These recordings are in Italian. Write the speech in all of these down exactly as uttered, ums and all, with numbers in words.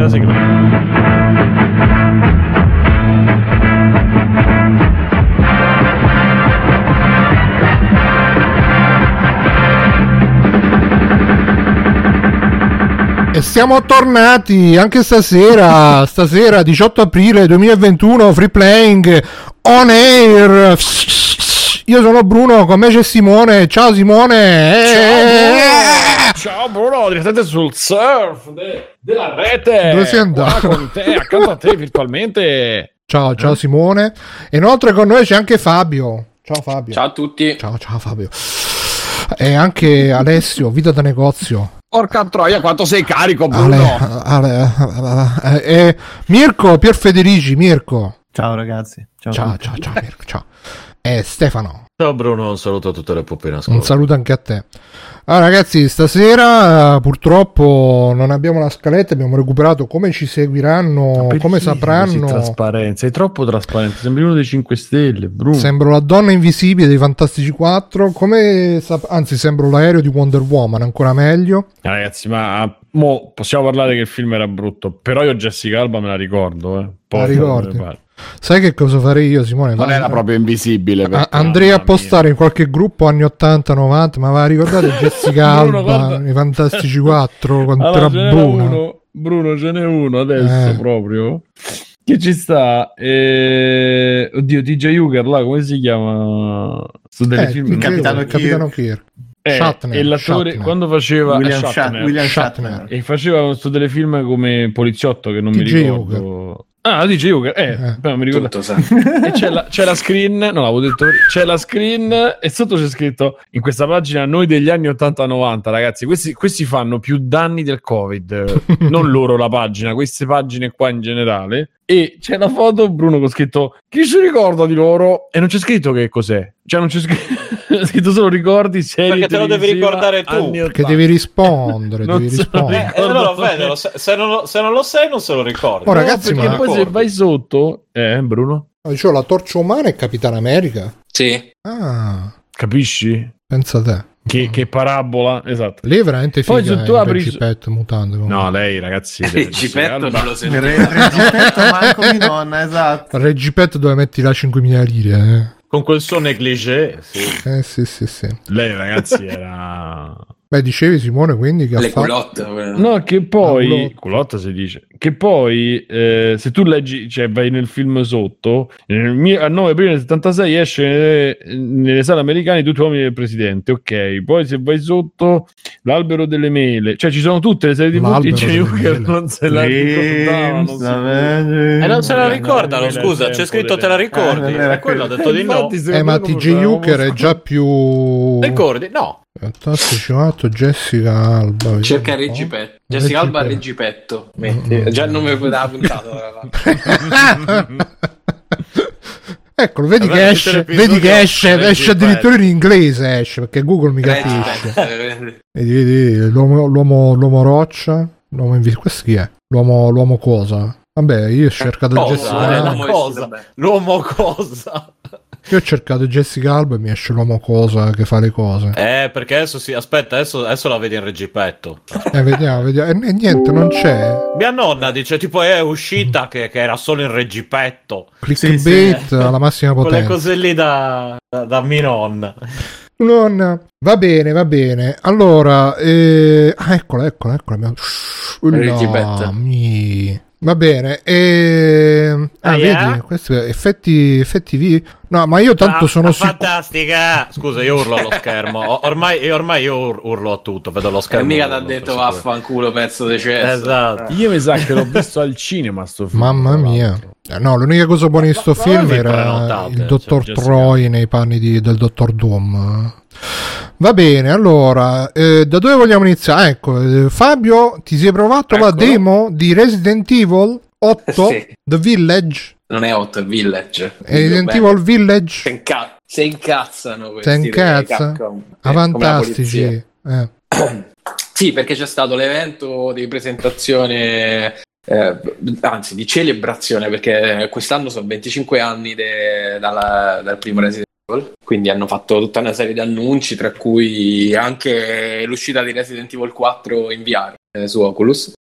sigla, sigla. E siamo tornati anche stasera, stasera diciotto aprile duemilaventuno, free playing on air. Io sono Bruno, con me c'è Simone. Ciao Simone. Ciao, ciao Bruno, direttamente sul surf de- della rete. Dove sei andato? Qua con te, accanto a te virtualmente. Ciao, ciao Simone. E inoltre con noi c'è anche Fabio. Ciao Fabio. Ciao a tutti. Ciao, ciao Fabio. E anche Alessio, vita da negozio. Porca troia, quanto sei carico, Bruno. Ale, ale, ale, e Mirko, Pier Federici, Mirko. Ciao ragazzi. Ciao, Ciao, ciao, ciao Mirko, ciao. E Stefano. Ciao Bruno, un saluto a tutte le puppe in ascolto. Un saluto anche a te. Allora ragazzi, stasera uh, purtroppo non abbiamo la scaletta, abbiamo recuperato come ci seguiranno, come sapranno. Trasparenza, sei troppo trasparente, sembri uno dei cinque Stelle, Bruno. Sembro la donna invisibile dei Fantastici quattro, come sap- anzi sembro l'aereo di Wonder Woman, ancora meglio. Eh, ragazzi, ma mo possiamo parlare che il film era brutto, però io Jessica Alba me la ricordo, eh. Poi La ricordi? Sai che cosa farei io, Simone? Non ma era proprio invisibile. A- andrei a postare in qualche gruppo anni ottanta novanta, ma va, ricordate Jessica Bruno, Alba, guarda. i Fantastici quattro, quanto Allora, era ce n'era buona. uno, Bruno, ce n'è uno adesso Eh. proprio che ci sta. Eh... Oddio, T J Hooker, là, come si chiama? Su delle Eh, film. il non Capitano il Kirk. Capitano Kirk. Eh, Shatner, e l'attore Shatner. quando faceva William, eh, Shat- Shatner, William Shatner. Shatner. e faceva questo telefilm come poliziotto che non mi T J ricordo. Ah, T J Hooker, eh, Eh. però mi ricordo. Tutto sa. E c'è la, c'è la screen, non l'avevo detto, c'è la screen e sotto c'è scritto in questa pagina noi degli anni ottanta novanta, ragazzi, questi, questi fanno più danni del Covid, non loro la pagina, queste pagine qua in generale. E c'è la foto, Bruno, con scritto chi si ricorda di loro? E non c'è scritto che cos'è, cioè non c'è scritto, c'è scritto solo ricordi, serie Perché te lo devi televisiva, ricordare tu. anni Che ottanta. devi rispondere, Non devi so, rispondere. Eh, allora vedelo, se, se, non lo, se non lo sai non se lo ricordi. Oh, No, ragazzi, perché ma- poi se vai sotto, eh, Bruno, Dicevo, la torcia umana è Capitan America. Sì. Ah, capisci? pensa te. Che, che parabola, esatto. Lei è veramente Poi figa, se tu eh, apri- Reggie Pet, mutande. comunque. No, lei, ragazzi, Il Gipetto non lo Il sento. re- Reggipetto manco di nonna, esatto. Reggie Pet dove metti là cinquemila lire. Con quel suo negligé. Sì. Eh. eh sì, sì, sì. Lei, ragazzi, era... Beh, dicevi Simone, quindi che ha Le fatto? culotte. quelle. No, che poi... Ah, culotta. culotta si dice. Che poi, eh, se tu leggi, cioè vai nel film sotto, nel mio- a nove aprile del settantasei esce nelle, nelle sale americane Tutti uomini del presidente, ok. Poi se vai sotto, L'albero delle mele. Cioè ci sono tutte le serie di L'albero T J delle Hooker mele. non se la ricordavano. Dreams, avere- Eh, non se la Eh, ricordano, no, scusa, tempo, c'è scritto le te la tempo. ricordi. Eh, E quello ha detto di no. Infatti, Eh, secondo ma me T non J lo Hooker è sapevamo. già più... Ricordi? No. Fantastici quattro, Jessica Alba. Cerca vediamo un po'. Reggipetto. Jessica Alba Reggipetto. Reggipetto. Metti. Già il nome della puntata. tra l'altro. Eccolo, vedi Vabbè, che tutto esce, l'episodio vedi che esce, Reggie esce Pet. addirittura in inglese, esce, perché Google mi capisce. Reggipetto. Vedi, vedi, l'uomo, l'uomo, l'uomo roccia, l'uomo invisibile, questo chi è? L'uomo, l'uomo cosa? Vabbè, io ho cercato Cosa? Jessica Eh, Alba, l'uomo cosa? L'uomo cosa? io ho cercato Jessica Alba e mi esce l'uomo cosa che fa le cose. Eh, perché adesso sì, aspetta, adesso, adesso la vedi in Reggipetto. Eh, vediamo, vediamo, e, e niente, non c'è. Mia nonna dice tipo è uscita che, che era solo in Reggipetto. Clickbait sì. alla massima Quelle potenza. cose lì da, da, da mia nonna. Non... Va bene, va bene. Allora, eh... ah, eccola, eccola, eccola. Abbiamo... Reggipetto. No, mi... Va bene. E... Ah, Ah, vedi, yeah? questi effetti, effetti vi... No, ma io tanto Ah, sono sicuro... fantastica. Scusa, io urlo allo schermo. O- Ormai, io ormai io ur- urlo a tutto, vedo lo E schermo. mica urlo, t'ha detto per sicuro. vaffanculo pezzo di cesso. Esatto. Io mi sa che l'ho visto al cinema sto film. Mamma tra mia. l'altro. Eh, No, l'unica cosa buona di sto Ma- ma film vi era prenotate, il dottor cioè, Jessica. Troy nei panni di- del dottor Doom. Va bene, allora, eh, da dove vogliamo iniziare? Ecco, eh, Fabio, ti sei provato la Eccolo. demo di Resident Evil otto, Sì. The Village? Non è otto, è Village. Resident Dico bene. Evil Village? Se, inca- se incazzano questi Se incazza? dei Capcom. Ah, Eh, come la fantastici. polizia. Eh. Sì, perché c'è stato l'evento di presentazione, eh, anzi di celebrazione, perché quest'anno sono venticinque anni de- dalla- dal primo Resident Evil, quindi hanno fatto tutta una serie di annunci, tra cui anche l'uscita di Resident Evil quattro in V R. eh, su Oculus.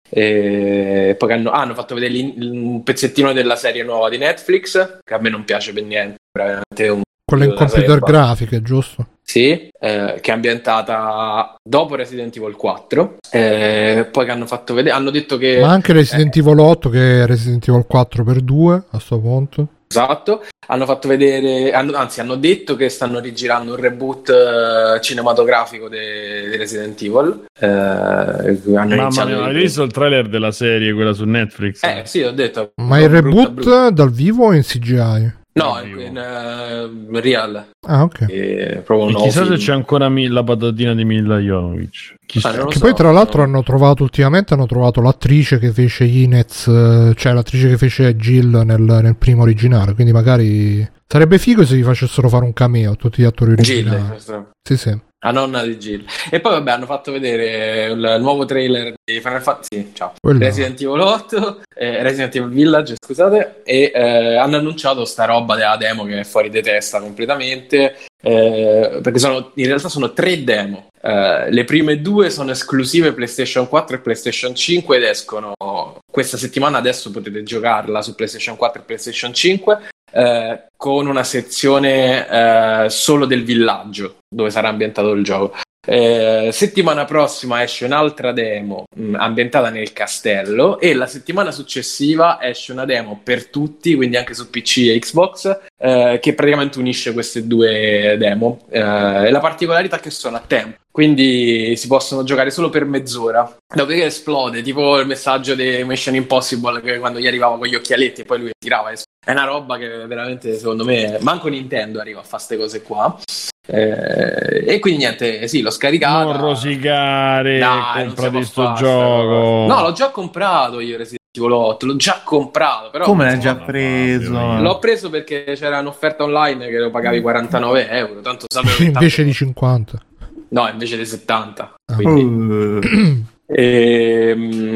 E poi hanno, ah, hanno fatto vedere un pezzettino della serie nuova di Netflix, che a me non piace per niente, veramente un quella in computer grafiche, giusto? Sì, eh, che è ambientata dopo Resident Evil quattro. Eh, poi che hanno fatto vedere, hanno detto che ma anche Resident eh, Evil otto, che è Resident Evil quattro per due a sto punto. Esatto, hanno fatto vedere, hanno, anzi hanno detto che stanno rigirando un reboot uh, cinematografico di Resident Evil. Uh, hanno Mamma mia, hai visto il trailer della serie, quella su Netflix? Eh sì, ho detto. Ma il reboot brutta, brutta. dal vivo o in C G I? No, in, in uh, real. Ah, ok. E proprio un chissà film. se c'è ancora mi- la patatina di Mila Jovovich. Ah, che so, poi tra l'altro no. hanno trovato ultimamente hanno trovato l'attrice che fece Inez, cioè l'attrice che fece Jill nel, nel primo originale, quindi magari sarebbe figo se gli facessero fare un cameo a tutti gli attori originali. Jill, sì, sì. La nonna di Jill. E poi vabbè hanno fatto vedere il nuovo trailer di Final Fantasy, sì, ciao. Resident Evil otto, eh, Resident Evil Village, scusate, e eh, hanno annunciato sta roba della demo che è fuori di testa completamente, eh, perché sono in realtà sono tre demo. Uh, le prime due sono esclusive PlayStation quattro e PlayStation cinque ed escono questa settimana. Adesso potete giocarla su PlayStation quattro e PlayStation cinque, uh, con una sezione uh, solo del villaggio dove sarà ambientato il gioco. Uh, settimana prossima esce un'altra demo mh, ambientata nel castello, e la settimana successiva esce una demo per tutti, quindi anche su P C e Xbox, uh, che praticamente unisce queste due demo. Uh, e la particolarità è che sono a tempo, quindi si possono giocare solo per mezz'ora, dopodiché esplode, tipo il messaggio di Mission Impossible, che quando gli arrivava con gli occhialetti e poi lui tirava. È una roba che veramente, secondo me, manco Nintendo arriva a fare queste cose qua. Eh, e quindi niente, sì, l'ho scaricato. Non rosicare, comprati sto gioco. No, l'ho già comprato io Resident Evil otto, l'ho già comprato, però come l'hai già preso? L'ho preso perché c'era un'offerta online che lo pagavi quarantanove euro, tanto sapevo invece tanto... di cinquanta. No, invece di settanta. Quindi... Uh. E,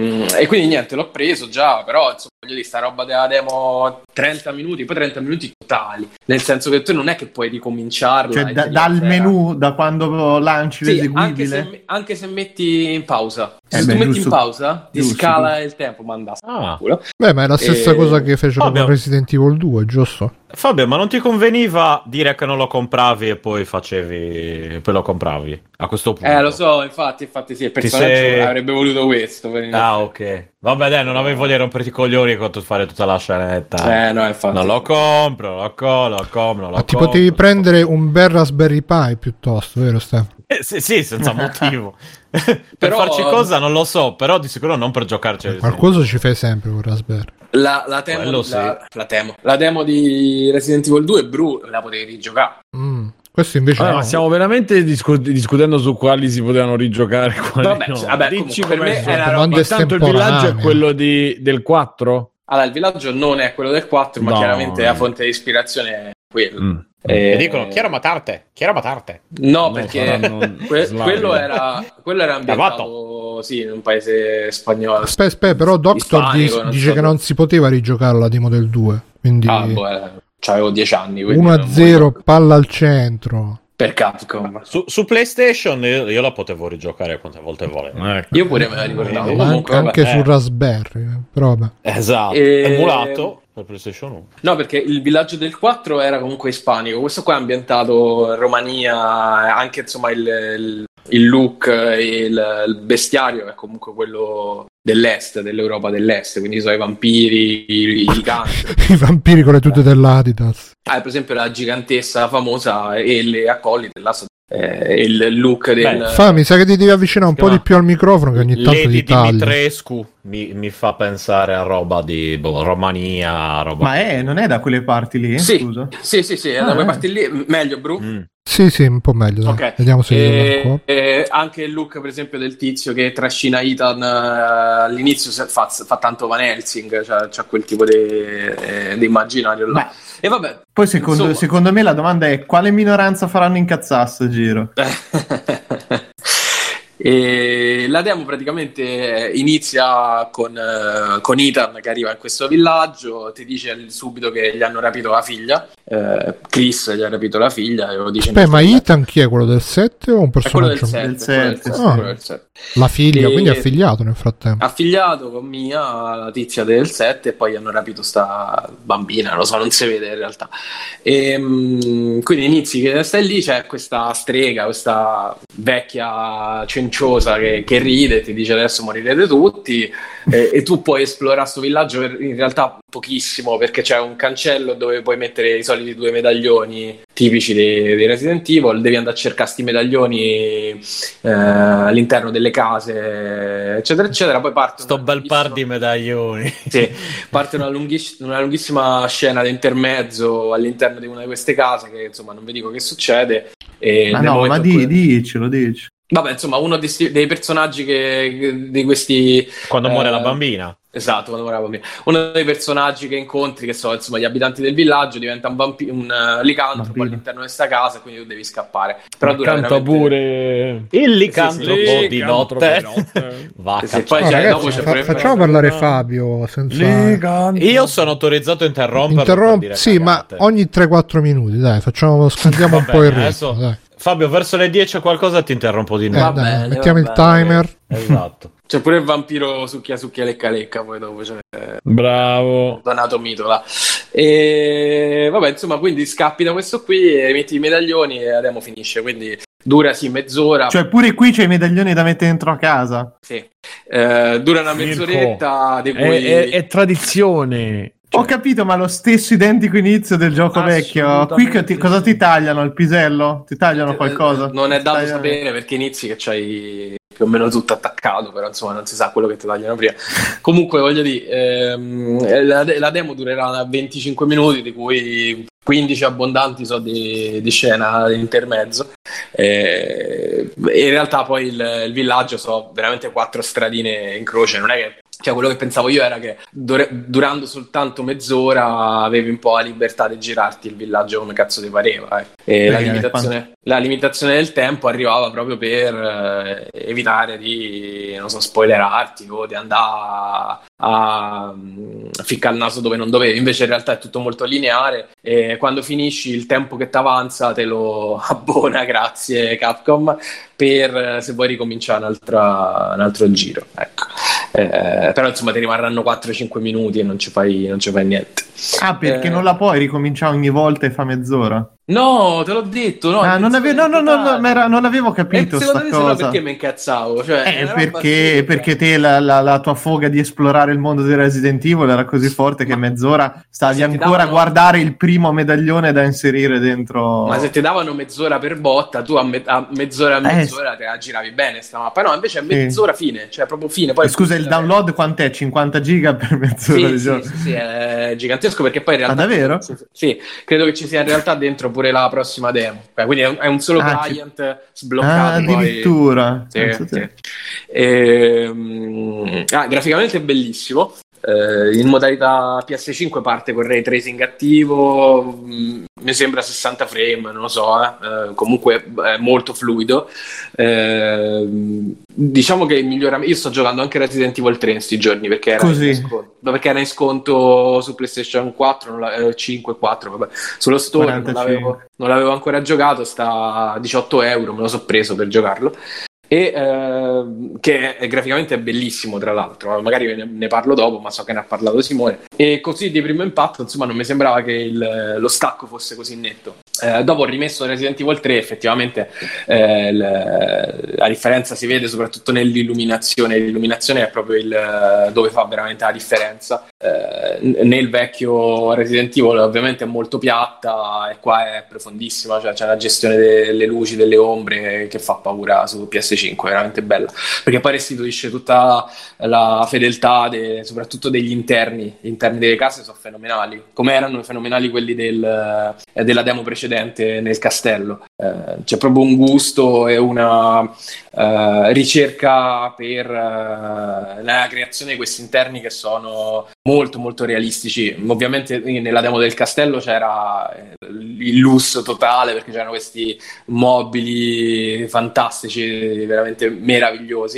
e quindi niente, l'ho preso già, però insomma, voglio dire, sta roba della demo trenta minuti, poi trenta minuti totali, nel senso che tu non è che puoi ricominciarla, cioè da, dal menu, da quando lanci sì, l'eseguibile, anche se, anche se metti in pausa, se eh beh, tu metti giusto, in pausa ti giusto, scala giusto. Il tempo, manda ah. Beh, ma è la stessa e... cosa che fecero Fabio. con Resident Evil due, giusto? Fabio, ma non ti conveniva dire che non lo compravi e poi facevi, poi lo compravi a questo punto? Eh, lo so, infatti, infatti sì, il personaggio sei... avrebbe voluto questo. Ah, ok. Vabbè, dai, non avevo voglia di romperti i coglioni con fare tutta la scenetta. Eh, no, infatti. Non lo compro, lo compro, lo compro, lo Ma ti potevi prendere un bel Raspberry Pi piuttosto, vero Stefano? Eh, sì, sì, senza motivo. Per però... farci cosa non lo so, però di sicuro non per giocarci. Eh, qualcosa ci fai sempre con Raspberry. La, la, demo di, sì. la, la, demo. la demo di Resident Evil due Bru la potevi rigiocare. Mm. Questo invece allora, no. Stiamo veramente discu- discutendo su quali si potevano rigiocare. Quali vabbè, no. vabbè comunque, per me è una roba. Intanto il villaggio è quello di, del quattro? Allora, il villaggio non è quello del quattro, ma no. Chiaramente la fonte di ispirazione è quella. Mm. E dicono chiaro matarte, chiaro matarte. No, no perché que- quello era quello era ambientato sì, in un paese spagnolo. Aspetta, aspetta, però Doctor dice, dice so che non si poteva rigiocare la demo del due, quindi ah, boh, eh, c'avevo dieci anni, uno a zero palla al centro. Per Capcom. Su, su PlayStation io, io la potevo rigiocare quante volte volevo. Ecco. Io pure me la ricordavo. Eh, comunque, anche vabbè. Su Raspberry, però vabbè. Esatto, e... emulato per PlayStation uno. No, perché il villaggio del quattro era comunque ispanico. Questo qua è ambientato in Romania, anche insomma il, il, il look e il, il bestiario è comunque quello dell'est, dell'Europa dell'est, quindi sono i vampiri, i, i cani. I vampiri con le tute dell'Adidas. Ah, per esempio la gigantessa famosa e le accolite là sono eh, il look del... Beh, fa, mi sa che ti devi avvicinare un po' di più al microfono, che ogni tanto Lady ti tagli. Dimitrescu mi, mi fa pensare a roba di boh, Romania, roba... Ma è, non è da quelle parti lì? Sì, scusa? sì, sì, sì, è ah, da quelle eh. parti lì. Meglio, Bru? Mm. Sì, sì, un po' meglio. Okay. Vediamo se e, e anche il look, per esempio, del tizio che trascina Ethan uh, all'inizio fa, fa tanto Van Helsing, cioè, c'ha quel tipo di eh, immaginario là. Beh. E vabbè. Poi secondo, secondo me la domanda è quale minoranza faranno incazzare sto giro? E la demo praticamente inizia con, uh, con Ethan che arriva in questo villaggio, ti dice subito che gli hanno rapito la figlia, eh, Chris gli ha rapito la figlia e lo dice. Beh, ma Ethan chi è, quello del sette o un personaggio? È quello del sette, Ah, la figlia, e... quindi è affiliato nel frattempo. Affiliato con Mia, la tizia del sette, e poi hanno rapito sta bambina, non lo so, non si vede in realtà. E, mh, quindi inizi che stai lì, c'è questa strega, questa vecchia cenciosa che, che ride, ti dice adesso morirete tutti, e, e tu puoi esplorare questo villaggio per, in realtà pochissimo, perché c'è un cancello dove puoi mettere i soliti due medaglioni tipici dei, dei Resident Evil, devi andare a cercare sti medaglioni eh, all'interno delle case, eccetera eccetera. Poi parte sto bel par di medaglioni, sì, parte una, lunghiss- una lunghissima scena di intermezzo all'interno di una di queste case che insomma non vi dico che succede. E ma nel no, ma di, cui... dicelo, dici. Vabbè, insomma, uno dei, sti- dei personaggi che di questi quando eh, muore la bambina. Esatto, quando muore la bambina. Uno dei personaggi che incontri, che sono insomma gli abitanti del villaggio, diventa un, vampi- un uh, licantropo all'interno di questa casa, quindi tu devi scappare. Però dura canta veramente... pure il licantropo sì, sì, di notte, notte. Va a sì, sì, cacciare. poi No, c'è, ragazzi, dopo c'è fa- pure... facciamo parlare Fabio senza... Io sono autorizzato a interromperlo. Interromp- per dire sì, cagate. ma ogni tre quattro minuti, dai, facciamo, scandiamo un Va po' il bene, ritmo, adesso- dai. Fabio, verso le dieci o qualcosa ti interrompo di Eh, nuovo. Va dai, bene, mettiamo va il bene, timer. Esatto. C'è pure il vampiro succhia succhia lecca lecca, poi dopo c'è bravo Donato Mitola. E vabbè, insomma, quindi scappi da questo qui e metti i medaglioni e la demo finisce, quindi dura sì mezz'ora. Cioè pure qui c'è i medaglioni da mettere dentro a casa. Sì. Eh, dura una Mirko, mezz'oretta di è, cui... è- è tradizione. Ho capito, ma lo stesso identico inizio del gioco vecchio. Qui che ti- cosa ti tagliano? Il pisello? Ti tagliano qualcosa? Non è Ti dato tagliano- sapere perché inizi che c'hai più o meno tutto attaccato, però insomma non si sa quello che ti tagliano prima. Comunque voglio dire, ehm, la, la demo durerà venticinque minuti, di cui quindici abbondanti so di, di scena di intermezzo. Eh, in realtà poi il, il villaggio so veramente quattro stradine in croce, non è che... Cioè, quello che pensavo io era che dur- durando soltanto mezz'ora avevi un po' la libertà di girarti il villaggio come cazzo ti pareva. Eh. E la, Beh, limitazione, la limitazione del tempo arrivava proprio per eh, evitare di, non so, spoilerarti o di andare a, a, a ficcare il naso dove non dovevi. Invece in realtà è tutto molto lineare e quando finisci il tempo che ti avanza te lo abbona, grazie Capcom, per se vuoi ricominciare un'altra, un altro giro. Ecco. Eh, però insomma ti rimarranno quattro cinque minuti e non ci fai, non ci fai niente. Ah, perché Eh, non la puoi ricominciare ogni volta e fa mezz'ora? No, te l'ho detto, no. Ah, non, ave- no, no, no, no, ma era- non avevo capito E secondo sta me se no cosa. perché mi incazzavo? Cioè, Eh, è una roba perché, assurda. perché te la, la- la tua foga di esplorare il mondo di Resident Evil era così forte che Ma- mezz'ora stavi se ti ancora davano- a guardare il primo medaglione da inserire dentro. Ma se ti davano mezz'ora per botta, tu a, me- a mezz'ora a Eh, mezz'ora te la giravi bene sta mappa. No, invece è mezz'ora fine, cioè proprio fine. Poi Scusa, il download quant'è? cinquanta giga per mezz'ora Sì, di sì, gioco? sì, sì, è gigantesco perché poi in realtà... Ah, davvero? Sì, credo che ci sia in realtà dentro pure la prossima demo. Beh, quindi è un, è un solo Ah, ci- client sbloccato. Ah, poi- addirittura. Sì, Pensa sì. te. Ehm, ah, graficamente è bellissimo. Eh, in modalità P S cinque parte con ray tracing attivo, mh, mi sembra sessanta frame, non lo so, eh. Eh, comunque è molto fluido. Eh, diciamo che il miglioramento, io sto giocando anche Resident Evil tre in questi giorni perché era, Così. in sconto, perché era in sconto su PlayStation quattro, non la- eh, cinque, quattro, vabbè, sullo store, non quarantacinque. l'avevo, non l'avevo ancora giocato, sta a diciotto euro, me lo so preso per giocarlo. E ehm, che è, graficamente è bellissimo, tra l'altro, magari ne, ne parlo dopo, ma so che ne ha parlato Simone. E così di primo impatto, insomma, non mi sembrava che il- lo stacco fosse così netto. Eh, dopo ho rimesso Resident Evil tre, effettivamente eh, l- la differenza si vede soprattutto nell'illuminazione. L'illuminazione è proprio il dove fa veramente la differenza. Eh, n- nel vecchio Resident Evil ovviamente è molto piatta e qua è profondissima, cioè c'è una gestione delle luci, delle ombre che fa paura su P S cinque, è veramente bella, perché poi restituisce tutta la fedeltà de- soprattutto degli interni. Gli interni delle case sono fenomenali, come erano fenomenali quelli del, eh, della demo precedente nel castello. Eh, c'è proprio un gusto e una eh, ricerca per eh, la creazione di questi interni che sono molto molto realistici. Ovviamente nella demo del castello c'era eh, il lusso totale perché c'erano questi mobili fantastici, veramente meravigliosi.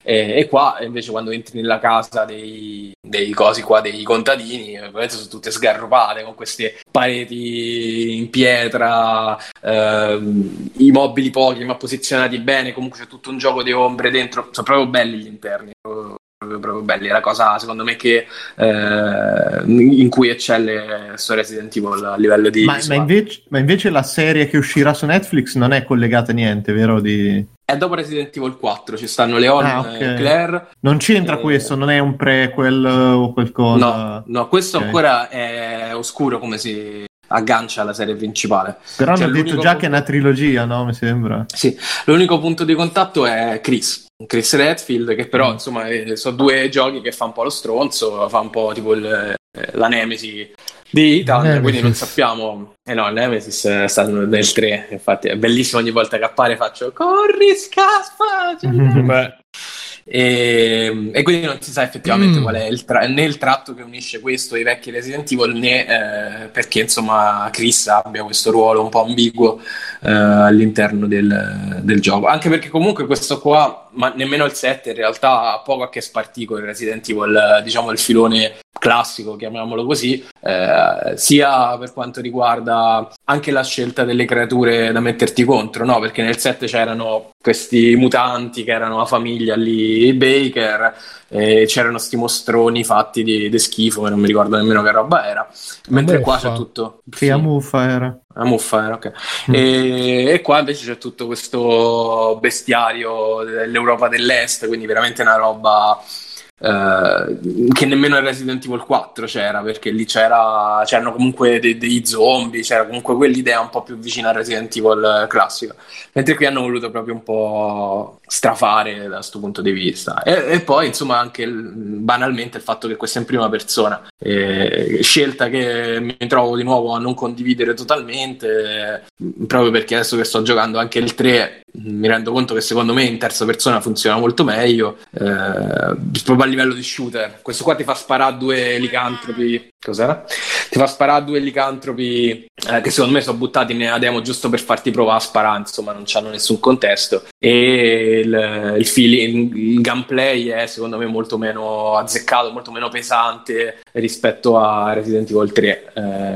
E, e qua invece quando entri nella casa dei, dei cosi qua, dei contadini, ovviamente sono tutte sgarrupate con queste pareti in pietra, ehm, i mobili pochi ma posizionati bene, comunque c'è tutto un gioco di ombre dentro, sono proprio belli gli interni, proprio, proprio, proprio belli. È la cosa secondo me che eh, in cui eccelle su Resident Evil a livello di ma, ma, invece, ma invece la serie che uscirà su Netflix non è collegata a niente, vero? Di... È dopo Resident Evil quattro, ci stanno Leon ah, okay. e Claire. Non c'entra e... questo, non è un prequel o qualcosa? No, no, questo okay. ancora è oscuro come si aggancia alla serie principale. Però cioè, hanno detto già punto... che è una trilogia, no? Mi sembra. Sì, l'unico punto di contatto è Chris, Chris Redfield, che però mm. insomma sono due giochi che fa un po' lo stronzo, fa un po' tipo il, la Nemesi di Ethan, Nemesis. Quindi non sappiamo. Eh no, il Nemesis è stato nel tre, infatti è bellissimo, ogni volta che appare faccio corri, scaspa! Beh. E, e quindi non si sa effettivamente mm. qual è il tra- né il tratto che unisce questo ai vecchi Resident Evil, né eh, perché insomma Chris abbia questo ruolo un po' ambiguo eh, all'interno del, del gioco, anche perché comunque questo qua, ma nemmeno il sette in realtà ha poco a che spartì con il Resident Evil, diciamo il filone classico, chiamiamolo così, eh, sia per quanto riguarda anche la scelta delle creature da metterti contro, no? Perché nel sette c'erano questi mutanti che erano la famiglia lì Baker, e c'erano sti mostroni fatti di, di schifo, che non mi ricordo nemmeno che roba era, mentre muffa. qua c'è tutto sì, a muffa era a muffa era, ok. Mm. E, e qua invece c'è tutto questo bestiario dell'Europa dell'Est, quindi veramente una roba Uh, che nemmeno in Resident Evil quattro c'era, perché lì c'era, c'erano comunque dei, dei zombie, c'era comunque quell'idea un po' più vicina al Resident Evil classico, mentre qui hanno voluto proprio un po' strafare da questo punto di vista. E, e poi insomma anche il, banalmente il fatto che questo è in prima persona, eh, scelta che mi trovo di nuovo a non condividere totalmente, eh, proprio perché adesso che sto giocando anche il tre mi rendo conto che secondo me in terza persona funziona molto meglio, eh, proprio a livello di shooter. Questo qua ti fa sparare a due licantropi, cos'era? Ti fa sparare a due licantropi eh, che secondo me sono buttati nella demo giusto per farti provare a sparare, insomma non c'hanno nessun contesto, e il, il, feeling, il gameplay è secondo me molto meno azzeccato, molto meno pesante rispetto a Resident Evil tre,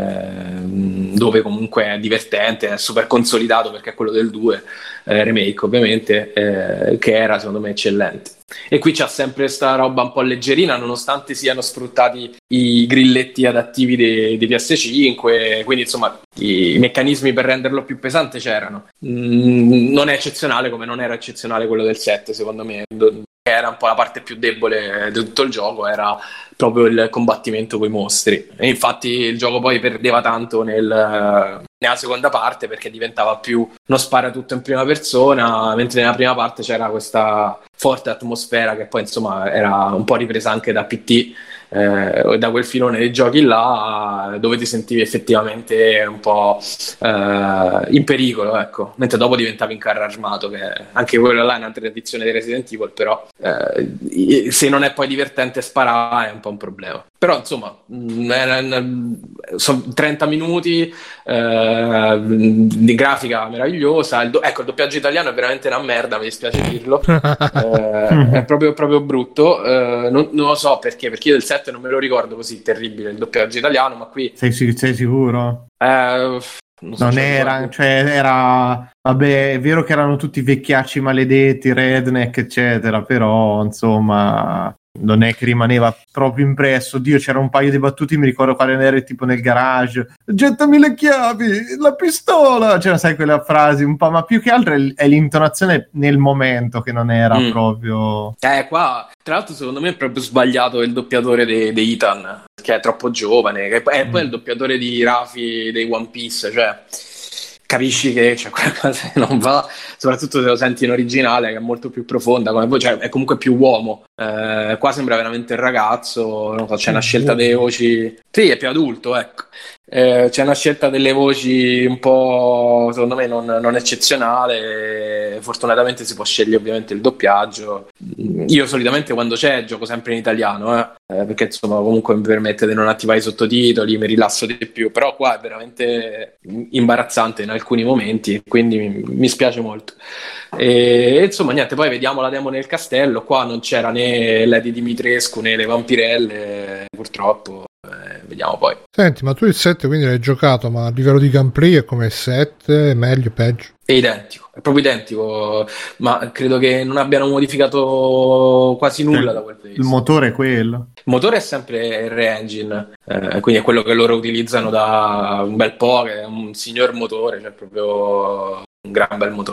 eh, dove comunque è divertente, è super consolidato perché è quello del due, eh, remake ovviamente, eh, che era secondo me eccellente. E qui c'ha sempre sta roba un po' leggerina, nonostante siano sfruttati i grilletti adattivi dei, dei P S cinque, quindi insomma i, i meccanismi per renderlo più pesante c'erano. Mm, non è eccezionale come non era eccezionale quello del sette, secondo me, che era un po' la parte più debole di tutto il gioco, era proprio il combattimento con i mostri, e infatti il gioco poi perdeva tanto nel, nella seconda parte, perché diventava più uno spara tutto in prima persona, mentre nella prima parte c'era questa forte atmosfera che poi insomma era un po' ripresa anche da P T, eh, da quel filone dei giochi là dove ti sentivi effettivamente un po' eh, in pericolo, ecco, mentre dopo diventavi in carro armato, che anche quella là è una tradizione di Resident Evil, però eh, se non è poi divertente sparare è un po' un problema. Però insomma sono trenta minuti eh, di grafica meravigliosa, il do- ecco il doppiaggio italiano è veramente una merda, mi dispiace dirlo, eh, è proprio, proprio brutto, eh, non, non lo so perché, perché io del sette non me lo ricordo così terribile il doppiaggio italiano, ma qui sei, sei sicuro? Eh, non, so, non cioè, era, guarda. cioè era, vabbè, è vero che erano tutti vecchiacci maledetti, redneck, eccetera, però insomma non è che rimaneva proprio impresso. Dio, c'era un paio di battute, mi ricordo quale era, tipo nel garage, gettami le chiavi, la pistola, cioè sai quella frase un po', ma più che altro è, l- è l'intonazione nel momento che non era mm. proprio eh qua tra l'altro secondo me è proprio sbagliato il doppiatore di de- Ethan, che è troppo giovane, che è mm. poi il doppiatore di Raffi dei One Piece, cioè capisci che c'è qualcosa che non va, soprattutto se lo senti in originale, che è molto più profonda come voce, cioè è comunque più uomo, eh, qua sembra veramente il ragazzo, non so, c'è una scelta delle voci, sì, è più adulto, ecco, Eh, c'è una scelta delle voci un po', secondo me, non, non eccezionale. Fortunatamente si può scegliere ovviamente il doppiaggio. Io solitamente quando c'è gioco sempre in italiano, eh, eh, perché insomma comunque mi permette di non attivare i sottotitoli, mi rilasso di più. Però qua è veramente imbarazzante in alcuni momenti, quindi mi, mi spiace molto. E insomma niente, poi vediamo la demo nel castello. Qua non c'era né Lady Dimitrescu né le vampirelle, purtroppo. Eh, vediamo poi. Senti, ma tu il sette quindi l'hai giocato, ma a livello di gameplay è come il sette, meglio, peggio? È identico, è proprio identico, ma credo che non abbiano modificato quasi nulla da quel punto di Il vista. motore è quello. Il motore è sempre il Re-Engine, eh, quindi è quello che loro utilizzano da un bel po', che è un signor motore, cioè proprio un gran bel motore.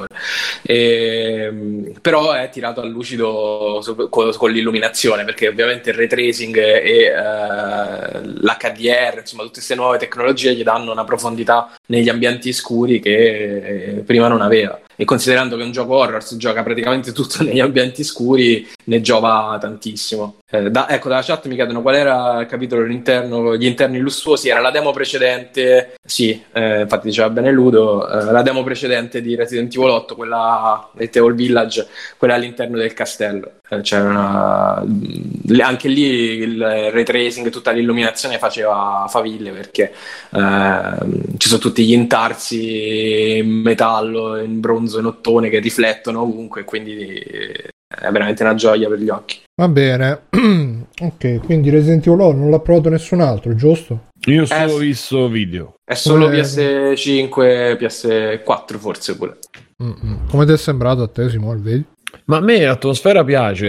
E, però è tirato a lucido su- con, con l'illuminazione, perché ovviamente il ray tracing e eh, l'H D R, insomma tutte queste nuove tecnologie gli danno una profondità negli ambienti scuri che eh, prima non aveva. E considerando che un gioco horror si gioca praticamente tutto negli ambienti scuri, ne giova tantissimo. Eh, da, ecco, dalla chat mi chiedono qual era il capitolo all'interno, gli interni lussuosi. Era la demo precedente, sì, eh, infatti diceva bene Ludo, eh, la demo precedente di Resident Evil otto, quella del Evil Village, quella all'interno del castello. Eh, c'era una... anche lì il ray tracing, tutta l'illuminazione faceva faville, perché eh, ci sono tutti gli intarsi in metallo, in bronzo, in ottone che riflettono ovunque, quindi è veramente una gioia per gli occhi. Va bene. Ok, quindi Resident Evil non l'ha provato nessun altro, giusto? Io ho solo Eh, visto video. È solo Come- P S cinque, P S quattro forse pure. Mm-mm. Come ti è sembrato a te, Simone? Vedi? Ma a me l'atmosfera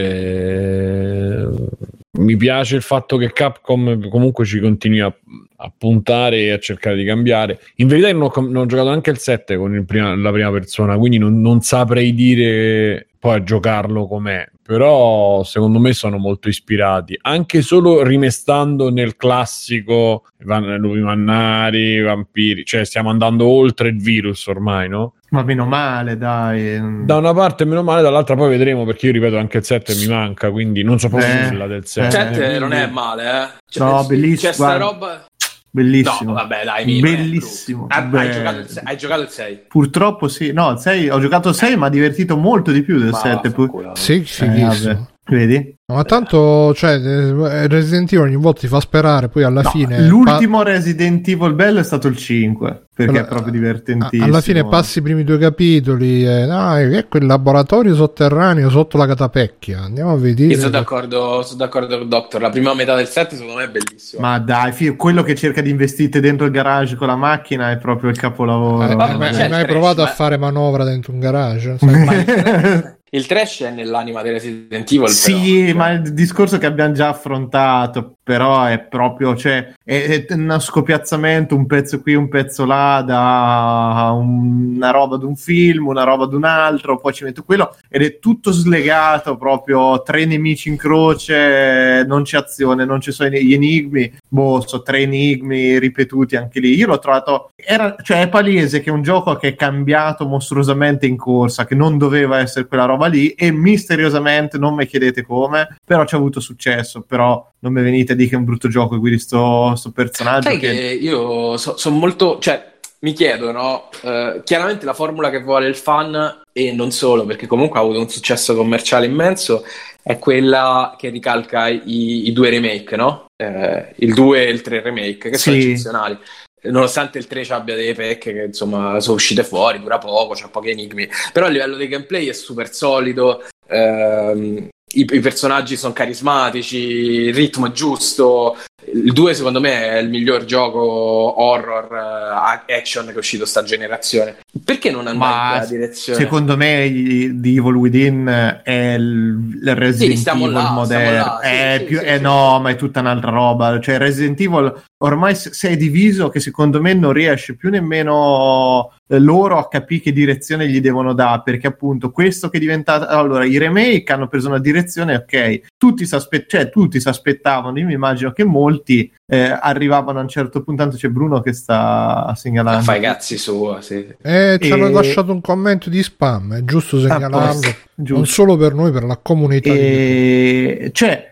piace. Mi piace il fatto che Capcom comunque ci continui a, a puntare e a cercare di cambiare. In verità non ho, non ho giocato anche il sette con il prima, la prima persona, quindi non, non saprei dire poi a giocarlo com'è. Però secondo me sono molto ispirati, anche solo rimestando nel classico van- lupi mannari, vampiri, cioè stiamo andando oltre il virus ormai, no? Ma meno male, dai. Da una parte meno male, dall'altra poi vedremo, perché io ripeto anche il sette mi manca, quindi non so proprio Eh, nulla del eh. sette. sette quindi- non è male, eh. Cioè, No, bellissimo, C'è sta guarda. roba... Bellissimo. No, vabbè, dai, Mimo, è Bellissimo. brutto. Ah, hai, Beh, giocato il sei, hai giocato il sei? Purtroppo sì. No, il sei, ho giocato il sei, ma ha divertito molto di più del Ma sette. vaffanculo. Sì, Eh, fighissimo. vabbè. Vedi? Ma tanto, cioè, eh, Resident Evil ogni volta ti fa sperare, poi alla No, fine l'ultimo Resident Evil bello è stato il cinque, perché Alla- è proprio pa- divertentissimo. alla fine passi i primi due capitoli e dai, ecco il laboratorio sotterraneo sotto la catapecchia, andiamo a vedere. Io sono d'accordo, sono d'accordo con Doctor. La prima metà del sette secondo me è bellissima. Ma dai, fi- quello che cerca di investirti dentro il garage con la macchina è proprio il capolavoro. Eh, Vabbè, hai ma mai- c'è hai il mai trash, provato ma- a fare manovra dentro un garage? Sai? Ma il trash, il trash è nell'anima di Resident Evil. Sì, però. ma il discorso che abbiamo già affrontato, però è proprio, cioè, è, è uno scopiazzamento, un pezzo qui, un pezzo là, da un- una roba di un film, una roba di un altro, poi ci metto quello, ed è tutto slegato, proprio tre nemici in croce, non c'è azione, non ci sono gli enigmi, boh, so tre enigmi ripetuti anche lì. Io l'ho trovato, era, cioè è palese che è un gioco che è cambiato mostruosamente in corsa, che non doveva essere quella roba lì, e misteriosamente, non mi chiedete come, però ci ha avuto successo. Però non mi venite a dire che è un brutto gioco e quindi sto, sto personaggio Sai che... che io sono molto, cioè mi chiedo, no? Eh, chiaramente la formula che vuole il fan, e non solo, perché comunque ha avuto un successo commerciale immenso, è quella che ricalca i, i due remake, no? Eh, il due e il tre remake, che sono Sì. eccezionali. Nonostante il tre ci abbia delle pecche che insomma sono uscite fuori, dura poco, c'ha pochi enigmi, però a livello di gameplay è super solido. Ehm, i, i personaggi sono carismatici, il ritmo è giusto. Il due secondo me è il miglior gioco horror uh, action che è uscito sta generazione. Perché non andare in Ma quella direzione? secondo me gli- di Evil Within è il, il Resident Sì, stiamo Evil là, moderno. stiamo là, sì, è sì, più, sì, è sì, no, sì. ma è tutta un'altra roba. Cioè Resident Evil ormai s- si è diviso, che secondo me non riesce più nemmeno eh, loro a capire che direzione gli devono dare, perché appunto questo che è diventato, allora i remake hanno preso una direzione, ok, tutti si aspe- cioè, tutti si aspettavano, io mi immagino che molti eh, arrivavano a un certo punto. Tanto c'è Bruno che sta segnalando. Fai i cazzi sua, sì. Eh, ci hanno E- lasciato un commento di spam, è giusto segnalarlo, posto, giusto. non solo per noi, per la comunità. di- E... cioè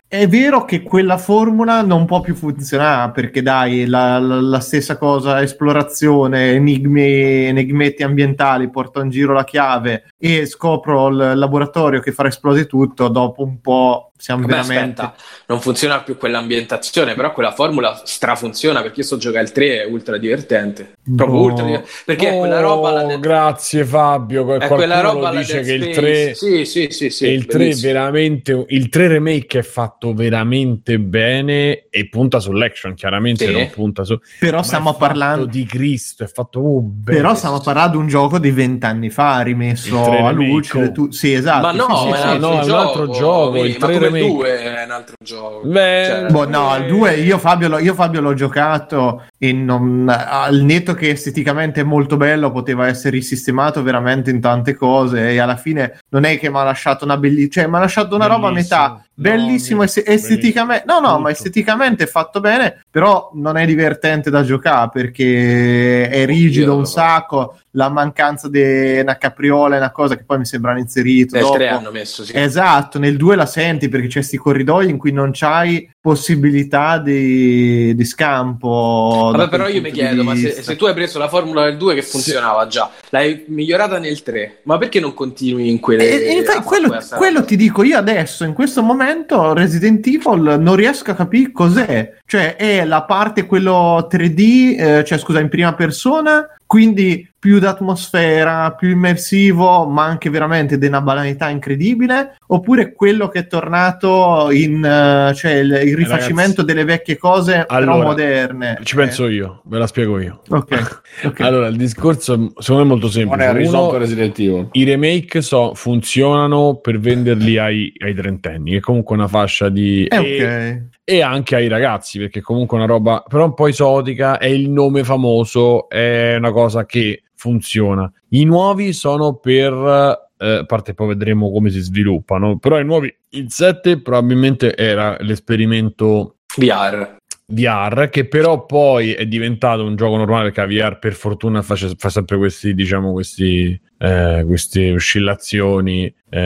è vero che quella formula non può più funzionare, perché dai, la, la, la stessa cosa, esplorazione, enigmi, enigmetti ambientali, porto in giro la chiave e scopro il laboratorio che farà esplodere tutto, dopo un po' siamo Vabbè, veramente... aspetta, non funziona più quell'ambientazione, però quella formula strafunziona, perché io so giocare il tre, è ultra divertente, proprio Oh. ultra divertente, perché Oh, quella roba alla Dead- grazie Fabio, è qualcuno quella roba lo alla dice Dead che il Space. tre sì sì sì sì e il tre bellissimo. veramente, il tre remake è fatto veramente bene e punta sull'action, chiaramente Sì. non punta su, Però ma stiamo è fatto parlando... di Cristo, è fatto oh, bene. Però stiamo parlando di un gioco di vent'anni fa, rimesso Il tre a remake, luce. oh. Tu... Sì, esatto. Ma no, sì, sì, ma sì. è un no, è un altro gioco, il ma tre come il remake. due è un altro gioco. Beh, Cioè, Boh, no, il due io Fabio, lo, io Fabio l'ho giocato e non, al netto che esteticamente è molto bello, poteva essere risistemato veramente in tante cose e alla fine non è che mi ha lasciato una bellissima, cioè mi ha lasciato una roba a metà, bellissimo, No, es- esteticamente, no no, Tutto. ma esteticamente è fatto bene, però non è divertente da giocare perché è rigido Io- un sacco, la mancanza di una capriola è una cosa che poi mi sembra inserito nel dopo. tre hanno messo, sì. Esatto, nel due la senti perché c'è sti corridoi in cui non c'hai possibilità di, di scampo. da Vabbè, quel però io mi punto di chiedo, ma se, vista. se tu hai preso la formula del due che funzionava già, l'hai migliorata nel tre, ma perché non continui in quelle... E, e infatti a fare quello, questa quello roba? ti dico io adesso, in questo momento Resident Evil non riesco a capire cos'è, cioè è la parte quello tre D, eh, cioè scusa in prima persona, quindi più d'atmosfera, più immersivo, ma anche veramente di una banalità incredibile, oppure quello che è tornato in uh, cioè il, il rifacimento Ragazzi, delle vecchie cose allora, però moderne. Ci penso io, ve la spiego io. Eh, ok, ok. Allora, il discorso secondo me è molto semplice. Non è risolto Uno, Resident Evil. i remake so, funzionano per venderli ai, ai trentenni, che è comunque una fascia di... Eh, e, ok. e anche ai ragazzi, perché comunque è una roba però un po' esotica, è il nome famoso, è una cosa che funziona. I nuovi sono per... Eh, a parte poi vedremo come si sviluppano, però i nuovi, il sette probabilmente era l'esperimento V R. V R, che però poi è diventato un gioco normale, perché la V R per fortuna fa, fa sempre questi, diciamo, questi eh, queste oscillazioni,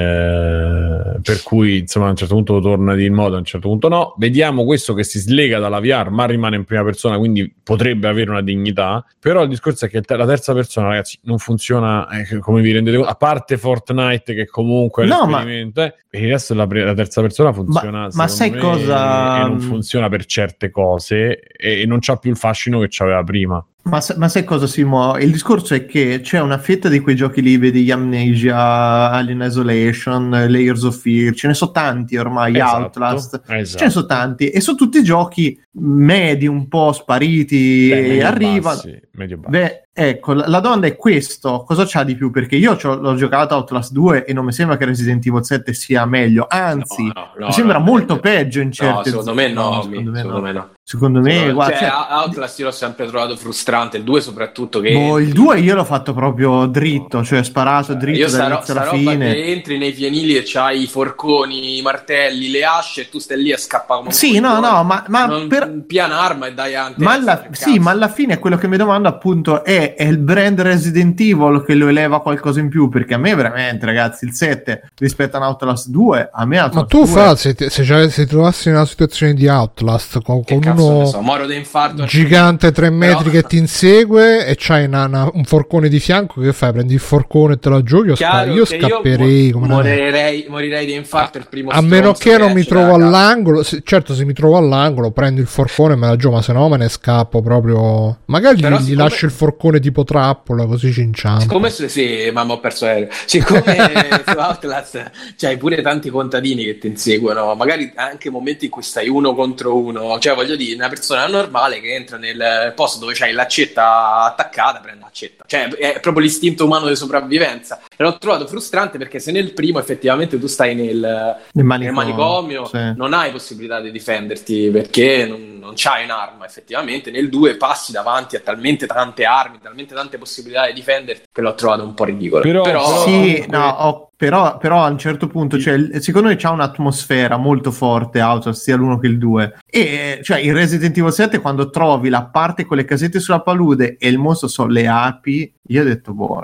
eh, per cui insomma a un certo punto torna di moda, a un certo punto no. Vediamo questo che si slega dalla V R ma rimane in prima persona, quindi potrebbe avere una dignità. Però il discorso è che la terza persona, ragazzi, non funziona, eh, come vi rendete conto, a parte Fortnite che comunque è No, l'esperimento, eh, e il resto la, la terza persona funziona, Ma- ma sai me, cosa- e non funziona per certe cose e, e non c'ha più il fascino che c'aveva prima. Ma, sa- ma sai cosa, Simo? Il discorso è che c'è una fetta di quei giochi lì, vedi Amnesia, Alien Isolation, Layers of Fear, ce ne sono tanti ormai, Esatto, Outlast, esatto. ce ne sono tanti e sono tutti giochi medi, un po' spariti, Beh, e medio arrivano. bassi, medio bassi. Beh, ecco, la, la domanda è questo, cosa c'ha di più? Perché io c'ho- l'ho giocato Outlast due e non mi sembra che Resident Evil sette sia meglio, anzi, No, no, no, mi sembra no, molto no, peggio in No, certe secondo me no, secondo mi- me secondo no. me no. Secondo me, Cioè, guarda, cioè, Outlast io l'ho sempre trovato frustrante, il due soprattutto che boh, il entri- due io l'ho fatto proprio dritto, cioè sparato dritto io sta, ro- dall'inizio sta alla roba fine. che entri nei fienili e c'hai i forconi, i martelli, le asce e tu stai lì a scappare come un Sì, no, coglione. no, ma, ma non per- piana arma e dai avanti. ma alla, sì, ma alla fine quello che mi domando appunto è, è il brand Resident Evil che lo eleva qualcosa in più, perché a me veramente, ragazzi, il sette rispetto a Outlast due, a me Ma Outlast tu due fa se, te- se, c'è- se ti trovassi nella situazione di Outlast con, Che con cazzo ne uno so, moro di infarto gigante tre metri Però- che ti insegue e c'hai una- una- un forcone di fianco, che fai? Prendi il forcone e te lo giochi? Io, sca- Chiaro io che scapperei io come mo- una- morirei, morirei di infarto il primo a meno stronzo che non mi esce trovo da casa. all'angolo. se- certo, se mi trovo all'angolo prendo il forcone e me la gioco, ma se no me ne scappo proprio. Magari Però gli, gli siccome- lascio il forcone tipo trappola, così ci inciampo. Siccome se- sì, mamma ho perso aereo. Siccome su Outlast c'hai pure tanti contadini che ti inseguono, magari anche momenti in cui stai uno contro uno, cioè voglio dire, una persona normale che entra nel posto dove c'hai l'accetta attaccata, prende l'accetta. Cioè è proprio l'istinto umano di sopravvivenza. E l'ho trovato frustrante perché se nel primo effettivamente tu stai nel, nel nel manicomio, manicomio, sì. non hai possibilità di difenderti perché non, non c'hai un'arma effettivamente. Nel due passi davanti a talmente tante armi, talmente tante possibilità di difenderti che l'ho trovato un po' ridicolo. Però- Però, Sì, comunque- no, ho- però, però a un certo punto, cioè, il- secondo me c'ha un'atmosfera molto forte Outlast, sia l'uno che il due. E cioè in Resident Evil sette, quando trovi la parte con le casette sulla palude e il mostro sono le api, io ho detto, boh, ragazzi,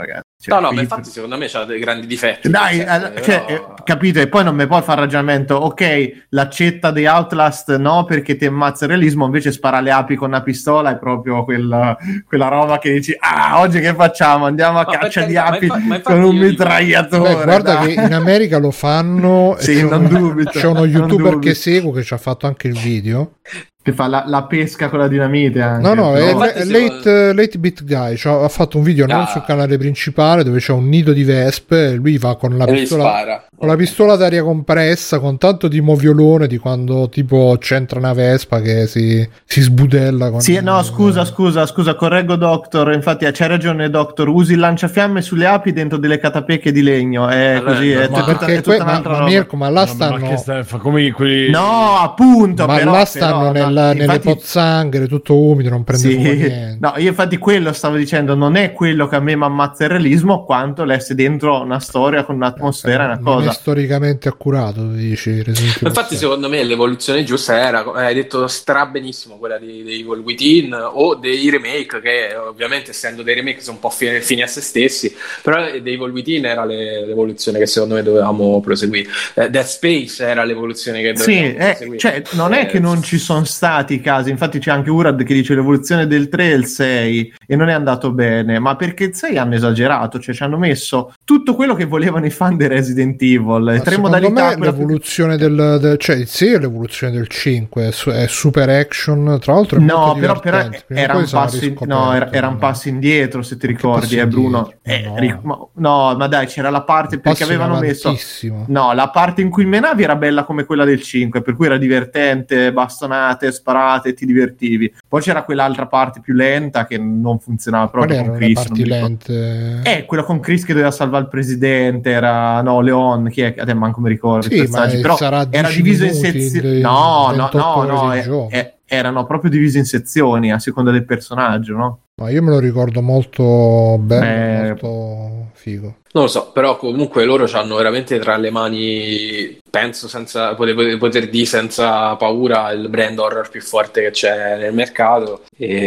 Cioè, no, no, qui- ma infatti secondo me c'ha dei grandi difetti. Dai, cioè, eh, cioè, però- eh, capito? E poi non mi puoi fare il ragionamento, ok, l'accetta di Outlast no perché ti ammazza il realismo, invece spara le api con una pistola è proprio quella, quella roba che dici, ah, oggi che facciamo? Andiamo a Ma caccia per di carità, ma api infa- ma infatti con un io dico- mitragliatore. Beh, guarda dai. che in America lo fanno. e Sì, c'è, non un, dubito, c'è uno non youtuber dubito. che seguo che ci ha fatto anche il video. Che fa la, la pesca con la dinamite anche, No, no, però- è, infatti è secondo- late, late Beat Guy. Cioè, ha fatto un video non Ah. sul canale principale dove c'è un nido di vespe. E lui va con la e lui pistola. spara. Con la pistola d'aria compressa, con tanto di moviolone di quando tipo c'entra una vespa che si, si sbudella. Con Sì, no, scusa, scusa, scusa, correggo Doctor, infatti eh, c'hai ragione Doctor, usi il lanciafiamme sulle api dentro delle catapecche di legno, è Allora, così, è, normale. tutta, Perché è tutta que- ma, un'altra ma roba. Mirko, ma là No, ma che stanno. sta- fa come quelli... No, appunto, Ma però, là stanno però, nel- no, nelle infatti- pozzanghere, tutto umido, non prende Sì. fuoco niente. No, io infatti quello stavo dicendo, non è quello che a me mi ammazza il realismo, quanto l'esse dentro una storia con un'atmosfera, una Non è cosa. storicamente accurato, tu dici. Resident Evil Infatti, sei. secondo me l'evoluzione giusta era, come hai detto stra benissimo, quella di, di Evil Within o dei remake, che ovviamente essendo dei remake sono un po' fine, fini a se stessi, però dei Evil Within era le- l'evoluzione che secondo me dovevamo proseguire. Eh, Dead Space era l'evoluzione che Sì, dovevamo eh, proseguire. cioè, non è Eh, che non ci sono stati i casi, infatti c'è anche Urad che dice l'evoluzione del tre e il sei e non è andato bene, ma perché il sei hanno esagerato, cioè ci hanno messo tutto quello che volevano i fan di Resident Evil, le Ma tre secondo modalità. me quella più- l'evoluzione del, del cioè il sei è l'evoluzione del cinque, è, su- è super action, tra l'altro è No, molto però, però divertente. Prima o era poi un, sarà passo in, riscoperto, no, era, era un no? passo indietro, se ti Ma che ricordi, passo eh, Bruno. indietro? Eh, No. ric- ma- no, ma dai, c'era la parte perché Passo in avevano messo. avantissimo. No, la parte in cui menavi era bella come quella del cinque, per cui era divertente, bastonate, sparate, ti divertivi. Poi c'era quell'altra parte più lenta che non funzionava Quali proprio con erano le Chris. parti non mi ricordo. lente? Eh, quello con Chris che doveva salvare il presidente, era no, Leon, chi è? che- Adesso manco mi ricordo i Sì, ma personaggi, però sarà era dieci diviso in minuti, sezioni. dei No, no, ventotto no, ore no, di eh, gioco. eh, erano proprio divisi in sezioni a seconda del personaggio, no? Ma io me lo ricordo molto bello, Eh, molto figo. Non lo so, però comunque loro hanno veramente tra le mani, penso senza poter, poter dire senza paura, il brand horror più forte che c'è nel mercato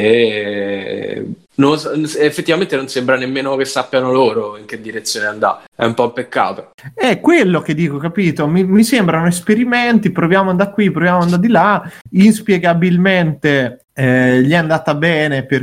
e non, effettivamente non sembra nemmeno che sappiano loro in che direzione andare, è un po' un peccato. È quello che dico, capito? Mi, mi sembrano esperimenti, proviamo da qui, proviamo da di là, inspiegabilmente eh, gli è andata bene, per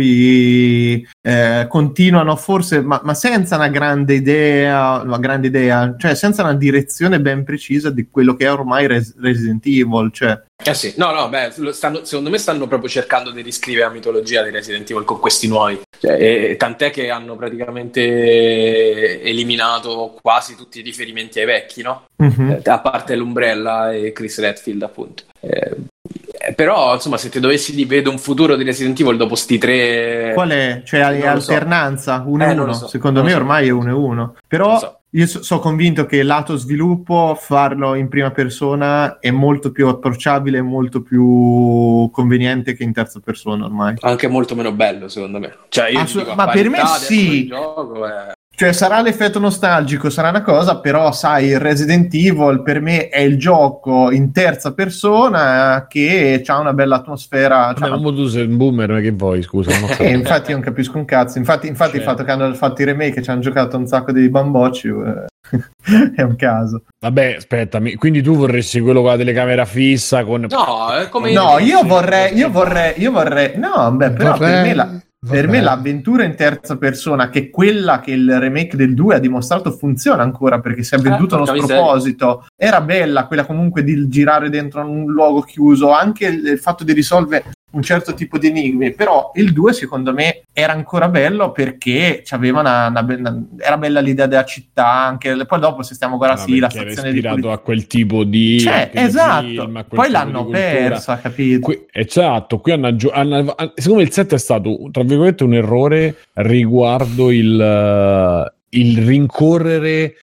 cui eh, continuano forse, ma, ma senza una grande idea, una grande idea, cioè senza una direzione ben precisa di quello che è ormai Res- Resident Evil, cioè. Eh sì, no, no, beh, lo stanno, secondo me stanno proprio cercando di riscrivere la mitologia di Resident Evil con questi nuovi, cioè, e, tant'è che hanno praticamente eliminato quasi tutti i riferimenti ai vecchi, no? Mhm. Eh, a parte l'Umbrella e Chris Redfield, appunto. Eh, eh, però, insomma, se ti dovessi dire vedo un futuro di Resident Evil dopo sti tre... Qual è? Cioè Non è lo so. alternanza uno e Eh, non uno? lo so. Secondo Non me lo so. ormai è uno e uno. Però Non lo so. io so- sono convinto che lato sviluppo farlo in prima persona è molto più approcciabile e molto più conveniente che in terza persona ormai. Anche molto meno bello, secondo me. Cioè, io Assu- ti dico, a ma per me parità del sì. gioco è... Cioè sarà l'effetto nostalgico, sarà una cosa, però sai, il Resident Evil per me è il gioco in terza persona che ha una bella atmosfera. Vabbè, c'ha- ma tu sei un boomer, ma che vuoi, scusa? Non ho Eh, capito. infatti io non capisco un cazzo. Infatti, infatti Cioè. il fatto che hanno fatto i remake e ci hanno giocato un sacco di bambocci eh, è un caso. Vabbè, aspetta, mi- quindi tu vorresti quello con la telecamera fissa con... No, è come... No, io vorrei, io vorrei, io vorrei. No, beh, però per me, la- per me vorrei. l'avventura in terza persona, che è quella che il remake del due ha dimostrato funziona ancora perché si è venduto Eh, uno porca miseria. sproposito, era bella quella comunque di girare dentro un luogo chiuso, anche il, il fatto di risolvere un certo tipo di enigmi, però il due secondo me era ancora bello perché c'aveva una, una be- una- era bella l'idea della città, anche poi dopo se stiamo guardando No, sì, la perché era stazione di ispirato poli- a quel tipo di... cioè, anche di esatto, film, a quel poi tipo l'hanno di cultura. persa, capito? Qui- esatto, qui hanno, aggi- hanno- secondo me il set è stato tra virgolette un errore riguardo il, eh, il rincorrere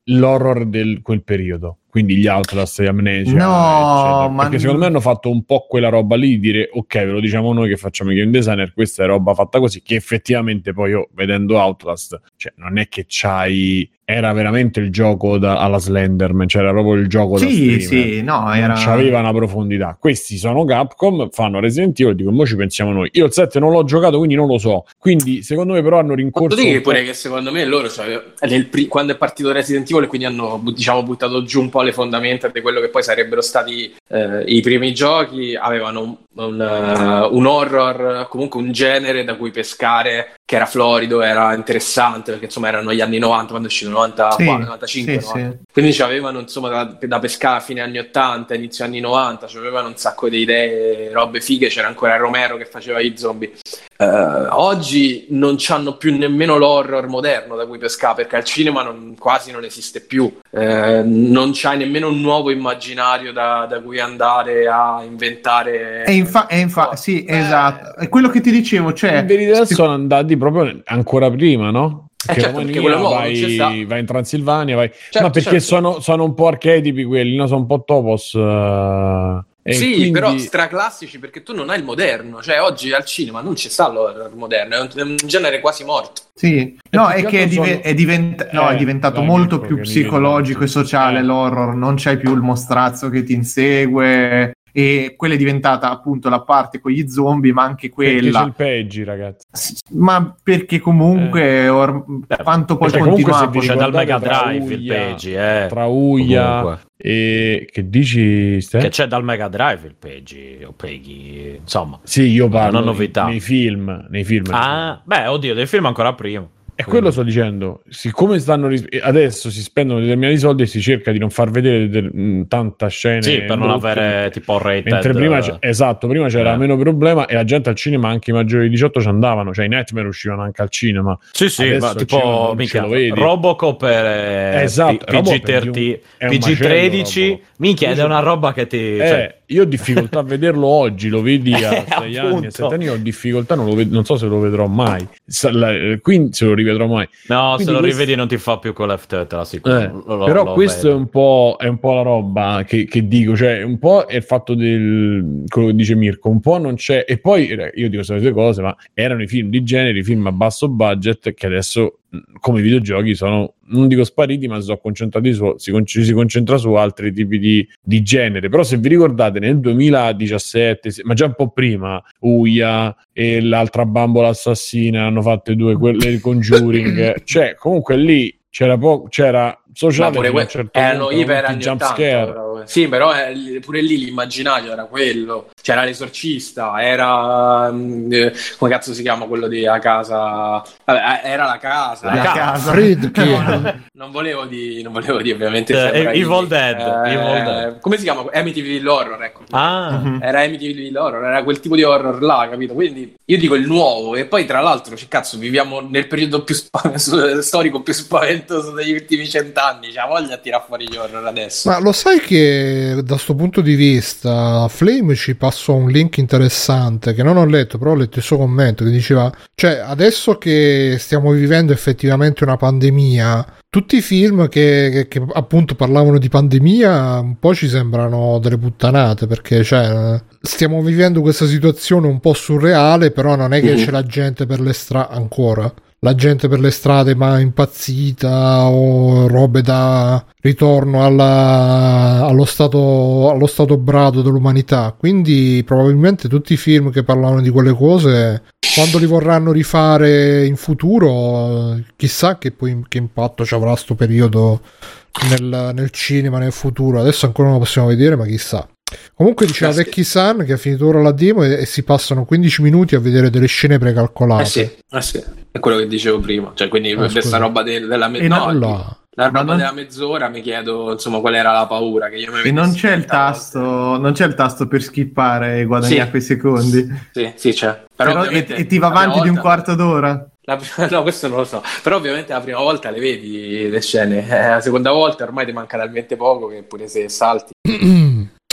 l'horror del quel periodo, quindi gli Outlast e Amnesia, no, ma perché secondo me hanno fatto un po' quella roba lì di dire ok, ve lo diciamo noi che facciamo i game designer, questa è roba fatta così, che effettivamente poi io vedendo Outlast, cioè non è che c'hai, era veramente il gioco da, alla Slenderman, cioè era proprio il gioco sì, da streamer, sì, no, era... non c'aveva una profondità. Questi sono Capcom, fanno Resident Evil, dico mo ci pensiamo noi. Io il sette non l'ho giocato, quindi non lo so, quindi secondo me però hanno rincorso posso dire pure che secondo me loro, cioè, nel pri- quando è partito Resident Evil, quindi hanno diciamo buttato giù un po' le fondamenta di quello che poi sarebbero stati eh, i primi giochi, avevano un, un, uh, un horror, comunque un genere da cui pescare, che era florido, era interessante, perché insomma erano gli anni novanta, quando è uscito novantaquattro, sì, novantacinque, sì, novanta. sì. Quindi c'avevano insomma da, da pescare a fine anni ottanta, inizio anni novanta, c'avevano un sacco di idee, robe fighe, c'era ancora Romero che faceva i zombie. Uh, oggi non c'hanno più nemmeno l'horror moderno da cui pescare, perché al cinema non, quasi non esiste più, uh, non c'hai nemmeno un nuovo immaginario da, da cui andare a inventare. E infa- e infa- sì, eh, esatto, è quello che ti dicevo, cioè in verità sono andati proprio ancora prima, no? Perché Eh certo, Romania perché quello nuovo non c'è sta. vai, vai in Transilvania, vai... Certo, ma perché certo. sono, sono un po' archetipi quelli, no? Sono un po' topos. Uh... E sì, quindi... però straclassici, perché tu non hai il moderno, cioè oggi al cinema non ci sta l'horror moderno, è un, è un genere quasi morto. Sì, no, E è che è, div- sono... è, divent- no, eh, è diventato dai, molto Mirko, più che psicologico mi... e sociale eh. l'horror, non c'hai più il mostrazzo che ti insegue, e quella è diventata appunto la parte con gli zombie, ma anche Perché quella... c'è il peggi, ragazzi. Ma perché comunque Eh. or- quanto poi Perché comunque continua se vi C'è dal ricordate Mega tra Drive il Uia, Peggy, eh. tra Uia Comunque. e... Che dici, Ste? Che c'è dal Mega Drive il Peggy, o Peggy, insomma. Sì, io parlo È una novità. nei film, nei film. Ah, beh, oddio, del film ancora prima. E quello sto dicendo, siccome stanno ris- adesso si spendono determinati soldi e si cerca di non far vedere de- mh, tanta scena, Sì, per non brutte, avere tipo rated. mentre prima c- esatto, prima c'era Eh. meno problema e la gente al cinema, anche i maggiori di diciotto, ci andavano, cioè i Nightmare uscivano anche al cinema. Sì, sì, Adesso ma al tipo cinema non minchia, ce lo vedi. Robocop è Esatto, P- Robocop P G tredici, è un- è un P G tredici, macello, Robocop. minchia, ed è una roba che ti... Eh, cioè, io ho difficoltà a vederlo oggi, lo vedi a Eh, sei anni, a appunto. sette anni, ho difficoltà, non, lo ved- non so se lo vedrò mai, Sa- la- eh, quindi se lo rivedrò mai. no, Quindi se lo questo- rivedi non ti fa più con l'F, te la sicuro. Eh, Lo- lo- però lo questo vedo. è un po' è un po' la roba che, che dico, cioè un po' è il fatto del quello che dice Mirko, un po' non c'è, e poi eh, io dico queste due cose, ma erano i film di genere, i film a basso budget che adesso come videogiochi sono, non dico spariti, ma si sono concentrati su, si, con- ci si concentra su altri tipi di, di genere. Però se vi ricordate nel duemiladiciassette, se- ma già un po' prima, Uia e l'altra bambola assassina hanno fatto i due, quelle il Conjuring, cioè comunque lì c'era poco, c'era sociale, Ma pure fino a que- un certo erano punto, iper tutti anni jump ottanta, scare. però. Sì, però eh, pure lì l'immaginario era quello, c'era l'esorcista, era mm, eh, come cazzo si chiama quello di A Casa, vabbè, era la casa, La La casa. casa. Friedkin. No, no, non volevo di non volevo di ovviamente Eh, sembra Evil indie. Dead, Eh, Evil Dead. come si chiama? Amityville Horror, ecco. Ah, Mhm. Era Amityville Horror, era quel tipo di horror là, capito? Quindi io dico il nuovo, e poi tra l'altro, cioè, cazzo, viviamo nel periodo più spa- storico più spaventoso degli ultimi cent'anni, c'ha voglia di tirare fuori gli horror adesso. Ma lo sai che da sto punto di vista Flame ci passò un link interessante che non ho letto, però ho letto il suo commento che diceva, cioè adesso che stiamo vivendo effettivamente una pandemia, tutti i film che, che, che appunto parlavano di pandemia un po' ci sembrano delle puttanate, perché cioè stiamo vivendo questa situazione un po' surreale, però non è che Mhm. c'è la gente per le strade ancora. La gente per le strade ma impazzita o robe da ritorno alla, allo stato allo stato brado dell'umanità, quindi probabilmente tutti i film che parlavano di quelle cose quando li vorranno rifare in futuro chissà che poi che impatto ci avrà sto periodo nel, nel cinema nel futuro. Adesso ancora non lo possiamo vedere, ma chissà. Comunque diceva Eh sì. Vecchi San che ha finito ora la demo e, e si passano quindici minuti a vedere delle scene precalcolate. Eh sì, eh sì, è quello che dicevo prima, cioè quindi Ah, questa scusa. roba del- della E mezz'ora. no, Allora, La roba Ma non- della mezz'ora mi chiedo insomma qual era la paura che io mi E non vedessi c'è il trenta tasto, non c'è il tasto per skippare e guadagnare Sì. quei secondi. volte. Sì, sì, c'è. Però- e, ovviamente e ti va la prima avanti di un volta- quarto d'ora. la prima- no, questo non lo so. Però ovviamente la prima volta le vedi le scene. Eh, la seconda volta ormai ti manca talmente poco che pure se salti.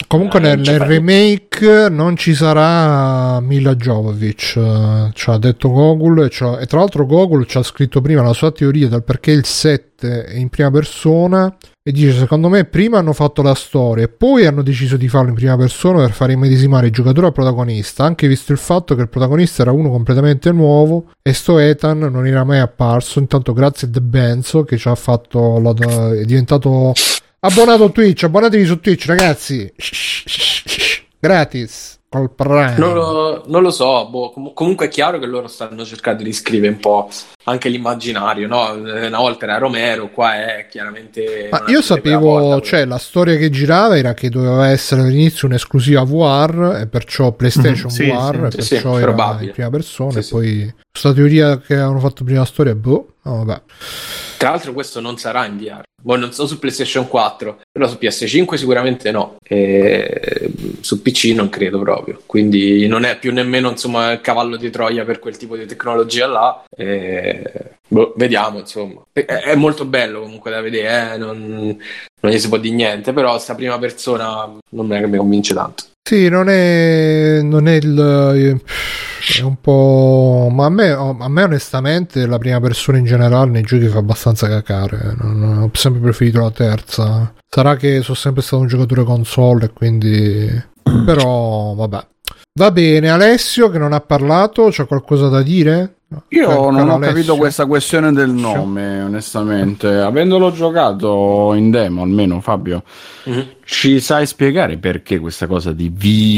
Comunque Eh, nel, non ci nel fai- remake non ci sarà Mila Jovovich, eh, ci ha detto Gogol e, c'ha- e tra l'altro Gogol ci ha scritto prima la sua teoria del perché il sette è in prima persona e dice secondo me prima hanno fatto la storia e poi hanno deciso di farlo in prima persona per far immedesimare il giocatore al protagonista, anche visto il fatto che il protagonista era uno completamente nuovo e sto Ethan non era mai apparso. Intanto grazie a The Benzo che ci ha fatto la- è diventato abbonato a Twitch, abbonatevi su Twitch ragazzi, gratis col Prime. Non lo, non lo so, boh, com- comunque è chiaro che loro stanno cercando di scrivere un po' anche l'immaginario, no? Una volta era Romero, qua è chiaramente... Ma non è io più di quella sapevo, volta, cioè la storia che girava era che doveva essere all'inizio un'esclusiva V R e perciò PlayStation Mhm, sì, V R sì, e sì, perciò sì, era probabile. in prima persona Sì, e sì. poi questa teoria che hanno fatto prima la storia, boh, no, vabbè. Tra l'altro questo non sarà in V R, boh, non so su PlayStation quattro, però su P S cinque sicuramente no, e su P C non credo proprio, quindi non è più nemmeno insomma il cavallo di Troia per quel tipo di tecnologia là, e... boh, vediamo insomma. È, è molto bello comunque da vedere, eh? non, non gli si può dire niente, però sta prima persona non è che mi convince tanto. Sì, non è, non è il, è un po', ma a me, a me onestamente la prima persona in generale nei giochi fa abbastanza cacare, non, non- ho sempre preferito la terza. Sarà che sono sempre stato un giocatore console e quindi, però vabbè. Va bene, Alessio che non ha parlato, c'ha qualcosa da dire? Io Caro non ho Alessio? capito questa questione del nome, onestamente. Avendolo giocato in demo, almeno Fabio, Mm-hmm. ci sai spiegare perché questa cosa di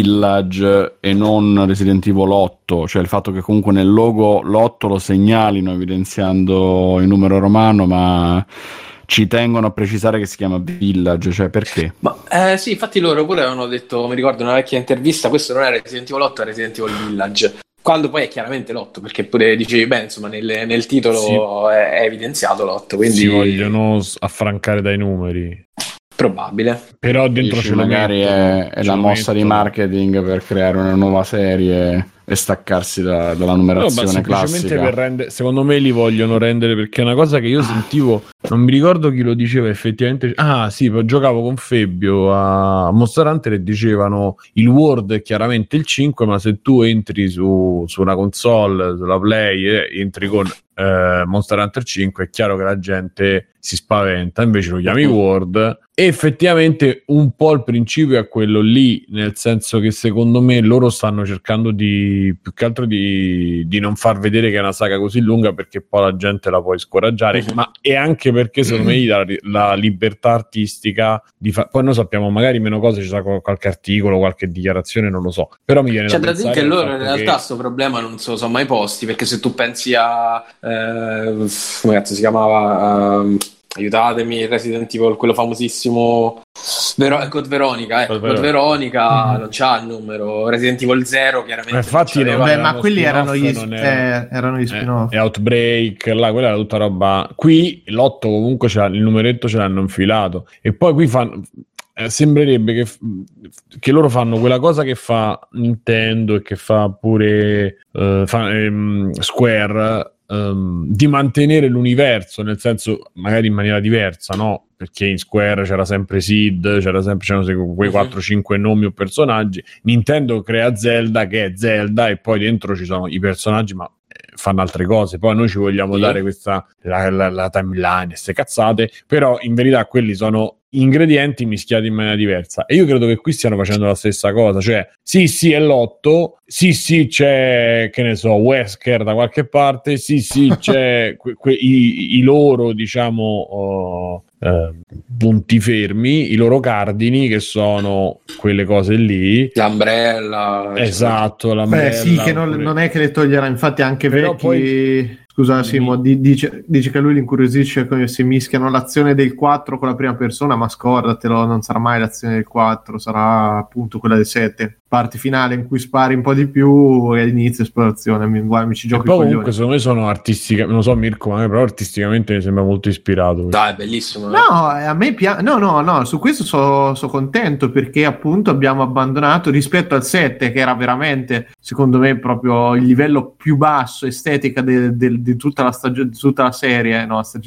Village e non Resident Evil otto? Cioè il fatto che comunque nel logo l'otto lo segnalino evidenziando il numero romano, ma ci tengono a precisare che si chiama Village, cioè perché? Ma eh, sì, infatti loro pure avevano detto, mi ricordo in una vecchia intervista, questo non è Resident Evil otto, è Resident Evil Village. Quando poi è chiaramente l'otto, perché pure dicevi bene, insomma, nel, nel titolo Sì. è, è evidenziato l'otto, quindi Si vogliono s- affrancare dai numeri. probabile. Però dentro Dici, ce lo magari mettono, è, è ce la lo mossa di mettono. marketing per creare una nuova serie e staccarsi da- dalla No, ma numerazione semplicemente classica. per rendere, secondo me li vogliono rendere, perché è una cosa che io sentivo, non mi ricordo chi lo diceva effettivamente. Ah, sì, poi giocavo con Febbio a Monster Hunter e dicevano il Word è chiaramente il cinque, ma se tu entri su, su una console, sulla Play, e entri con eh, Monster Hunter cinque, è chiaro che la gente si spaventa, invece lo chiami Word. E effettivamente un po' il principio è quello lì, nel senso che secondo me loro stanno cercando di più che altro di, di non far vedere che è una saga così lunga, perché poi la gente la puoi scoraggiare, Mhm. ma è anche perché secondo me gli dà la, la libertà artistica di fa- poi noi sappiamo magari meno cose, ci sarà qual- qualche articolo, qualche dichiarazione, non lo so, però mi viene C'è da da dire pensare che al loro in fatto realtà che- sto problema non se lo sono mai posti, perché se tu pensi a eh, come cazzo si chiamava, ehm, aiutatemi, Resident Evil, quello famosissimo Vero- Code Veronica, eh. Code Code Veronica. Veronica Mhm. non c'ha il numero, Resident Evil zero chiaramente Ma infatti non non c'aveva. Vabbè, erano ma quelli erano spin-off, gli, non eh, erano- erano gli Eh, spin-off. e Outbreak, là, quella era tutta roba. Qui l'otto comunque c'ha, il numeretto ce l'hanno infilato. E poi qui fanno. eh, sembrerebbe che, che loro fanno quella cosa che fa Nintendo e che fa pure eh, fa, ehm, Square, ehm, di mantenere l'universo, nel senso magari in maniera diversa, no? Perché in Square c'era sempre Sid, c'era sempre c'erano se- quei Mhm. quattro cinque nomi o personaggi. Nintendo crea Zelda, che è Zelda, e poi dentro ci sono i personaggi, ma eh, fanno altre cose. Poi noi ci vogliamo Sì. dare questa la, la- la timeline, queste cazzate, però in verità quelli sono ingredienti mischiati in maniera diversa, e io credo che qui stiano facendo la stessa cosa. Cioè sì sì è l'otto, sì sì c'è, che ne so, Wesker da qualche parte, sì sì c'è que- que- i, i loro diciamo oh, eh, punti fermi, i loro cardini, che sono quelle cose lì. L'Umbrella, Esatto, la Beh, sì, che non, oppure- non è che le toglierà, infatti anche Però vecchi... poi- Scusa Simo, di- dice, dice che lui li incuriosisce come se mischiano l'azione del quattro con la prima persona, ma scordatelo, non sarà mai l'azione del quattro, sarà appunto quella del sette. Parte finale in cui spari un po' di più e all'inizio esplorazione, mi, guarda, mi ci E gioco i poi coglioni. comunque secondo me sono artistica, non so Mirko, ma a me però artisticamente mi sembra molto ispirato. dai, è bellissimo. eh. No, eh, a me piace. No, no, no, su questo sono contento, perché appunto abbiamo abbandonato rispetto al sette, che era veramente, secondo me, proprio il livello più basso estetica de- de- di tutta la stagione, di tutta la serie, no, stagione.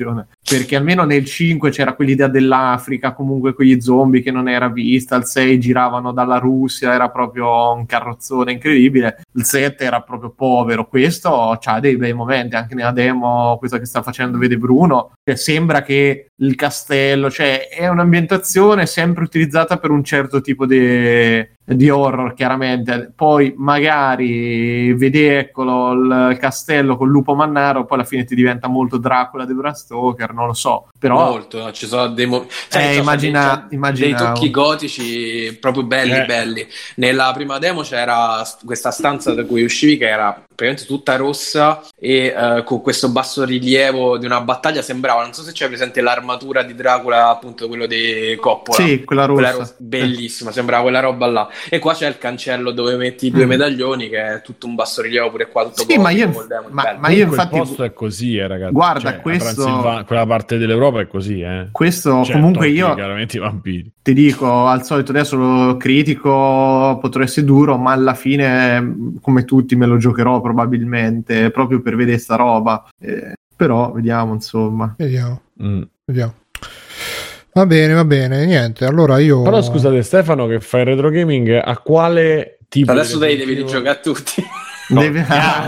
perché almeno nel cinque c'era quell'idea dell'Africa, comunque quegli zombie che non era vista, il sei giravano dalla Russia, era proprio un carrozzone incredibile, il sette era proprio povero, questo c'ha dei bei momenti, anche nella demo, questa che sta facendo vede Bruno, cioè, sembra che il castello, cioè è un'ambientazione sempre utilizzata per un certo tipo di, di horror, chiaramente, poi magari vedi eccolo il castello col lupo mannaro, poi alla fine ti diventa molto Dracula di Bram Stoker, non lo so, però molto, ci sono dei, mo- sai, eh, so, immagina, dei, immagina dei tocchi gotici proprio belli eh. belli. Nella prima demo c'era questa stanza da cui uscivi che era praticamente tutta rossa e uh, con questo basso rilievo di una battaglia sembrava, non so se c'è presente l'armatura di Dracula, appunto quello di Coppola, sì, quella rossa, quella rossa bellissima, sembrava quella roba là, e qua c'è il cancello dove metti i due mm. medaglioni che è tutto un basso rilievo pure qua, tutto sì, ma io, demo, ma, ma io infatti il posto è così, eh, ragazzi. Guarda, cioè, questo quella parte dell'Europa è così, eh. Questo certo, comunque io chiaramente i vampiri. Ti dico, al solito adesso lo critico, potrà essere duro, ma alla fine, come tutti, me lo giocherò probabilmente, proprio per vedere sta roba. Eh, però vediamo, insomma. Vediamo. Mm. Vediamo. Va bene, va bene, niente. Allora io. Però scusate, Stefano, che fa il retro gaming, a quale tipo? Adesso di dei devi rigiocare a tutti. Deve...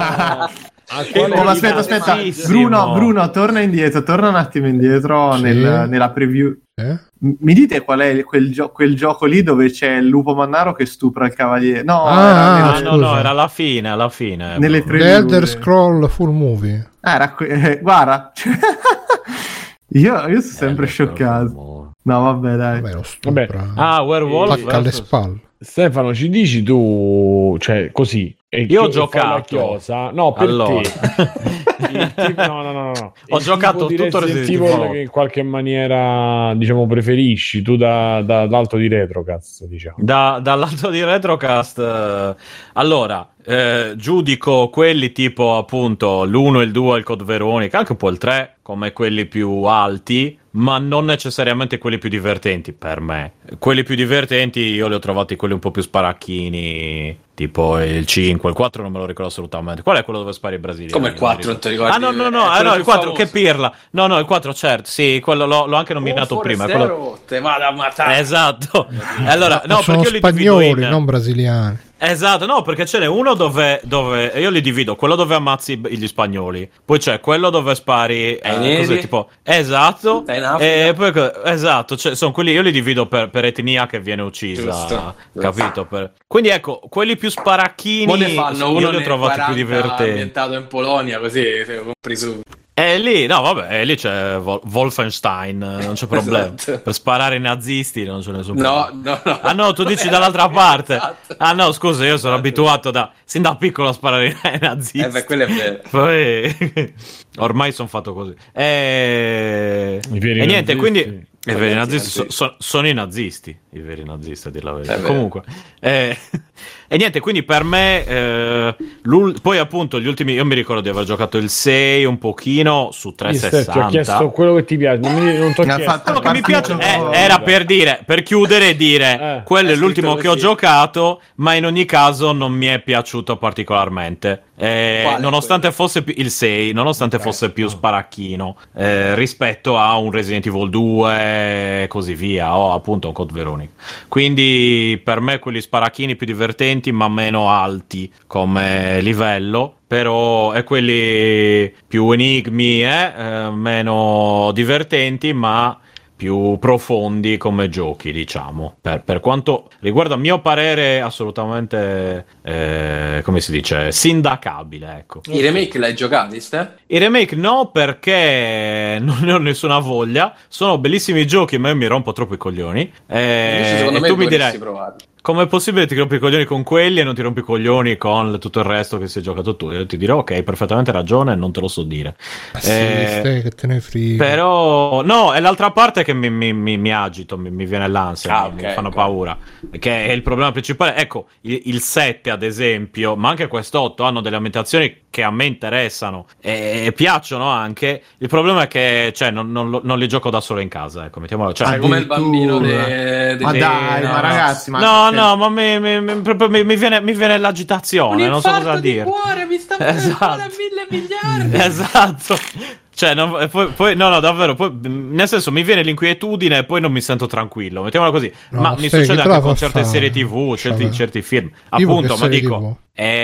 Oh, aspetta, aspetta, Bruno, Bruno, torna indietro, torna un attimo indietro, sì, nel, nella preview. Eh? Mi dite qual è quel, gio- quel gioco lì dove c'è il lupo mannaro che stupra il cavaliere? No, ah, era, nelle... no, no, era alla fine, alla fine. Nelle preview. The Elder Scroll Full Movie. Ah, era que- eh, guarda. io, io sono sempre scioccato. No, vabbè, dai. Vabbè, lo stupra. Vabbè. Ah, Werewolf Attacca alle spalle. Stefano, ci dici tu, cioè così, e io ho chi- giocato la chiosa, no, per allora. te. Il tipo- no, no, no, no. Ho Il giocato tipo di tutto Resident Resident Evil Evil. che in qualche maniera, diciamo, preferisci tu da, da, dall'alto di Retrocast, diciamo. Da, dall'alto di Retrocast, eh, allora, eh, giudico quelli tipo appunto l'uno, il due, il Code Veronica, anche un po' il tre, come quelli più alti, ma non necessariamente quelli più divertenti per me. Quelli più divertenti io li ho trovati quelli un po' più sparacchini, tipo il cinque, il quattro non me lo ricordo assolutamente. Qual è quello dove spari i brasiliani? Come il quattro, non ti ricordi? Ah no, no, no, È ah, quello no più il quattro, famoso. che pirla. No, no, il quattro certo, sì, quello l'ho, l'ho anche nominato Oh, prima. Forestero, Quello... te vado a matare. Esatto. Allora, no, sono perché io li divido spagnoli, in... non brasiliani. Esatto, no, perché ce n'è uno dove, dove io li divido, quello dove ammazzi gli spagnoli, poi c'è quello dove spari eh, neri. così, tipo, esatto, Stai in Africa. e poi, esatto, cioè, sono quelli, io li divido per, per etnia che viene uccisa, Giusto, capito? Per... Quindi ecco, quelli più sparacchini Mo ne fanno io uno li ho nel trovati più quaranta divertenti. ambientato in Polonia, così te lo compri su. E lì, no, vabbè, lì c'è Vol- Wolfenstein, non c'è problema. Esatto. Per sparare i nazisti non c'è nessun problema. No, no, no. Ah no, tu dici dall'altra parte. Esatto. Ah no, scusa, io sono abituato da sin da piccolo a sparare ai nazisti. Eh beh, quello è vero. Poi ormai sono fatto così. E, I veri e niente, nazisti. quindi i veri nazisti so- nazisti. so- sono i nazisti, i veri nazisti a dir la verità. È vero. Comunque, eh, e niente, quindi per me, eh, l'ul- poi appunto gli ultimi, io mi ricordo di aver giocato il sei un pochino su Io, Steph, trecentosessanta. ti ho chiesto quello che ti piace, non, mi, non ti ho Mi ha chiesto. fatto Quello che mi piace partito- eh, era per dire, per chiudere e dire, Eh, quello è è l'ultimo scritto che ho così. giocato, ma in ogni caso non mi è piaciuto particolarmente. Eh, Quale nonostante fosse pi- il sei, nonostante fosse più sparacchino eh, rispetto a un Resident Evil due e così via, o appunto un Code Veronica. Quindi per me quelli sparacchini più divertenti, ma meno alti come livello. Però è quelli più enigmi, eh, eh, meno divertenti, ma più profondi come giochi, diciamo. Per, per quanto riguarda a mio parere, assolutamente, eh, come si dice, sindacabile, ecco. I remake l'hai giocati, Ste? I remake no, perché non ne ho nessuna voglia. Sono bellissimi giochi, ma io mi rompo troppo i coglioni. Eh, Invece secondo e me tu mi dovresti direi, provare. com'è possibile ti rompi i coglioni con quelli e non ti rompi i coglioni con tutto il resto che si è giocato tu? Io ti dirò, ok, hai perfettamente ragione, non te lo so dire. Ma sì, Eh, stai che te ne frega. Però, no, è l'altra parte che mi, mi, mi, mi agito, mi, mi viene l'ansia, Ah, mi, ok, mi fanno ok. paura. Che è il problema principale. Ecco, il, il sette, ad esempio, ma anche quest'otto hanno delle ambientazioni che a me interessano e, e piacciono anche. Il problema è che, cioè, non, non, lo- non li gioco da solo in casa, ecco, mettiamolo. Cioè, Sei come il bambino Addirittura. de, de Ma Sì, dai, no, ma no. ragazzi, ma no, cioè, no, ma mi, mi, mi- proprio mi- mi viene, mi viene l'agitazione, non so cosa dire. cuore, mi sta Esatto. mille miliardi. Esatto. Cioè, no, poi, poi, no, no, davvero, poi, nel senso, mi viene l'inquietudine e poi non mi sento tranquillo, mettiamola così. No, ma mi stai, succede che te la anche con fa certe fare? serie tivù, certi, Cioè, certi film. tipo Appunto, che ma serie dico, tivù?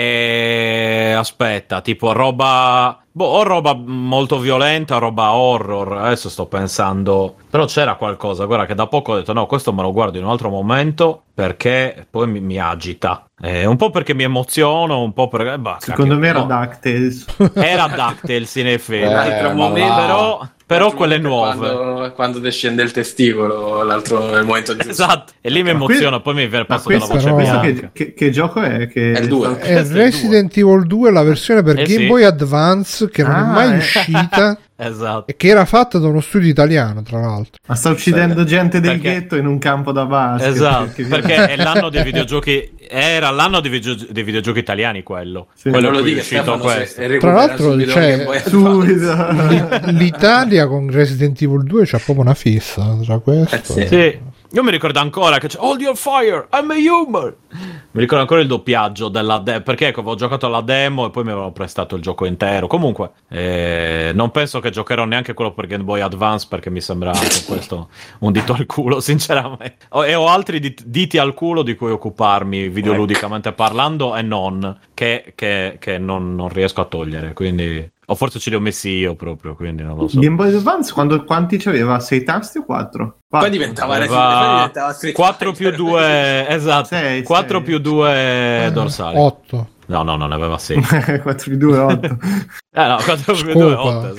eh, aspetta, tipo roba... Boh, o roba molto violenta, roba horror. Adesso sto pensando... Però c'era qualcosa, guarda, che da poco ho detto, no, questo me lo guardo in un altro momento, perché poi mi, mi agita. Eh, un po' perché mi emoziono, un po' perché... Bah, Secondo cacchio, me era no. DuckTales. Era DuckTales in effetti. Un altro Eh, momento, però, però quelle nuove. Quando, quando descende il testicolo, l'altro nel momento giusto. Esatto, e lì mi Ma emoziona, poi mi viene Ma passato la questo, voce però- questo bianca. che, che, che gioco è? Che È il due. È Questo è il Resident Evil due, la versione per Eh Game sì. Boy Advance, che non Ah, è mai eh. uscita Esatto. e che era fatta da uno studio italiano, tra l'altro. Ma sta uccidendo gente del Perché- ghetto in un campo da basket. Esatto, Che- perché è l'anno dei videogiochi, era l'anno dei, video- dei videogiochi italiani quello. Sì. quello Non in lo cui è dica uscito Stefano, se questo. recupera Tra l'altro, subito cioè, Game Boy Advance. Subito. L'Italia con Resident Evil due c'ha proprio una fissa tra questo. Eh sì. Sì. Io mi ricordo ancora che c'è Hold your fire, I'm a human. Mi ricordo ancora il doppiaggio della de- perché ecco, avevo giocato alla demo e poi mi avevano prestato il gioco intero. Comunque, eh, non penso che giocherò neanche quello per Game Boy Advance, perché mi sembra anche questo un dito al culo, sinceramente. Ho- e ho altri dit- diti al culo di cui occuparmi videoludicamente parlando e non, che, che, che non, non riesco a togliere. Quindi, o forse ce li ho messi io proprio, quindi non lo so. Game Boy Advance quando, quanti c'aveva? sei tasti o quattro? Poi diventava Resident Aveva Evil, diventava Street quattro più Fighter. due, esatto, Sei, quattro sei. più due dorsali. otto. No, no, no, ne aveva sei. quattro più due, otto. Eh no, quattro più due, Scopa. otto,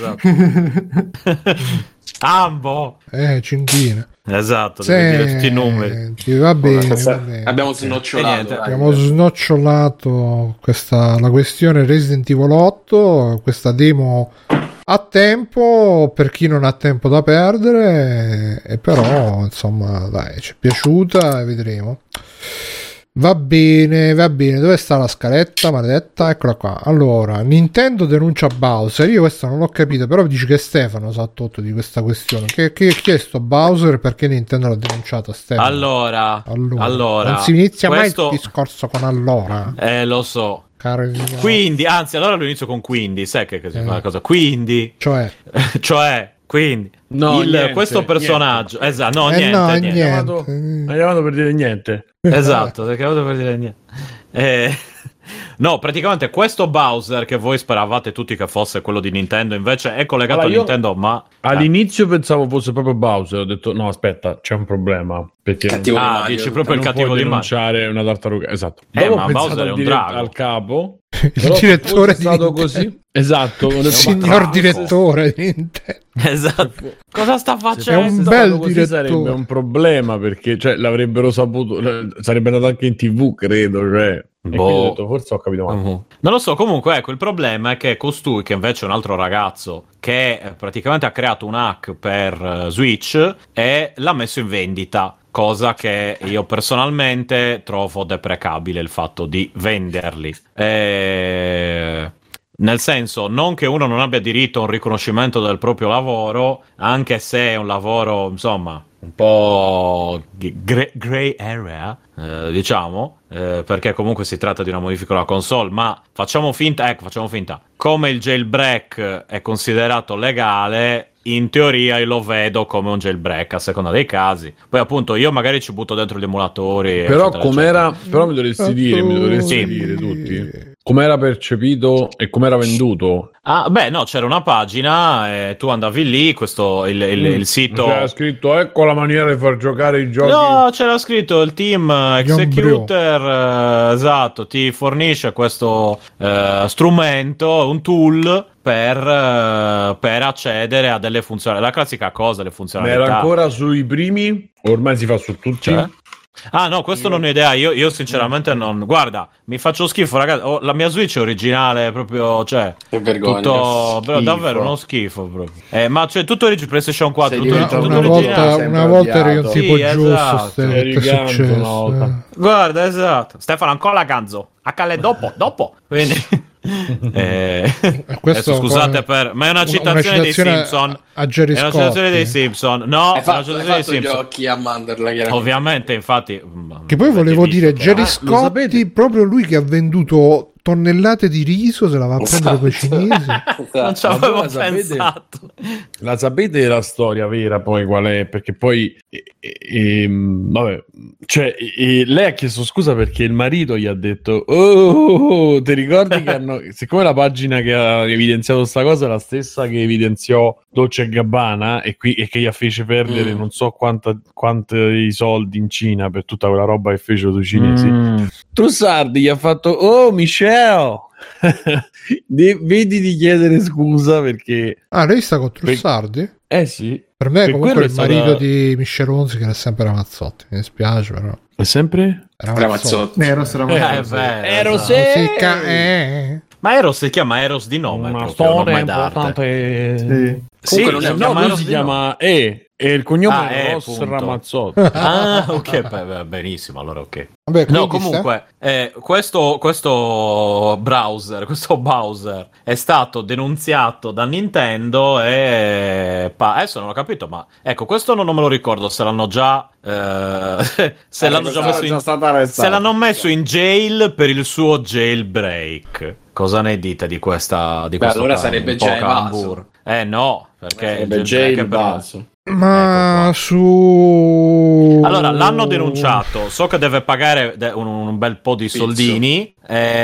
esatto. Ambo. Eh, cinquina. Esatto, devi dire tutti i numeri. Senti, va bene, Questa- va bene. Abbiamo E snocciolato. niente. dai. Abbiamo snocciolato questa, la questione Resident Evil otto, questa demo a tempo per chi non ha tempo da perdere, e però insomma dai, ci è piaciuta e vedremo. Va bene, va bene. Dove sta la scaletta maledetta? Eccola qua. Allora, Nintendo denuncia Bowser. Io questo non l'ho capito, però dici che Stefano sa tutto di questa questione. Che, che, chi è sto Bowser? Perché Nintendo l'ha denunciato, Stefano? Allora, Allora, allora, non si inizia questo- mai il discorso con allora. Eh, lo so. Caro, Quindi, anzi, allora lo inizio con quindi, sai che, che si Eh. fa la cosa? Quindi, cioè, cioè, quindi, No, il- niente, questo personaggio, esatto, no, eh niente, no, niente. Hai chiamato, niente. hai chiamato per dire niente. Esatto, perché avevo per dire niente. Eh, no, praticamente questo Bowser che voi speravate tutti che fosse quello di Nintendo, invece è collegato Allora, a io- Nintendo, ma All'inizio pensavo fosse proprio Bowser, ho detto no aspetta, c'è un problema, perché Cattivo non, ah, Mario, dici proprio il non cattivo puoi di Mario. denunciare una tartaruga, esatto. Eh, Dopo ma ho pensato Bowser è al, un dire- drago. al capo, Il però se direttore fosse di stato Nintendo. così, esatto, ho detto, Il signor bravo. direttore di Nintendo. Esatto. Cosa sta se facendo? È un fosse bel stato così direttore. sarebbe un problema, perché cioè, l'avrebbero saputo, sarebbe andato anche in tv, credo, cioè. E Boh. quindi ho detto, forse ho capito male. Uh-huh. Non lo so, comunque ecco il problema è che costui, che invece è un altro ragazzo che eh, praticamente ha creato un hack per eh, Switch e l'ha messo in vendita, cosa che io personalmente trovo deprecabile il fatto di venderli. E... Nel senso, non che uno non abbia diritto a un riconoscimento del proprio lavoro, anche se è un lavoro, insomma, un po' gray, gray area, eh, diciamo, eh, perché comunque si tratta di una modifica alla console, ma facciamo finta, ecco, facciamo finta, come il jailbreak è considerato legale, in teoria io lo vedo come un jailbreak a seconda dei casi. Poi appunto io magari ci butto dentro gli emulatori. Però eccetera, com'era, eccetera. però mi dovresti dire, mi dovresti Sì. dire tutti, com'era percepito e com'era venduto. Ah, beh, no, c'era una pagina, e tu andavi lì, questo, il, il, il sito... C'era scritto ecco la maniera di far giocare i giochi. No, c'era scritto il team eh, John executor, eh, esatto, ti fornisce questo eh, strumento, un tool per, eh, per accedere a delle funzionalità. La classica cosa, le Ma funzionalità. era ancora sui primi? Ormai si fa su tutti? Cioè? Ah no, questo non ho idea, io, io sinceramente non... Guarda, mi faccio schifo ragazzi, oh, la mia Switch è originale proprio, cioè... Che vergogna. Tutto, però Schifo. davvero uno schifo proprio. Eh, ma cioè tutto origi- PlayStation quattro, Sei tutto, Una, diventato tutto una un originale. volta, sempre una volta eri un odiato. tipo Sì, giusto, esatto. Stefano, Eri che è ganzo successo? una volta. Guarda, esatto. Stefano ancora ganzo. A Calle dopo, dopo. Quindi eh, questo adesso scusate come- per ma è una una- citazione, una citazione dei Simpson. a Jerry È una Scotti. citazione dei Simpson. No, Hai è una fatto, hai citazione dei fatto gli Simpson. occhi a Mandorla, chiaramente. Ovviamente, infatti. Che poi avete volevo visto dire, che- Jerry Ah, lo Scotti, sapete? proprio lui che ha venduto tonnellate di riso se la va a prendere con i cinesi. Non ci avevo la sapete, pensato. la sapete la storia vera poi qual è? Perché poi e, e, vabbè, cioè e, lei ha chiesto scusa perché il marito gli ha detto oh, ti ricordi che hanno, siccome la pagina che ha evidenziato sta cosa è la stessa che evidenziò Dolce e Gabbana e, qui, e che gli fece perdere mm. non so quanta, quanti soldi in Cina per tutta quella roba che fecero i cinesi, mm. Trussardi gli ha fatto oh Michelle De- vedi di chiedere scusa perché ah lei sta con Trussardi? Eh sì, per me per comunque il marito stata... di Micheronzi che era sempre Ramazzotti, mi dispiace però è sempre Ramazzotti, Eros Ramazzotti. Eh, Eros eh. Ma Eros si chiama Eros di nome, una proprio, storia nome d'arte. importante. Sì. Sì, Comunque non è, no, lui si chiama E e il cognome ah, è è Ross punto. Ramazzotti. Ah, ok, beh, benissimo, allora ok. Vabbè, no, comunque, eh, questo, questo browser, questo Bowser è stato denunziato da Nintendo e pa- adesso non ho capito, ma ecco, questo non, non me lo ricordo se l'hanno già eh, se Eh, l'hanno già messo già in stata arrestata. se l'hanno messo in jail per il suo jailbreak. Cosa ne dite di questa di Beh, questo allora ca- sarebbe un po' già calambur? evaso. Eh no, perché Sarebbe il jail jailbreak per- basso. ma Ecco su allora l'hanno denunciato, so che deve pagare de- un, un bel po' di Pizzo. soldini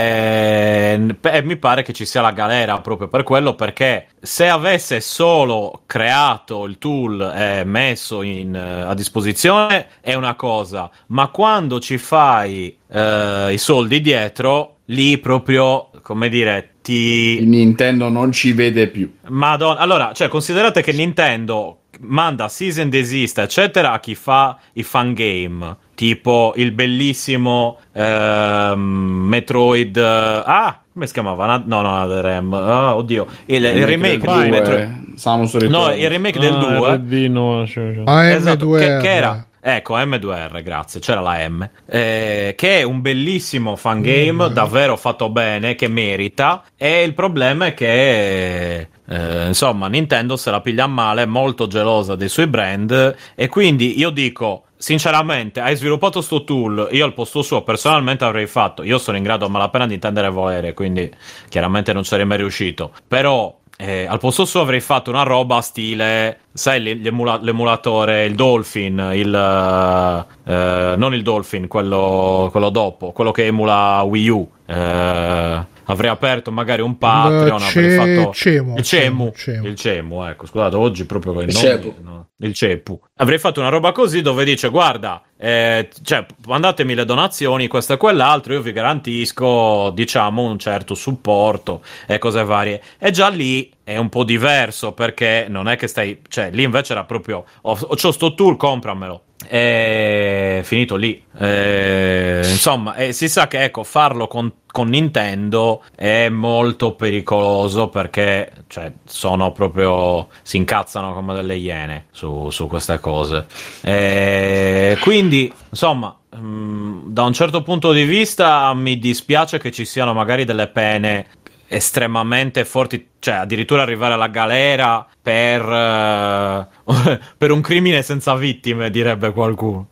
e, e mi pare che ci sia la galera proprio per quello, perché se avesse solo creato il tool e messo in, a disposizione è una cosa, ma quando ci fai eh, i soldi dietro lì proprio, come dire, ti... Il Nintendo non ci vede più. Madonna, allora, cioè, considerate che Nintendo manda cease and desist, eccetera, a chi fa i fan game, tipo il bellissimo ehm, Metroid... Ah, come si chiamava? No, no, Rem. Oh, oddio. Il, il remake del di due, Metroid... Samus Return. No, il remake del Ah, due... R D, no, cioè, cioè. A M Esatto, due R che, che era... Ecco, M due R, grazie, c'era la M, eh, che è un bellissimo fangame, mm. davvero fatto bene, che merita, e il problema è che, eh, insomma, Nintendo se la piglia a male, è molto gelosa dei suoi brand, e quindi io dico, sinceramente, hai sviluppato sto tool, io al posto suo personalmente avrei fatto, io sono in grado a malapena di intendere e volere, quindi chiaramente non sarei mai riuscito, però... Eh, al posto suo avrei fatto una roba stile, sai, l'emula- l'emulatore, il Dolphin, il uh, uh, non il Dolphin, quello, quello dopo, quello che emula Wii U. Uh, avrei aperto magari un Patreon, Ce- avrei fatto Cemu, il Cemu, Cemu. il Cemu, ecco, scusate, oggi proprio con il Il nome, Cepu. no, il Cepu. Avrei fatto una roba così dove dice guarda, eh, cioè mandatemi le donazioni, questo e quell'altro, io vi garantisco, diciamo, un certo supporto e cose varie. E già lì è un po' diverso, perché non è che stai, cioè lì invece era proprio ho, ho c'ho sto tool, compramelo. È finito lì. Eh, insomma, eh, si sa che ecco, farlo con, con Nintendo è molto pericoloso, perché cioè, sono proprio si incazzano come delle iene su, su queste cose. Eh, quindi, insomma, mh, da un certo punto di vista mi dispiace che ci siano magari delle pene estremamente forti, cioè addirittura arrivare alla galera per, uh, per un crimine senza vittime, direbbe qualcuno.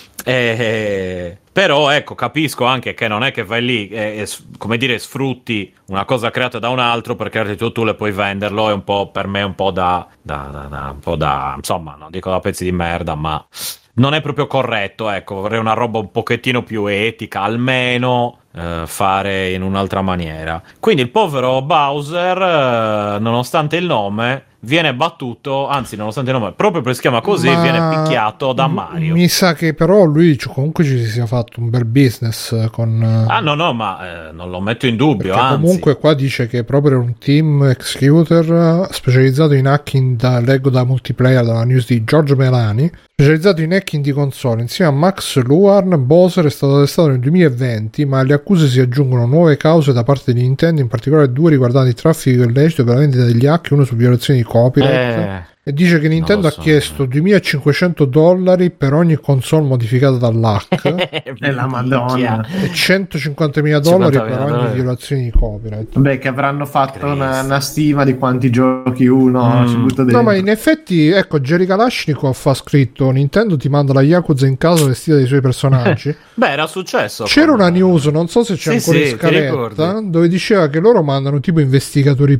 E, però ecco, capisco anche che non è che vai lì e, e come dire sfrutti una cosa creata da un altro perché tu, tu le puoi venderlo. È un po', per me, un po' da, da, da, da un po' da, insomma, non dico da pezzi di merda, ma non è proprio corretto, ecco. Vorrei una roba un pochettino più etica, almeno eh, fare in un'altra maniera. Quindi il povero Bowser, eh, nonostante il nome, viene battuto, anzi nonostante il nome, proprio per si chiama così, Ma viene picchiato da Mario. Mi sa che però lui cioè, comunque ci si sia fatto un bel business con... Ah no no, ma eh, non lo metto in dubbio, perché anzi. comunque qua dice che proprio un team executor specializzato in hacking, da, leggo da multiplayer dalla news di Giorgio Melani, specializzato in hacking di console. Insieme a Max Luarn, Bowser è stato arrestato nel duemilaventi, ma alle accuse si aggiungono nuove cause da parte di Nintendo, in particolare due riguardanti traffico illecito per la vendita degli hack e uno su violazioni di copyright. Eh. E dice che Nintendo so, ha chiesto duemilacinquecento dollari per ogni console modificata dall'hack E la Madonna. e centocinquantamila dollari per cinquantamila ogni dollari. violazione di copyright. Vabbè, che avranno fatto Cristo. una, una stima di quanti giochi uno Mm. ci butta dentro. No, ma in effetti, ecco, Jerry Kalashnikov ha scritto: Nintendo ti manda la Yakuza in casa vestita dei suoi personaggi. Beh, era successo. C'era con- una news, non so se c'è Sì, ancora sì, in ti scaletta, ricordi? dove diceva che loro mandano tipo investigatori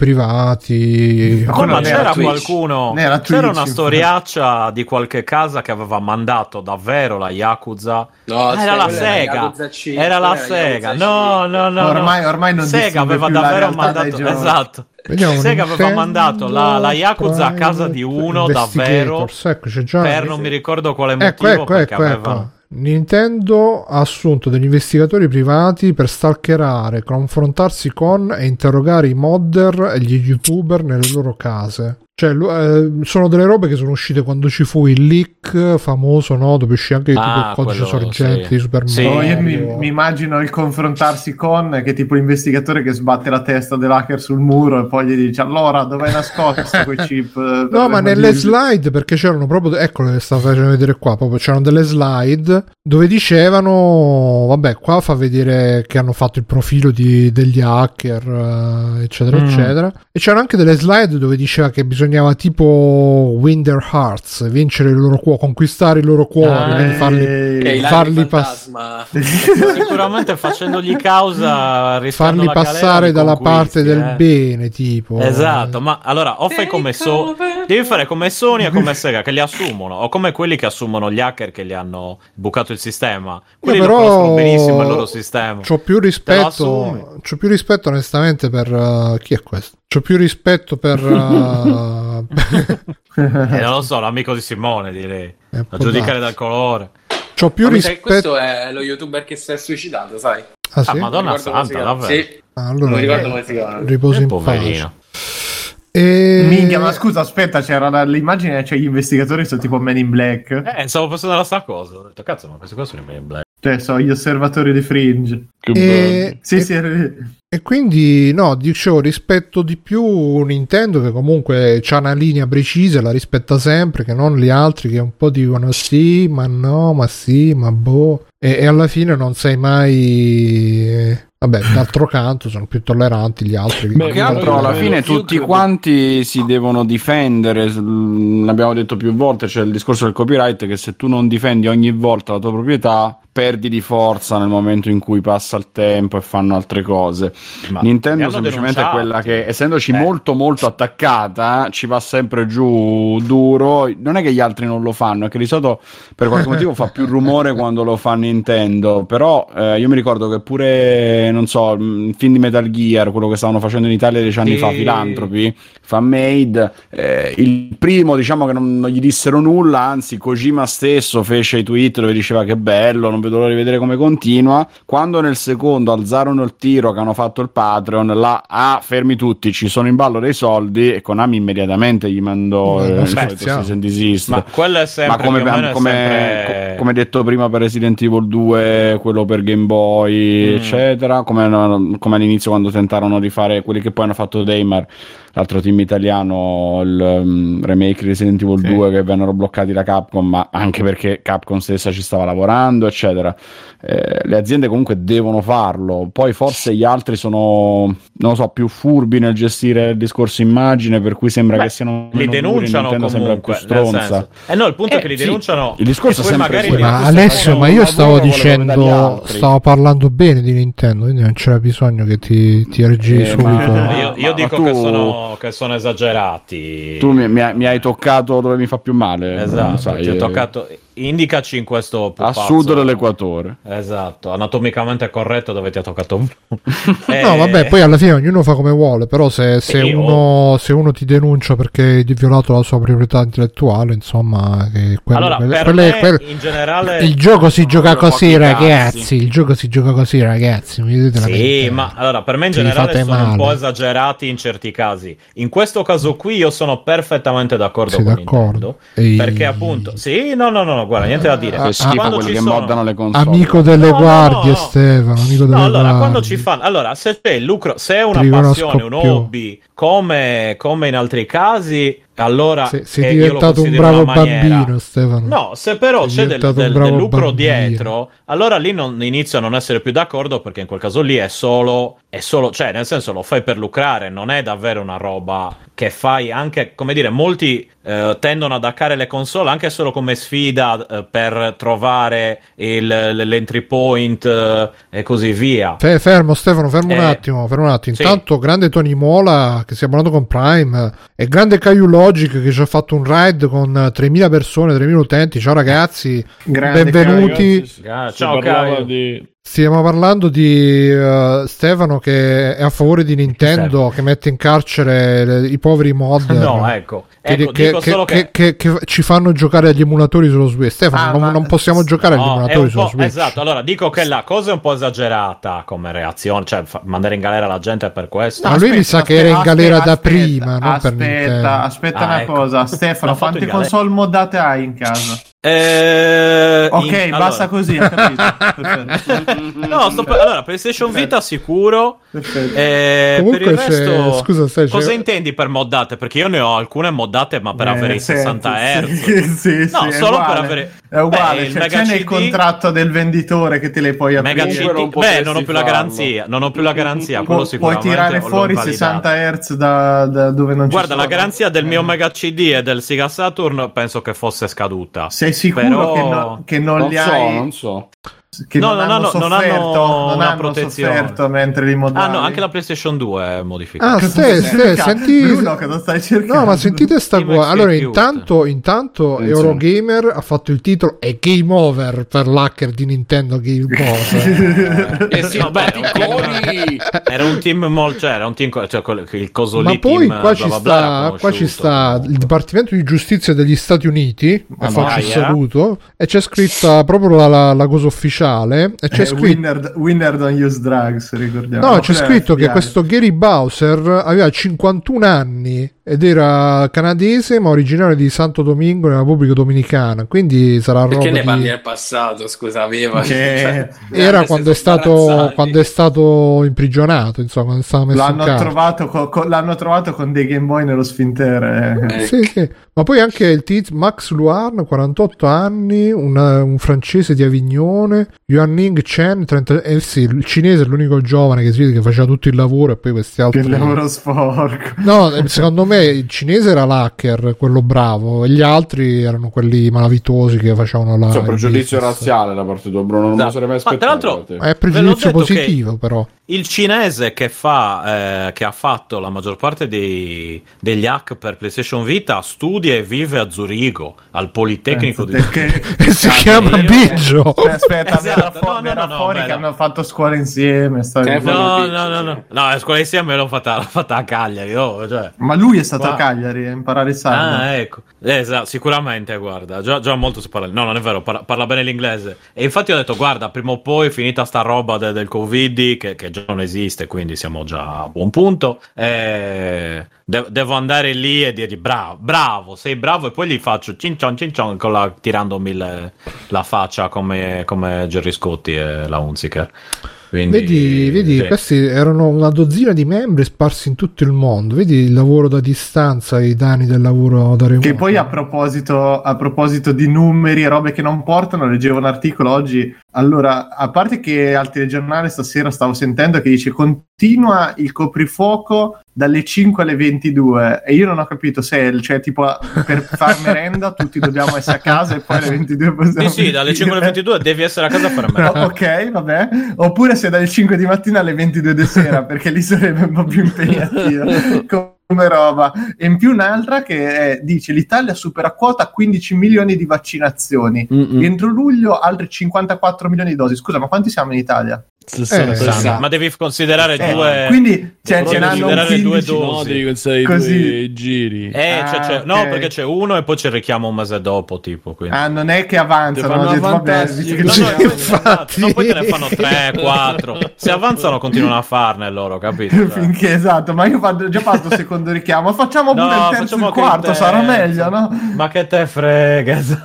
privati. No, Oh, ma non era c'era Twitch. qualcuno, Non era c'era Twitch, una storiaccia di qualche casa che aveva mandato davvero la Yakuza. No, Ah, era la quella Sega, Yakuza C, era la quella Sega. Yakuza No, C. no, no. Ormai- no. ormai non Sega distingue aveva più la davvero realtà dai mandato. giochi. Esatto. Vediamo, Sega aveva Nintendo mandato la, la Yakuza a casa di uno davvero Investigators, ecco, c'è già per non mi ricordo quale motivo. Ecco, ecco, perché ecco, aveva... ecco. Nintendo ha assunto degli investigatori privati per stalkerare, confrontarsi con e interrogare i modder e gli youtuber nelle loro case. Cioè, lu- eh, sono delle robe che sono uscite quando ci fu il leak famoso, no? Dove uscì anche tipo Ah, il codice quello, sorgente sì. di Super Sì. Mario. No, io mi, mi immagino il confrontarsi con che tipo investigatore che sbatte la testa dell'hacker sul muro e poi gli dice allora dove è nascosto quei chip. eh, per No, ma le nelle modifiche?" slide, perché c'erano proprio, ecco, le stavo facendo vedere qua, proprio c'erano delle slide dove dicevano, vabbè, qua fa vedere che hanno fatto il profilo di, degli hacker, eh, eccetera, Mm. eccetera. E c'erano anche delle slide dove diceva che bisognava tipo win their hearts, vincere il loro cuore, conquistare i loro cuori, Ah, quindi farli, Eh, Che i farli ladri pass- fantasma. Sicuramente facendogli causa rischiando farli la galera, passare li dalla conquisti, parte del eh. bene, tipo. Esatto, ma allora o fai come so devi fare come Sony e come Sega che li assumono, o come quelli che assumono gli hacker che gli hanno bucato il sistema. Quelli Io lo però conoscono benissimo il loro sistema. C'ho più Te lo rispetto, assumi? c'ho più rispetto onestamente per uh, chi è questo? C'ho più rispetto per uh, Eh, non lo so, l'amico di Simone direi. Eh, A giudicare dal colore. c'ho più Ma mi sa che rispetto. questo è lo youtuber che si è suicidato, sai? Ah, sì? Ah, Madonna Non ricordo come si santa, chiama. davvero. Sì, Ah, non allora mi ricordo come si chiama. riposo Eh, in poverino. pace. E... Minchia, ma scusa, aspetta, c'era la- l'immagine, cioè gli investigatori sono tipo Men in Black, Eh, stavo pensando alla stessa cosa. Ho detto, cazzo, ma questi qua sono i miei black. cioè sono gli osservatori di Fringe. E... Sì, e... sì, eh, e quindi no, dicevo, rispetto di più Nintendo, che comunque c'ha una linea precisa, la rispetta sempre, che non gli altri che un po' dicono sì, ma no, ma sì, ma boh, e, e alla fine non sei mai. Vabbè, d'altro canto sono più tolleranti gli altri. Beh, Più che altro alla fine Io tutti credo- quanti si devono difendere, s- mm, l'abbiamo detto più volte, c'è il discorso del copyright che se tu non difendi ogni volta la tua proprietà perdi di forza nel momento in cui passa il tempo e fanno altre cose. Ma li Nintendo hanno semplicemente è denunciati. quella che, essendoci Eh. molto molto attaccata, ci va sempre giù duro. Non è che gli altri non lo fanno, è che di solito per qualche motivo fa più rumore quando lo fa Nintendo. Però eh, io mi ricordo che pure, non so, il film di Metal Gear, quello che stavano facendo in Italia dieci anni Sì. fa, Philanthropy, Fan-Made, eh, il primo diciamo che non, non gli dissero nulla, anzi Kojima stesso fece i tweet dove diceva che bello, non vedo l'ora di vedere come continua. Quando nel secondo alzarono il tiro, che hanno fatto il Patreon, là, ah, fermi tutti, ci sono in ballo dei soldi, e Konami immediatamente gli mandò Ma eh, non il scherziamo. solito cease and desist. Ma quello è sempre Ma come, più o meno è come, sempre- co- come detto prima per Resident Evil due, quello per Game Boy, Mm. eccetera, come, come all'inizio quando tentarono di fare quelli che poi hanno fatto Daymar, l'altro team italiano, il um, remake di Resident Evil Sì. due, che vennero bloccati da Capcom, ma anche perché Capcom stessa ci stava lavorando, eccetera. Eh, le aziende comunque devono farlo, poi forse gli altri sono, non lo so, più furbi nel gestire il discorso immagine, per cui sembra Beh, che siano li meno duri, denunciano Nintendo sembra più comunque, nel stronza. senso. Eh no, il punto Eh, è che li sì, denunciano. il discorso e è poi sempre magari quello. li Ma accusano- Alessio, ma un io stavo lavoro, quello degli dicendo, altri. stavo parlando bene di Nintendo, quindi non c'era bisogno che ti, ti ergiri Eh, subito. ma- Io, io Ma dico tu- che, sono, che sono esagerati. Tu mi, mi hai, mi hai toccato dove mi fa più male. Esatto, sai, ti ho eh, toccato. Indicaci in questo a pupazzo. sud dell'equatore. Esatto, anatomicamente corretto dove ti ha toccato un Eh, No, vabbè, poi alla fine ognuno fa come vuole, però se, se, Sì, uno, se uno ti denuncia perché hai violato la sua proprietà intellettuale, insomma, che quelle- Allora, quelle- per quelle- me, quelle- in generale il gioco si gioca proprio così, pochi ragazzi. cazzi. Il gioco si gioca così, ragazzi. Mi vedete la Sì, mente? ma allora per me in Ci generale fate sono un po' male. esagerati in certi casi. In questo caso qui io sono perfettamente d'accordo Sei con d'accordo? Nintendo. Ehi. Perché appunto, sì, no, no, no, no, guarda, niente da dire. Ah, Che schifo Quando quelli ci che sono- moddano le console. Amico delle No, no, guardie, no. Stefano. Amico delle No, allora, guardie. quando ci fanno, allora, se c'è il lucro, se è una Ti passione, un conosco più. hobby, come, come in altri casi, allora Se, sei eh, io lo diventato un considero bravo una maniera- bambino, Stefano. No, se però Sei c'è del, diventato un del- bravo del lucro bambino. dietro, allora lì non inizio a non essere più d'accordo, perché in quel caso lì è solo, è solo, cioè nel senso lo fai per lucrare, non è davvero una roba che fai anche, come dire, molti eh, tendono ad hackare le console anche solo come sfida eh, per trovare il, l'entry point eh, e così via. Fe- fermo Stefano, fermo un Eh, attimo, fermo un attimo. sì. Intanto grande Tony Mola che si è abbonato con Prime e grande Caio Logic che ci ha fatto un raid con tremila persone, tremila utenti. Ciao ragazzi, Grande benvenuti. Ragazzi, Ah, si ciao, parlava Caio. di- Stiamo parlando di uh, Stefano che è a favore di Nintendo, che mette in carcere le- i poveri modder. No, ecco, Che, ecco che- dico che- solo che... che- che- che ci fanno giocare agli emulatori sullo Switch. Stefano, Ah, non, ma- non possiamo giocare agli No, è emulatori un sullo po', Switch. esatto, allora dico che la cosa è un po' esagerata come reazione, cioè fa- mandare in galera la gente per questo. Ma lui mi sa che era in galera da prima, non per aspetta, Nintendo. aspetta Ah, una ecco. cosa, Stefano, L'ho fatto quante in galera. console moddate hai in casa? Eh, Ok, in- basta allora- così, ho capito. Perfetto. No, sto per- allora PlayStation Vita sicuro. Perfetto. Eh, Comunque per il c'è- resto, scusa, stai- c'è- cosa intendi per moddate? Perché io ne ho alcune moddate, ma per Eh, avere i senti, sessanta hertz. Sì, sì, No, sì, è solo per uguale. avere- È uguale, Beh, il cioè, Mega c'è nel C D contratto del venditore che te le puoi Mega aprire. C D, non beh, potresti non ho più la farlo. garanzia. Non ho più la garanzia. Pu- quello puoi sicuramente tirare l'ho fuori invalidato. sessanta hertz da, da dove non Guarda, ci la sono. garanzia del mio Eh. Mega C D e del Sega Saturn penso che fosse scaduta. Sei sicuro Però- che, no- che non, Non li so, hai non so. che No, non, non hanno hanno- non sofferto, hanno non una hanno protezione. sofferto mentre li moddavi? Ah no, anche la PlayStation due è modificata. Ah, Cosa ste, stai ste, cercando? senti... Bruno, cosa stai cercando? No, ma sentite sta Team qua. Allora, Execute. intanto, intanto Attenzione. Eurogamer ha fatto il titolo è Game Over per l'hacker di Nintendo Game Over. E si Vabbè, era un simpaticoni! Era un team molto, cioè era un team, co- cioè quel- il coso Ma lì. poi team, qua ci, bla bla bla, sta, era qua ci conosciuto. sta il Dipartimento di Giustizia degli Stati Uniti, Ma e faccio il vai, eh. saluto, e c'è scritta proprio la, la- la cosa ufficiale, e c'è Eh, scritto... winner, winner don't use drugs, ricordiamo. No, c'è Oppure scritto che F B I. questo Gary Bowser aveva cinquantuno anni ed era canadese ma originario di Santo Domingo nella Repubblica Dominicana, quindi sarà roba Perché ne di... parli nel passato? Scusa, aveva. Che- cioè, Era anche quando è, se sono stato, imbarazzati. quando è stato imprigionato, insomma, quando stava messo in L'hanno carcere. trovato, co- co- l'hanno trovato con dei Game Boy nello sfintere. Eh, Sì, sì. Ma poi anche il tizio Max Luarn, quarantotto anni, una- un francese di Avignone, Yuan Ning Chen, trenta eh sì, il cinese è l'unico giovane che si vede che faceva tutto il lavoro e poi questi altri... Che lavoro sporco. No, eh, secondo me il cinese era l'hacker, quello bravo, e gli altri erano quelli malavitosi che facevano la... Insomma, il pregiudizio business. razziale da parte tua, Bruno. Non me lo Esatto. sarei mai Ma tra aspettato. l'altro- da te. Ma è Ve l'ho pregiudizio detto che- positivo, però. Il cinese che fa, eh, che ha fatto la maggior parte dei, degli hack per PlayStation Vita studia e vive a Zurigo, al Politecnico di Perché Si chiama io- Biggio. aspetta, Esatto, era fu- no, no, era no, fuori no, che beh, hanno fatto scuola insieme. sta- Che fa- No, Biggio, no, no, no, no, la scuola insieme l'ho fatta, l'ho fatta a Cagliari, oh, cioè. Ma lui è stato Qua- a Cagliari a imparare il sardo. Ah, ecco. Esatto, sicuramente, guarda, già, già molto si parla. No, non è vero, parla, parla bene l'inglese. E infatti ho detto, guarda, prima o poi finita sta roba de- del Covid, che, che già non esiste, quindi siamo già a buon punto. eh, de- devo andare lì e dirgli bravo, bravo, sei bravo, e poi gli faccio cincion cincion con la, tirandomi le- la faccia come, come Gerry Scotti e la Hunziker. Quindi, Vedi, vedi sì. questi erano una dozzina di membri sparsi in tutto il mondo. Vedi il lavoro da distanza e i danni del lavoro da remoto. Che poi a proposito, a proposito di numeri e robe che non portano, leggevo un articolo oggi. Allora, a parte che al telegiornale stasera stavo sentendo che dice continua il coprifuoco dalle cinque alle ventidue, e io non ho capito se è, cioè tipo per far merenda tutti dobbiamo essere a casa e poi alle ventidue possiamo Sì, sì, dalle cinque alle ventidue devi essere a casa a fare a me. No, ok, vabbè. Oppure se dalle cinque di mattina alle ventidue di sera, perché lì sarebbe un po' più impegnativo come roba. E in più un'altra che è, dice l'Italia supera quota quindici milioni di vaccinazioni. Mm-mm. Entro luglio altre cinquantaquattro milioni di dosi. Scusa, ma quanti siamo in Italia? sessanta, Eh, sessanta. Ma devi considerare Eh, due. quindi cioè, Devi ce n'hanno un considerare due quindici. dosi. No, devi considerare i Così. due giri. Eh, Ah, c'è- c'è- ok. No, perché c'è uno e poi ci richiamo un mese dopo, tipo. Quindi. Ah, non è che avanzano, Te fanno hanno detto, vabbè, fantastici. visto che No, ci no, siamo- no, esatto. No, poi te ne fanno tre, quattro. Se avanzano, continuano a farne loro, capito? Cioè. Finché esatto, ma io ho già fatto il secondo richiamo. Facciamo pure No, il terzo e facciamo il che il quarto, sarà terzo. meglio, no? Ma che te frega, esatto.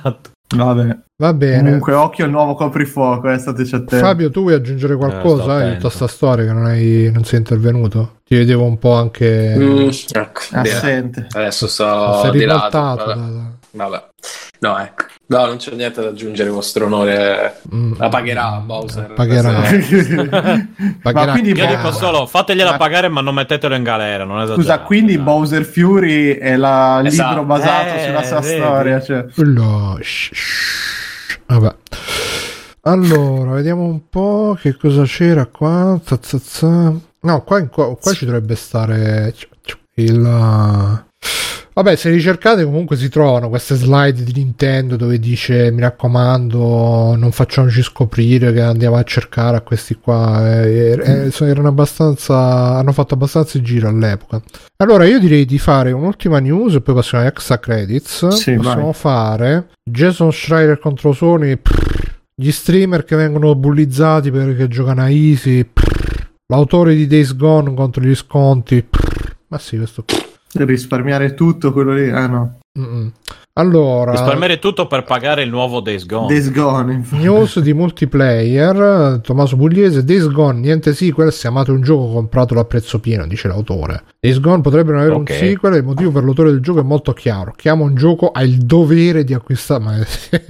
Vabbè. Va bene. Comunque, occhio al nuovo coprifuoco, eh, stateci attenti. Fabio, tu vuoi aggiungere qualcosa eh, in tutta sta storia che non, hai, non sei intervenuto? Ti vedevo un po' anche mm, ecco, assente. Adesso sto sei di ribaltato. lato, Da, da. vabbè. No, ecco. No, non c'è niente da aggiungere, vostro onore. Mm. La pagherà Bowser. Pagherà. Pagherà. Pagherà. quindi Io Bo- dico solo, fategliela Ma- pagare, ma non mettetelo in galera. Non esagerate. Scusa, quindi Bowser Fury è la Esatto. libro basato Eh, sulla sua vedi. storia. Cioè. Lo- shh, shh. Vabbè. Allora, vediamo un po' che cosa c'era qua. Za, za, za. No, qua, in- qua, qua ci dovrebbe stare il... Vabbè, se ricercate comunque si trovano queste slide di Nintendo dove dice mi raccomando non facciamoci scoprire che andiamo a cercare a questi qua. Eh, eh, erano abbastanza, hanno fatto abbastanza il giro all'epoca. Allora io direi di fare un'ultima news e poi passiamo agli extra credits. Sì, Possiamo vai. fare Jason Schreier contro Sony, pff, gli streamer che vengono bullizzati perché giocano a easy, pff, l'autore di Days Gone contro gli sconti, pff, ma sì, questo qui. Risparmiare tutto quello lì. Ah no. Mm-mm. Allora, Risparmiare tutto per pagare il nuovo Days Gone. Days Gone. infatti. news di multiplayer. Tommaso Pugliese, Days Gone, niente sequel, se amate un gioco compratelo a prezzo pieno, dice l'autore. Days Gone potrebbe non avere Ok. un sequel, il motivo per l'autore del gioco è molto chiaro: chi ama un gioco ha il dovere di acquistare, ma,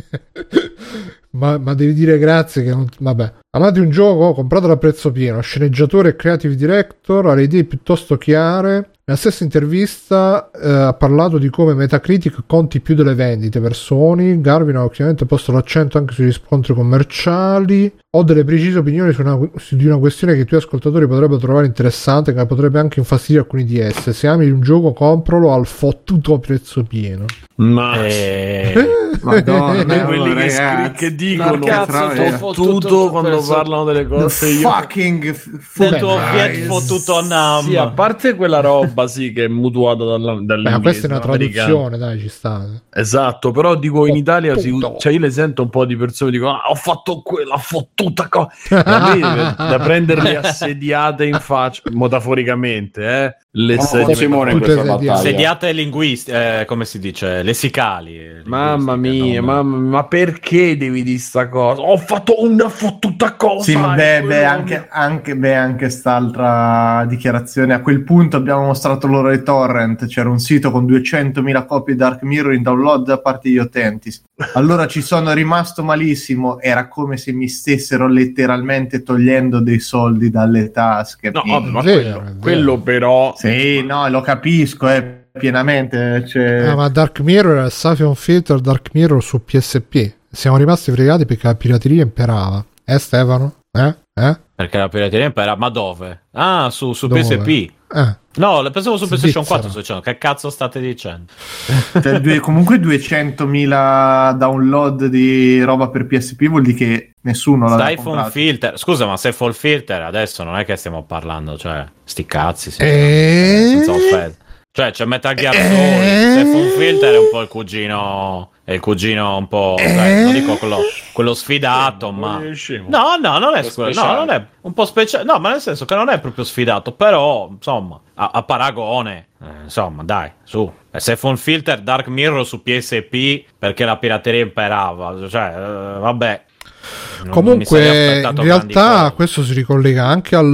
ma, ma devi dire grazie che non... vabbè. Amate un gioco, compratelo a prezzo pieno, sceneggiatore e creative director ha le idee piuttosto chiare. Nella stessa intervista eh, ha parlato di come Metacritic conti più delle vendite per Sony. Garvin ha ovviamente posto l'accento anche sui riscontri commerciali. Ho delle precise opinioni su una, su di una questione che i tuoi ascoltatori potrebbero trovare interessante, che potrebbe anche infastidire alcuni di esse. Se ami un gioco, compralo al fottuto prezzo pieno. Ma Eh, Madonna, quelli che, scri- ragazzi. che dicono No, cazzo, tutto, fo- tutto quando penso- parlano delle The cose io fucking f- del tuo Beh, Fiat dai, fottuto Nam. sì, a parte quella roba sì che è mutuata dalla, Beh, dall'inglese, ma questa è una dall'americano. traduzione, dai, ci sta. Esatto, però dico in Oh, Italia si, tutto. cioè io le sento un po' di persone che dicono ah, ho fatto quella fottuta cosa da, me, da prenderli assediate in faccia metaforicamente eh le Oh, sedie- Simone in tutte questa sediate. battaglia. Sediate linguistiche, eh, come si dice, lessicali. eh, mamma linguistiche, mia, non- mamma, ma perché devi di sta cosa? Ho fatto una fottuta cosa. Sì, ma e beh, quello beh, non- anche, anche, beh, anche st'altra dichiarazione. A quel punto abbiamo mostrato loro i torrent. C'era un sito con duecentomila copie Dark Mirror in download da parte degli utenti. Allora ci sono rimasto malissimo. Era come se mi stessero letteralmente togliendo dei soldi dalle tasche. No, Mi- vabbè, ma È vero, quello, è vero. quello però Sì, no, lo capisco, eh, pienamente. Cioè... Ah, ma Dark Mirror era il Safion Filter Dark Mirror su P S P. Siamo rimasti fregati perché la pirateria imperava. Eh, Stefano? Eh? Eh? Perché la pirateria impera, ma dove? Ah, su, su Dove? P S P. Eh. No, le pensavo su PlayStation Svizzera. quattro. Sto dicendo, che cazzo state dicendo? Cioè, due- comunque duecentomila download di roba per P S P vuol dire che nessuno l'ha Stai full comprato. filter. Scusa, ma se full filter adesso non è che stiamo parlando, cioè, sti cazzi, sì, Eh? senza offesa. Cioè, c'è Metal Gear Eh? Solid, se full filter è un po' il cugino, è il cugino un po', sai, non dico quello, quello sfidato, ma... No, no, non è Un po' quello, no, speciale. non è un po' speciale, no, ma nel senso che non è proprio sfidato, però, insomma, a, a paragone, eh, insomma, dai, su. E se full filter Dark Mirror su P S P perché la pirateria imperava, cioè, eh, vabbè. Non mi sarei Comunque, aspettato in grandi realtà cose. questo si ricollega anche al,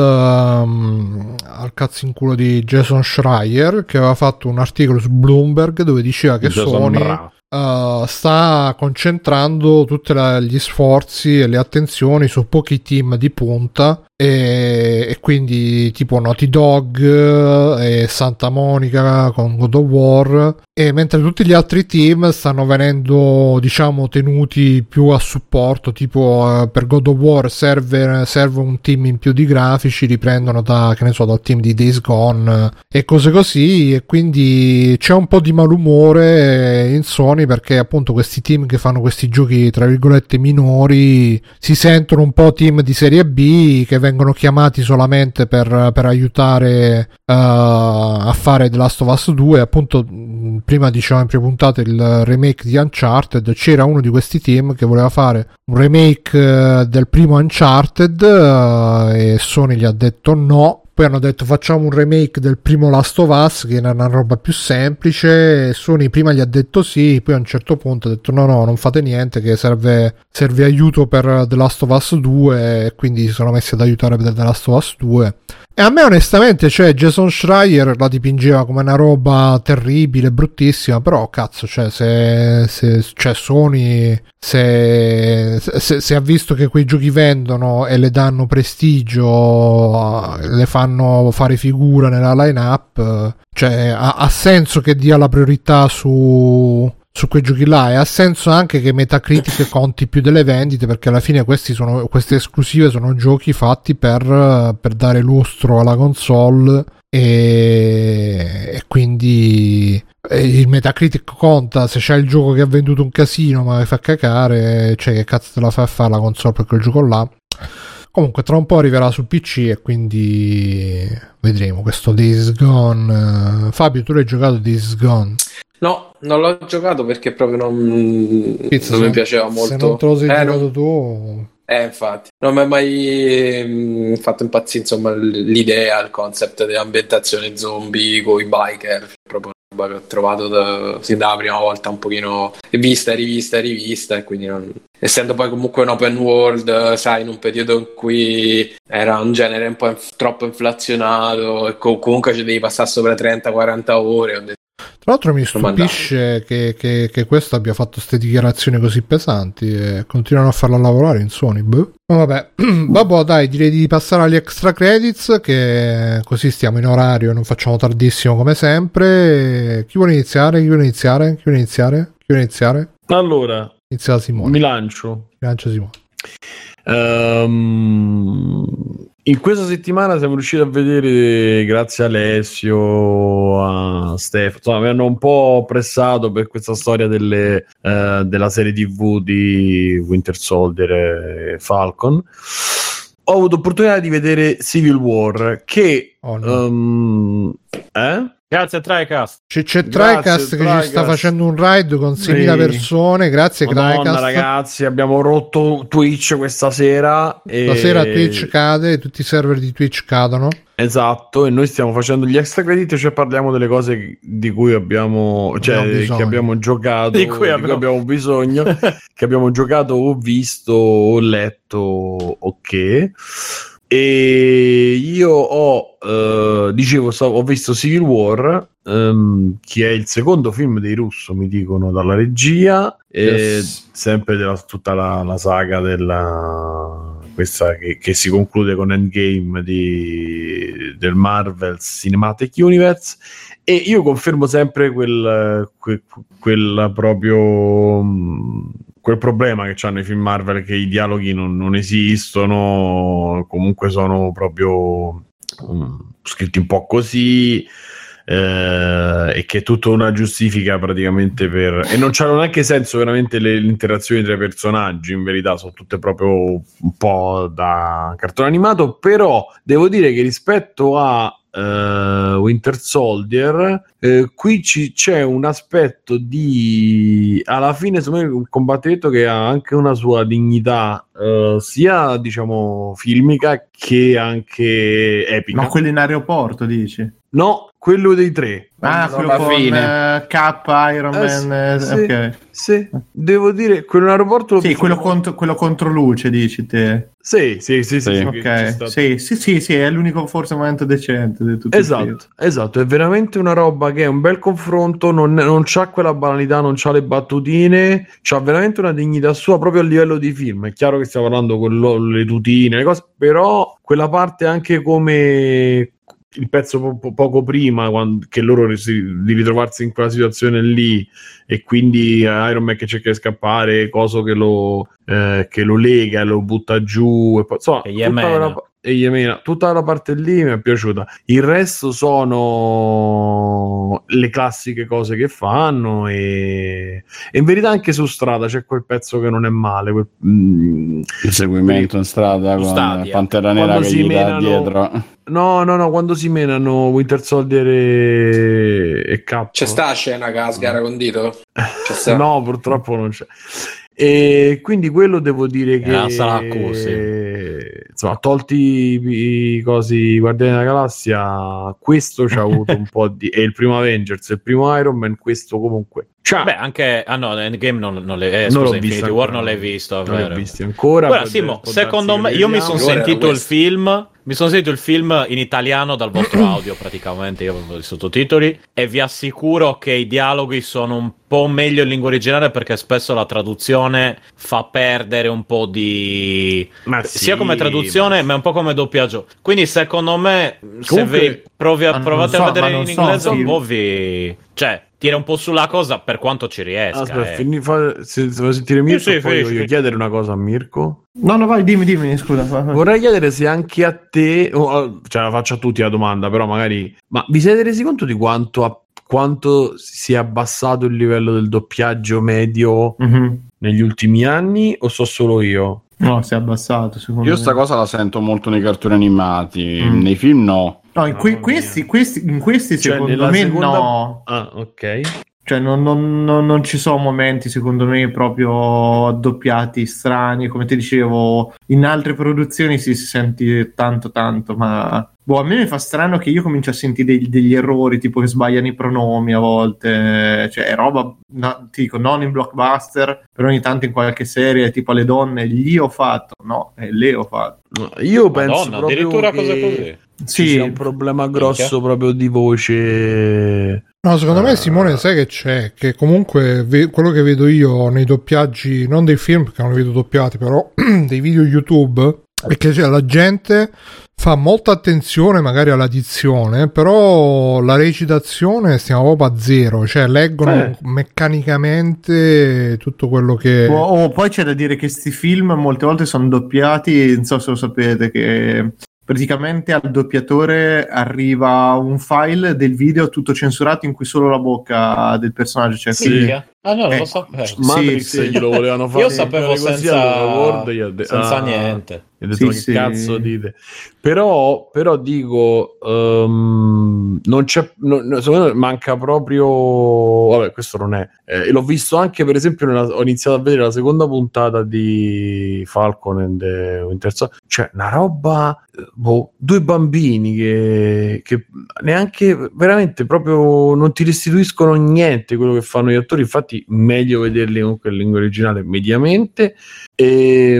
um, al cazzo in culo di Jason Schreier, che aveva fatto un articolo su Bloomberg dove diceva che Jason Sony Bra. uh, sta concentrando tutti gli sforzi e le attenzioni su pochi team di punta e, e quindi tipo Naughty Dog e Santa Monica con God of War, e mentre tutti gli altri team stanno venendo, diciamo, tenuti più a supporto, tipo eh, per God of War serve, serve un team in più di grafici, riprendono da, che ne so, dal team di Days Gone eh, e cose così, e quindi c'è un po' di malumore in Sony perché appunto questi team che fanno questi giochi tra virgolette minori si sentono un po' team di serie B che vengono chiamati solamente per, per aiutare uh, a fare The Last of Us due, appunto mh, prima dicevamo in prima puntata il remake di Uncharted, c'era uno di questi team che voleva fare un remake uh, del primo Uncharted uh, e Sony gli ha detto no. Poi hanno detto facciamo un remake del primo Last of Us, che era una roba più semplice. Sony prima gli ha detto sì, poi a un certo punto ha detto no no, non fate niente, che serve, serve aiuto per The Last of Us due, e quindi si sono messi ad aiutare per The Last of Us due. E a me onestamente, cioè, Jason Schreier la dipingeva come una roba terribile, bruttissima, però cazzo, cioè, se, se cioè Sony se, se, se ha visto che quei giochi vendono e le danno prestigio, le fanno fare figura nella line-up, cioè ha, ha senso che dia la priorità su... su quei giochi là, e ha senso anche che Metacritic conti più delle vendite, perché alla fine questi sono, queste esclusive sono giochi fatti per, per dare lustro alla console, e, e quindi il Metacritic conta. Se c'è il gioco che ha venduto un casino ma fa cacare, cioè che cazzo te la fai a fare la console per quel gioco là. Comunque tra un po' arriverà su P C e quindi vedremo questo Days Gone. Fabio, tu l'hai giocato Days Gone? No, non l'ho giocato perché proprio non, Pizza, non se mi piaceva molto. Se non te lo sei eh, giocato non... tu... Eh, infatti. Non mi ha mai mh, fatto impazzire, insomma, l'idea, il concept dell'ambientazione zombie con i biker. Proprio una roba che ho trovato da, sin dalla prima volta un pochino vista e rivista e rivista, e quindi non... essendo poi comunque un open world, sai, in un periodo in cui era un genere un po' inf- troppo inflazionato e co- comunque ci devi passare sopra trenta quaranta ore, ho detto. Tra l'altro mi stupisce che, che, che questo abbia fatto queste dichiarazioni così pesanti e continuano a farla lavorare in Sony. Boh. Vabbè, vabbè, dai, direi di passare agli extra credits, che così stiamo in orario e non facciamo tardissimo come sempre. Chi vuole iniziare? Chi vuole iniziare? Chi vuole iniziare? Chi vuole iniziare? Allora, inizia Simone. Mi lancio. Mi lancio Simone. Um, in questa settimana siamo riusciti a vedere, grazie a Alessio, a Stefano, insomma, mi hanno un po' pressato per questa storia delle, uh, della serie tivù di Winter Soldier e Falcon. Ho avuto opportunità di vedere Civil War, che oh no. um, eh? Grazie a TriCast. C'è, c'è TriCast che ci sta facendo un raid con seimila sì. persone. Grazie TriCast. Ragazzi, abbiamo rotto Twitch questa sera. Stasera e... Twitch cade, tutti i server di Twitch cadono. Esatto, e noi stiamo facendo gli extra credit, cioè parliamo delle cose di cui abbiamo, cioè abbiamo che abbiamo giocato, di cui, di cui abbiamo bisogno, che abbiamo giocato o visto o letto o che. E io ho uh, dicevo so, ho visto Civil War, um, che è il secondo film dei Russo, mi dicono, dalla regia, yes. E sempre della tutta la, la saga della questa che, che si conclude con Endgame di, del Marvel Cinematic Universe. E io confermo sempre quel, quel, quel proprio quel problema che hanno i film Marvel, che i dialoghi non, non esistono, comunque sono proprio um, scritti un po' così, eh, e che è tutta una giustifica praticamente per... e non c'hanno neanche senso veramente le, le interazioni tra i personaggi, in verità sono tutte proprio un po' da cartone animato. Però devo dire che rispetto a Uh, Winter Soldier, uh, qui ci, c'è un aspetto di, alla fine secondo me, un combattimento che ha anche una sua dignità, uh, sia diciamo filmica che anche epica. Ma quello in aeroporto dici? No, quello dei tre. Ah, no, quello con uh, K, Iron eh, Man. Sì, okay. sì, devo dire, quello in aeroporto. Sì, quello contro, quello contro luce, dici te. Sì, sì, sì, sì. sì, okay. sì, sì, sì, sì, è l'unico forse momento decente di tutto. Esatto, esatto, è veramente una roba che è un bel confronto, non, non c'ha quella banalità, non c'ha le battutine, c'ha veramente una dignità sua proprio a livello di film. È chiaro che stiamo parlando con lo, le tutine, le cose, però quella parte anche come il pezzo po- po- poco prima, quando, che loro ris- di ritrovarsi in quella situazione lì, e quindi Iron Man che cerca di scappare, coso che lo, eh, che lo lega, lo butta giù, e poi, insomma, tutta quella, e Yemena, tutta la parte lì mi è piaciuta. Il resto sono le classiche cose che fanno e, e in verità anche su strada c'è quel pezzo che non è male, quel, mm, il seguimento in strada con Stadia. Pantera Nera Quando che si gli dà menano- dietro. no no no quando si menano Winter Soldier e, e Cap. C'è sta la scena che ha sgaragondito? C'è sta. No, purtroppo non c'è. E quindi quello devo dire che Eh, sarà così. insomma, tolti i, i cosi Guardiani della Galassia, questo ci ha avuto un po' di, e il primo Avengers, il primo Iron Man, questo comunque c'ha. Beh, anche ah no, Endgame non, non le, eh, Non scusa, l'ho Infinity visto War ancora. non l'hai visto, è non l'ho vero. visto ancora. Guarda, può- Simo, può secondo darsi me che io mi vediamo. sono Ora era sentito il questo. film, mi sono sentito il film in italiano dal vostro audio praticamente, io avevo i sottotitoli e vi assicuro che i dialoghi sono un po' meglio in lingua originale perché spesso la traduzione fa perdere un po' di Ma sì, sia come traduzione ma- ma un po' come doppiaggio. Quindi secondo me se Comunque- vi provi a Ma non provate so, a vedere ma in non so, inglese sì. un po' vi cioè tira un po' sulla cosa per quanto ci riesca. Aspetta, eh. fini- fa- se, se vuoi sentire Mirko, sì, poi sì, voglio sì. chiedere una cosa a Mirko. No, no, vai, dimmi, dimmi, scusa. vai, vai. Vorrei chiedere se anche a te, oh, cioè la faccio a tutti la domanda, però magari, ma vi siete resi conto di quanto, ha- quanto si è abbassato il livello del doppiaggio medio Mhm. negli ultimi anni o so solo io? No, si è abbassato, secondo Io me. sta cosa la sento molto nei cartoni animati, Mm. nei film no. No, in que- Mamma questi, mia. questi, in questi Cioè, secondo nella me seconda- no. Ah, ok. Cioè non, non- non- non ci sono momenti secondo me proprio doppiati strani, come ti dicevo in altre produzioni si, si sente tanto tanto, ma boh, a me mi fa strano che io comincio a sentire dei- degli errori tipo che sbagliano i pronomi a volte, cioè è roba, no, ti dico non in blockbuster, però ogni tanto in qualche serie tipo alle donne gli ho fatto, no, è le ho fatto. No, io penso Madonna, proprio addirittura che cose così. ci Sì, sia un problema grosso proprio di voce. No, secondo me Ah. Simone sai che c'è, che comunque ve- quello che vedo io nei doppiaggi, non dei film perché non li vedo doppiati, però dei video YouTube, è che cioè, la gente fa molta attenzione magari alla dizione, però la recitazione stiamo proprio a zero, cioè leggono Eh. meccanicamente tutto quello che... Oh, oh, poi c'è da dire che questi film molte volte sono doppiati, non so se lo sapete, che praticamente al doppiatore arriva un file del video tutto censurato in cui solo la bocca del personaggio c'è. Sì. quindi- Ah no, non Eh, lo sapevo. sì, Matrix sì. glielo volevano fare. Io sapevo così, senza, allora Word gli ha de- senza ah. niente. Gli ho detto Sì, ma che sì. cazzo dite? Però, però dico, ehm, non c'è, no, no, secondo me manca proprio. Vabbè, questo non è. Eh, l'ho visto anche, per esempio, nella, ho iniziato a vedere la seconda puntata di Falcon and the Winter Soldier. Cioè, una roba. Boh, due bambini che, che neanche veramente proprio non ti restituiscono niente quello che fanno gli attori. Infatti, meglio vederli comunque in lingua originale mediamente. E,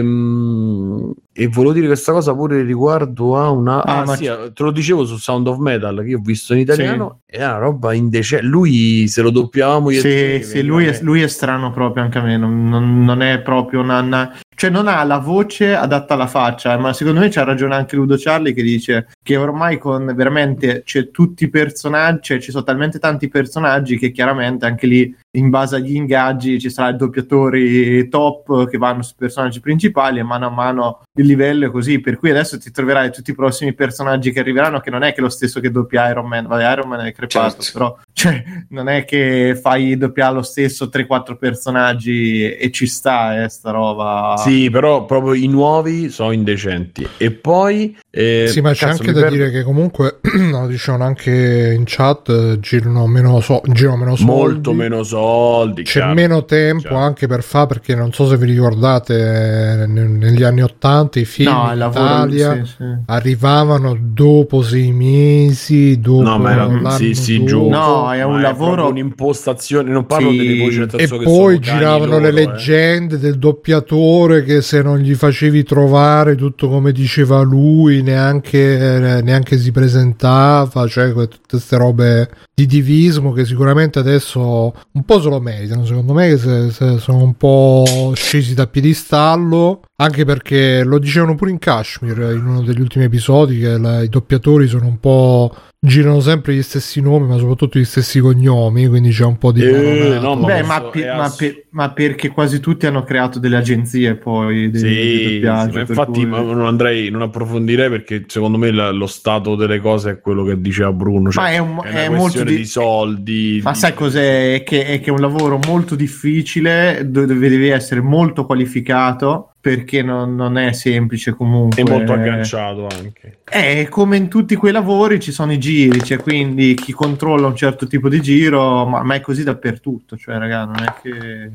mm, e volevo dire questa cosa pure riguardo a una Ah, ah, ma sì, c- te lo dicevo su Sound of Metal che io ho visto in italiano, è una roba indecente. Lui se lo doppiavamo io e Sì, te, sì, lui è, veniva- lui è strano proprio anche a me, non, non- non è proprio una, una- cioè non ha la voce adatta alla faccia, ma secondo me c'ha ragione anche Ludo Charlie che dice che ormai con veramente c'è tutti i personaggi, cioè ci sono talmente tanti personaggi che chiaramente anche lì in base agli ingaggi ci saranno i doppiatori top che vanno sui personaggi principali e mano a mano il livello è così, per cui adesso ti troverai tutti i prossimi personaggi che arriveranno che non è che lo stesso che doppia Iron Man, vabbè Iron Man è crepato, Certo. però cioè, non è che fai doppiare lo stesso tre quattro personaggi e ci sta eh, sta roba. Sì, però proprio i nuovi sono indecenti. E poi eh, Sì, ma c'è cazzo, anche mi da perdo- dire che comunque, no, dicevano anche in chat, eh, girano meno, so- girano meno soldi. molto meno soldi. C'è chiaro. meno tempo chiaro. anche per fare, perché non so se vi ricordate, eh, ne- negli anni ottanta i film No, in il lavoro Italia sì, sì. arrivavano dopo sei mesi, dopo No, ma era l'anno sì, sì, dopo. giù. No, è un Ma lavoro- proprio un'impostazione. Non parlo Sì. delle voci nel E senso che poi sono cani giravano loro, le eh. leggende del doppiatore che se non gli facevi trovare tutto come diceva lui neanche, eh, neanche si presentava, cioè que- tutte queste robe di divismo che sicuramente adesso un po' se lo meritano, secondo me, che se- se sono un po' scesi da piedistallo, anche perché lo dicevano pure in Kashmir in uno degli ultimi episodi che la- i doppiatori sono un po' girano sempre gli stessi nomi, ma soprattutto gli stessi cognomi, quindi c'è un po' di Eh, no, Beh, ma ma, questo pe- è ma ass- pe- ma perché quasi tutti hanno creato delle agenzie poi di, Sì, di sì, doppiaggio, ma per infatti cui- ma non andrei, non approfondirei perché secondo me la- lo stato delle cose è quello che diceva Bruno, cioè Ma è un- una è molto questione di- di soldi. Ma di- sai cos'è? È che, è che è un lavoro molto difficile dove devi essere molto qualificato perché non, non è semplice comunque. È molto agganciato anche. È come in tutti quei lavori ci sono i giri, cioè quindi chi controlla un certo tipo di giro, ma, ma è così dappertutto, cioè raga, non è che...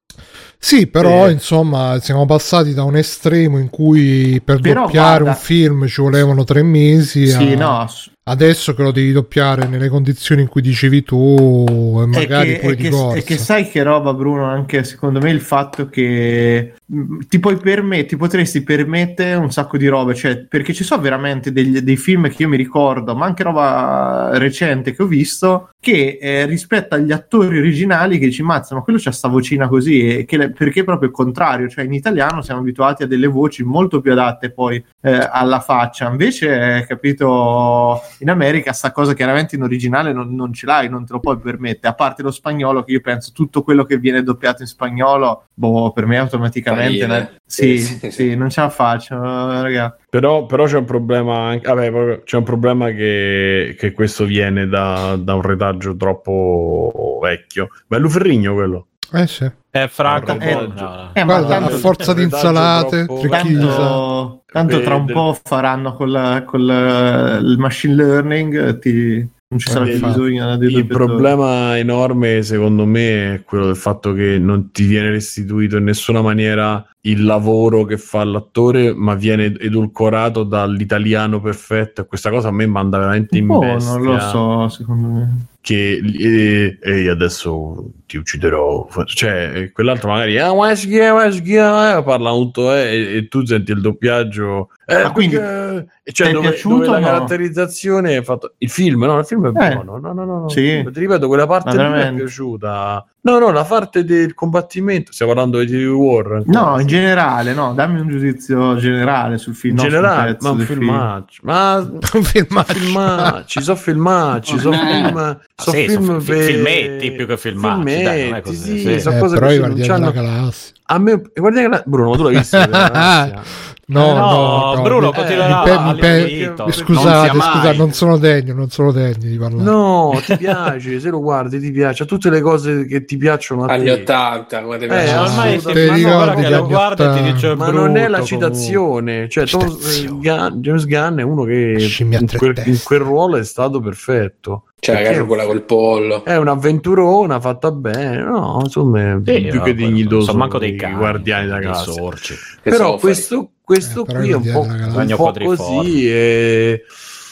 Sì, però Eh. insomma siamo passati da un estremo in cui per Però, doppiare guarda- un film ci volevano tre mesi Sì, a... no, ass- adesso che lo devi doppiare nelle condizioni in cui dicevi tu e magari è che, pure è di che- corsa. è che sai che roba, Bruno, anche secondo me il fatto che mh, ti puoi permettere, ti potresti permettere un sacco di robe, cioè perché ci sono veramente degli- dei film che io mi ricordo, ma anche roba recente che ho visto, che eh, rispetto agli attori originali che ci mazza, ma quello c'ha sta vocina così, e che le- perché proprio il contrario, cioè in italiano siamo abituati a delle voci molto più adatte poi eh, alla faccia, invece eh, capito, in America sta cosa chiaramente in originale non, non ce l'hai, non te lo puoi permettere, a parte lo spagnolo che io penso tutto quello che viene doppiato in spagnolo, boh, per me automaticamente Fa ridere. ne- sì, Sì, sì, sì, sì, sì. non ce la faccio, raga. Però, però c'è un problema anche, vabbè, proprio- c'è un problema che, che questo viene da, da un retaggio troppo vecchio. Bello Ferrigno quello. Eh sì. È franco. Eh, no, no. Eh, ma Guarda, a tanto, forza di retaggio insalate, troppo- trichisa. tanto, tanto tra un Del- po' faranno col, col il machine learning, ti, non ci sarà Eh, più infatti. bisogno dei Il doppiatori. problema enorme, secondo me, è quello del fatto che non ti viene restituito in nessuna maniera il lavoro che fa l'attore, ma viene edulcorato dall'italiano perfetto. E questa cosa a me manda veramente in Oh, bestia. non lo so, secondo me. Che e, e io adesso ti ucciderò, cioè e quell'altro magari ah, ma si chiama, si chiama, eh, parla tutto eh, e, e tu senti il doppiaggio eh, Ma quindi perché- e cioè ti è dove, piaciuto dove la o no? caratterizzazione è fatto il film, no, il film è Eh. buono, no, no, no, no. Sì. Ti ripeto, quella parte Ma lì mi è veramente? piaciuta, no, no, la parte del combattimento, stiamo parlando di T V War ancora. No, in generale, no, dammi un giudizio generale sul film. in non su un generale, pezzo ma un del film. filmaccio, ma Un filmaccio. filmacci, so filmacci, so film, so sì, film so fi- per- filmetti più che filmacci, dai, non è così, sì, sì. so Eh, cose però che i non Guardiani c'hanno. della Galassia. A me, guarda che Bruno, ma tu l'hai visto? Guardiani della Galassia? No, Eh, no, no, no, Bruno mi- continuerà mi pe- a mi pe- all'infinito. mi- Non Scusate, sia mai. scusate, non sono degno, non sono degno di parlare. No, ti piace, se lo guardi ti piace, ha tutte le cose che ti piacciono a Anni te. ottanta, come te Eh, piace. ormai assolutamente. si Te ma no, ricordi guarda che gli lo anni guarda e ti ottanta? dice Ma brutto, non è la comunque. citazione, cioè Thomas Gunn- James Gunn è uno che Scimmia a in tre quel, teste. in quel ruolo è stato perfetto. Cioè, Perché ragazzi, quella col pollo. è un'avventurona fatta bene, no, insomma, è Sì, più no, che dignitoso. sono manco dei i cani, Guardiani della dei Galassia. sorci. Che Però sono questo, questo Eh, però qui i è un po', Guardiani della un Galassia. po' Quadriforme. così e,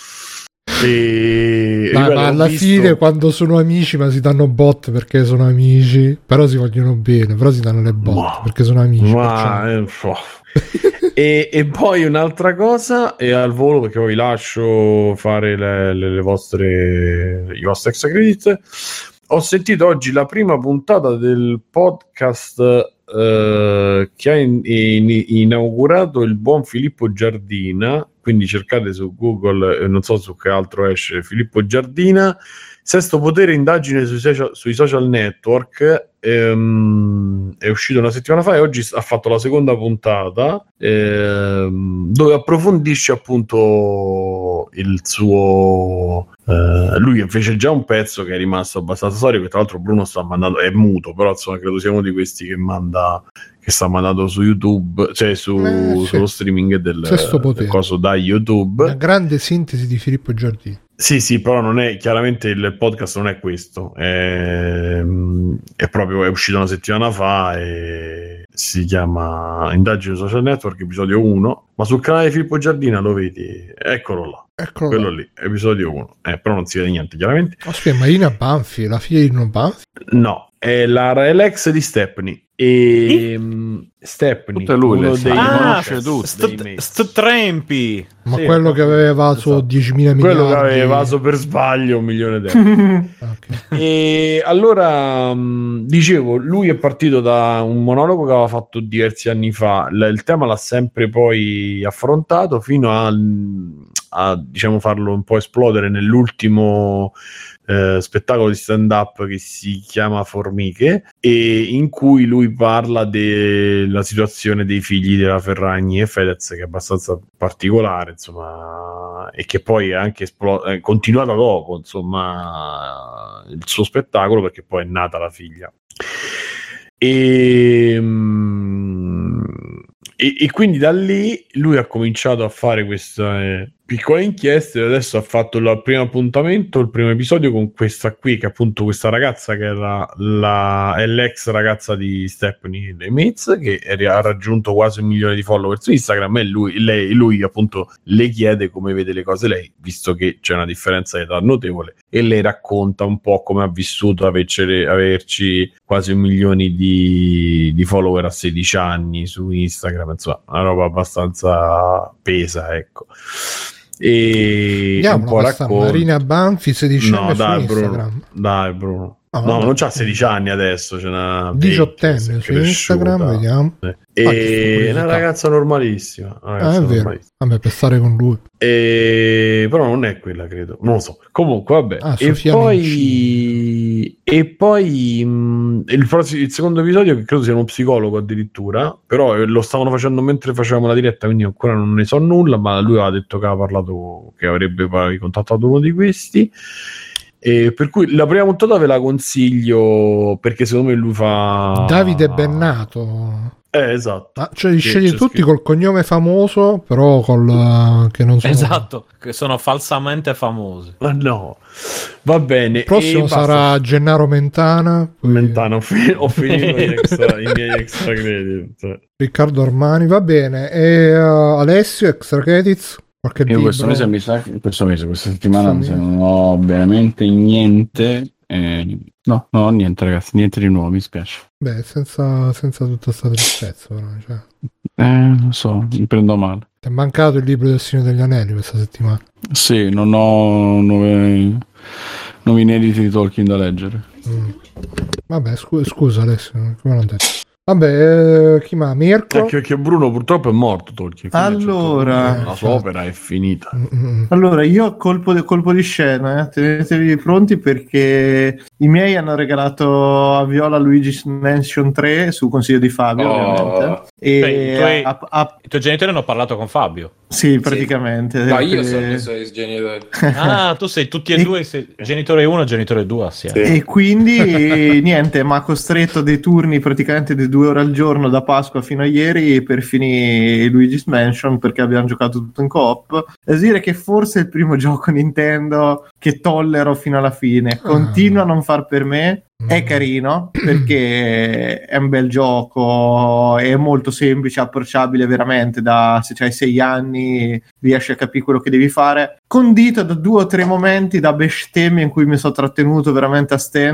e Dai, ripeto, ma ho alla visto- fine quando sono amici ma si danno bot perché sono amici, però si vogliono bene, però si danno le bot Ma- perché sono amici. ma, perciò- eh, fo. e, e poi un'altra cosa e al volo perché poi vi lascio fare le, le- le vostre i vostri extra credit. Ho sentito oggi la prima puntata del podcast eh, che ha in- in- inaugurato il buon Filippo Giardina, quindi cercate su Google, eh, non so su che altro esce, Filippo Giardina, Sesto Potere, indagine sui social, sui social network, ehm, è uscito una settimana fa e oggi ha fatto la seconda puntata ehm, dove approfondisce appunto il suo eh, lui fece già un pezzo che è rimasto abbastanza storico, che tra l'altro Bruno sta mandando, è muto, però insomma credo sia uno di questi che manda che sta mandando su YouTube, cioè su, Eh, sì. sullo streaming del, Sesto Potere. del coso da YouTube. Una grande sintesi di Filippo Giardini. Sì, sì, però non è chiaramente il podcast non è questo, è, è proprio è uscito una settimana fa e si chiama Indagine Social Network, episodio uno, ma sul canale di Filippo Giardina lo vedi, eccolo là, Eccolo quello là. lì, episodio uno, eh, però non si vede niente chiaramente. Aspetta, Marina Banfi, la figlia di Nino Banfi? No, è la è l'ex di Stepney e mm, Stepney, Tutte lui uno le sa. dei Ah, conosce tutte. tutti, dei St- Mace. st- Trempi. Ma Sì, quello che aveva evaso esatto. diecimila quello che miliardi. aveva evaso per sbaglio un milione di euro. Ok. E allora mh, dicevo, lui è partito da un monologo che aveva fatto diversi anni fa. L- il tema l'ha sempre poi affrontato fino a, a diciamo farlo un po' esplodere nell'ultimo eh, spettacolo di stand-up che si chiama Formiche, e in cui lui parla della situazione dei figli della Ferragni e Fedez, che è abbastanza particolare, insomma, e che poi è anche esplo- è continuata dopo, insomma, il suo spettacolo, perché poi è nata la figlia. E, e, e quindi da lì lui ha cominciato a fare queste piccole inchieste, e adesso ha fatto il primo appuntamento, il primo episodio con questa qui, che è appunto questa ragazza che era la, è l'ex ragazza di Stephanie Demetz, che ha raggiunto quasi un milione di follower su Instagram, e lui, lei, lui appunto le chiede come vede le cose lei, visto che c'è una differenza di età notevole, e lei racconta un po' come ha vissuto averci, averci quasi un milione di, di follower a sedici anni su Instagram, insomma una roba abbastanza pesa, ecco. E Vediamo, un po' racconta Marina Banfi sedicenne no, su dai, Instagram. Bruno, dai Bruno. No, No, no, non c'ha sedici anni adesso, c'è una diciottenne su Instagram, vediamo. Sì. E è una ragazza normalissima, una ragazza ah, è vero. normalissima. Vabbè, per stare con lui. E... però non è quella, credo, non lo so. Comunque vabbè. Ah, e poi e poi mh, il, prossimo, il secondo episodio, che credo sia uno psicologo addirittura, però lo stavano facendo mentre facevamo la diretta, quindi ancora non ne so nulla, ma lui aveva detto che aveva parlato, che avrebbe contattato uno di questi. E per cui la prima puntata ve la consiglio, perché secondo me lui fa Davide Bennato. Eh, esatto. Ah, cioè li scegli tutti scritto. Col cognome famoso, però col uh, che non sono... Esatto, che sono falsamente famosi. Ma no. Va bene. Il prossimo sarà Gennaro Mentana. Poi... Mentana, ho, fin- ho finito gli extra, i miei extra credit. Riccardo Armani, va bene. E uh, Alessio, extra credits? Qualche Io questo mese mi sa che questo mese, questa settimana non ho veramente niente. Eh, no, non ho niente, ragazzi, niente di nuovo, mi spiace. Beh, senza, senza tutta questa tristezza, però, cioè. Eh, non so, mi prendo male. Ti è mancato il libro del Signore degli Anelli questa settimana? Sì, non ho nuove, nuovi inediti di Tolkien da leggere. Mm. Vabbè, scu- scusa Alessio, come l'ho detto. Vabbè, eh, chi ma? Mirko? Anche perché Bruno purtroppo è morto, Tolkien. Allora, la sua opera è finita. Mm-mm. Allora, io colpo, de, colpo di scena, eh. Tenetevi pronti, perché i miei hanno regalato a Viola Luigi's Mansion tre su consiglio di Fabio, Oh. ovviamente. E Beh, i, tuoi, a, a, i tuoi genitori hanno parlato con Fabio. Sì, praticamente. No, io E- sono i suoi genitori. Ah, tu sei tutti e E- due, sei genitore uno e genitore due assieme. E quindi niente, mi ha costretto dei turni praticamente di due ore al giorno da Pasqua fino a ieri per finire Luigi's Mansion, perché abbiamo giocato tutto in coop. E dire che forse è il primo gioco Nintendo che tollero fino alla fine. Continua a non far per me. È carino perché è un bel gioco, è molto semplice, approcciabile veramente, da se c'hai sei anni riesci a capire quello che devi fare, condito da due o tre momenti da bestemmie in cui mi sono trattenuto veramente a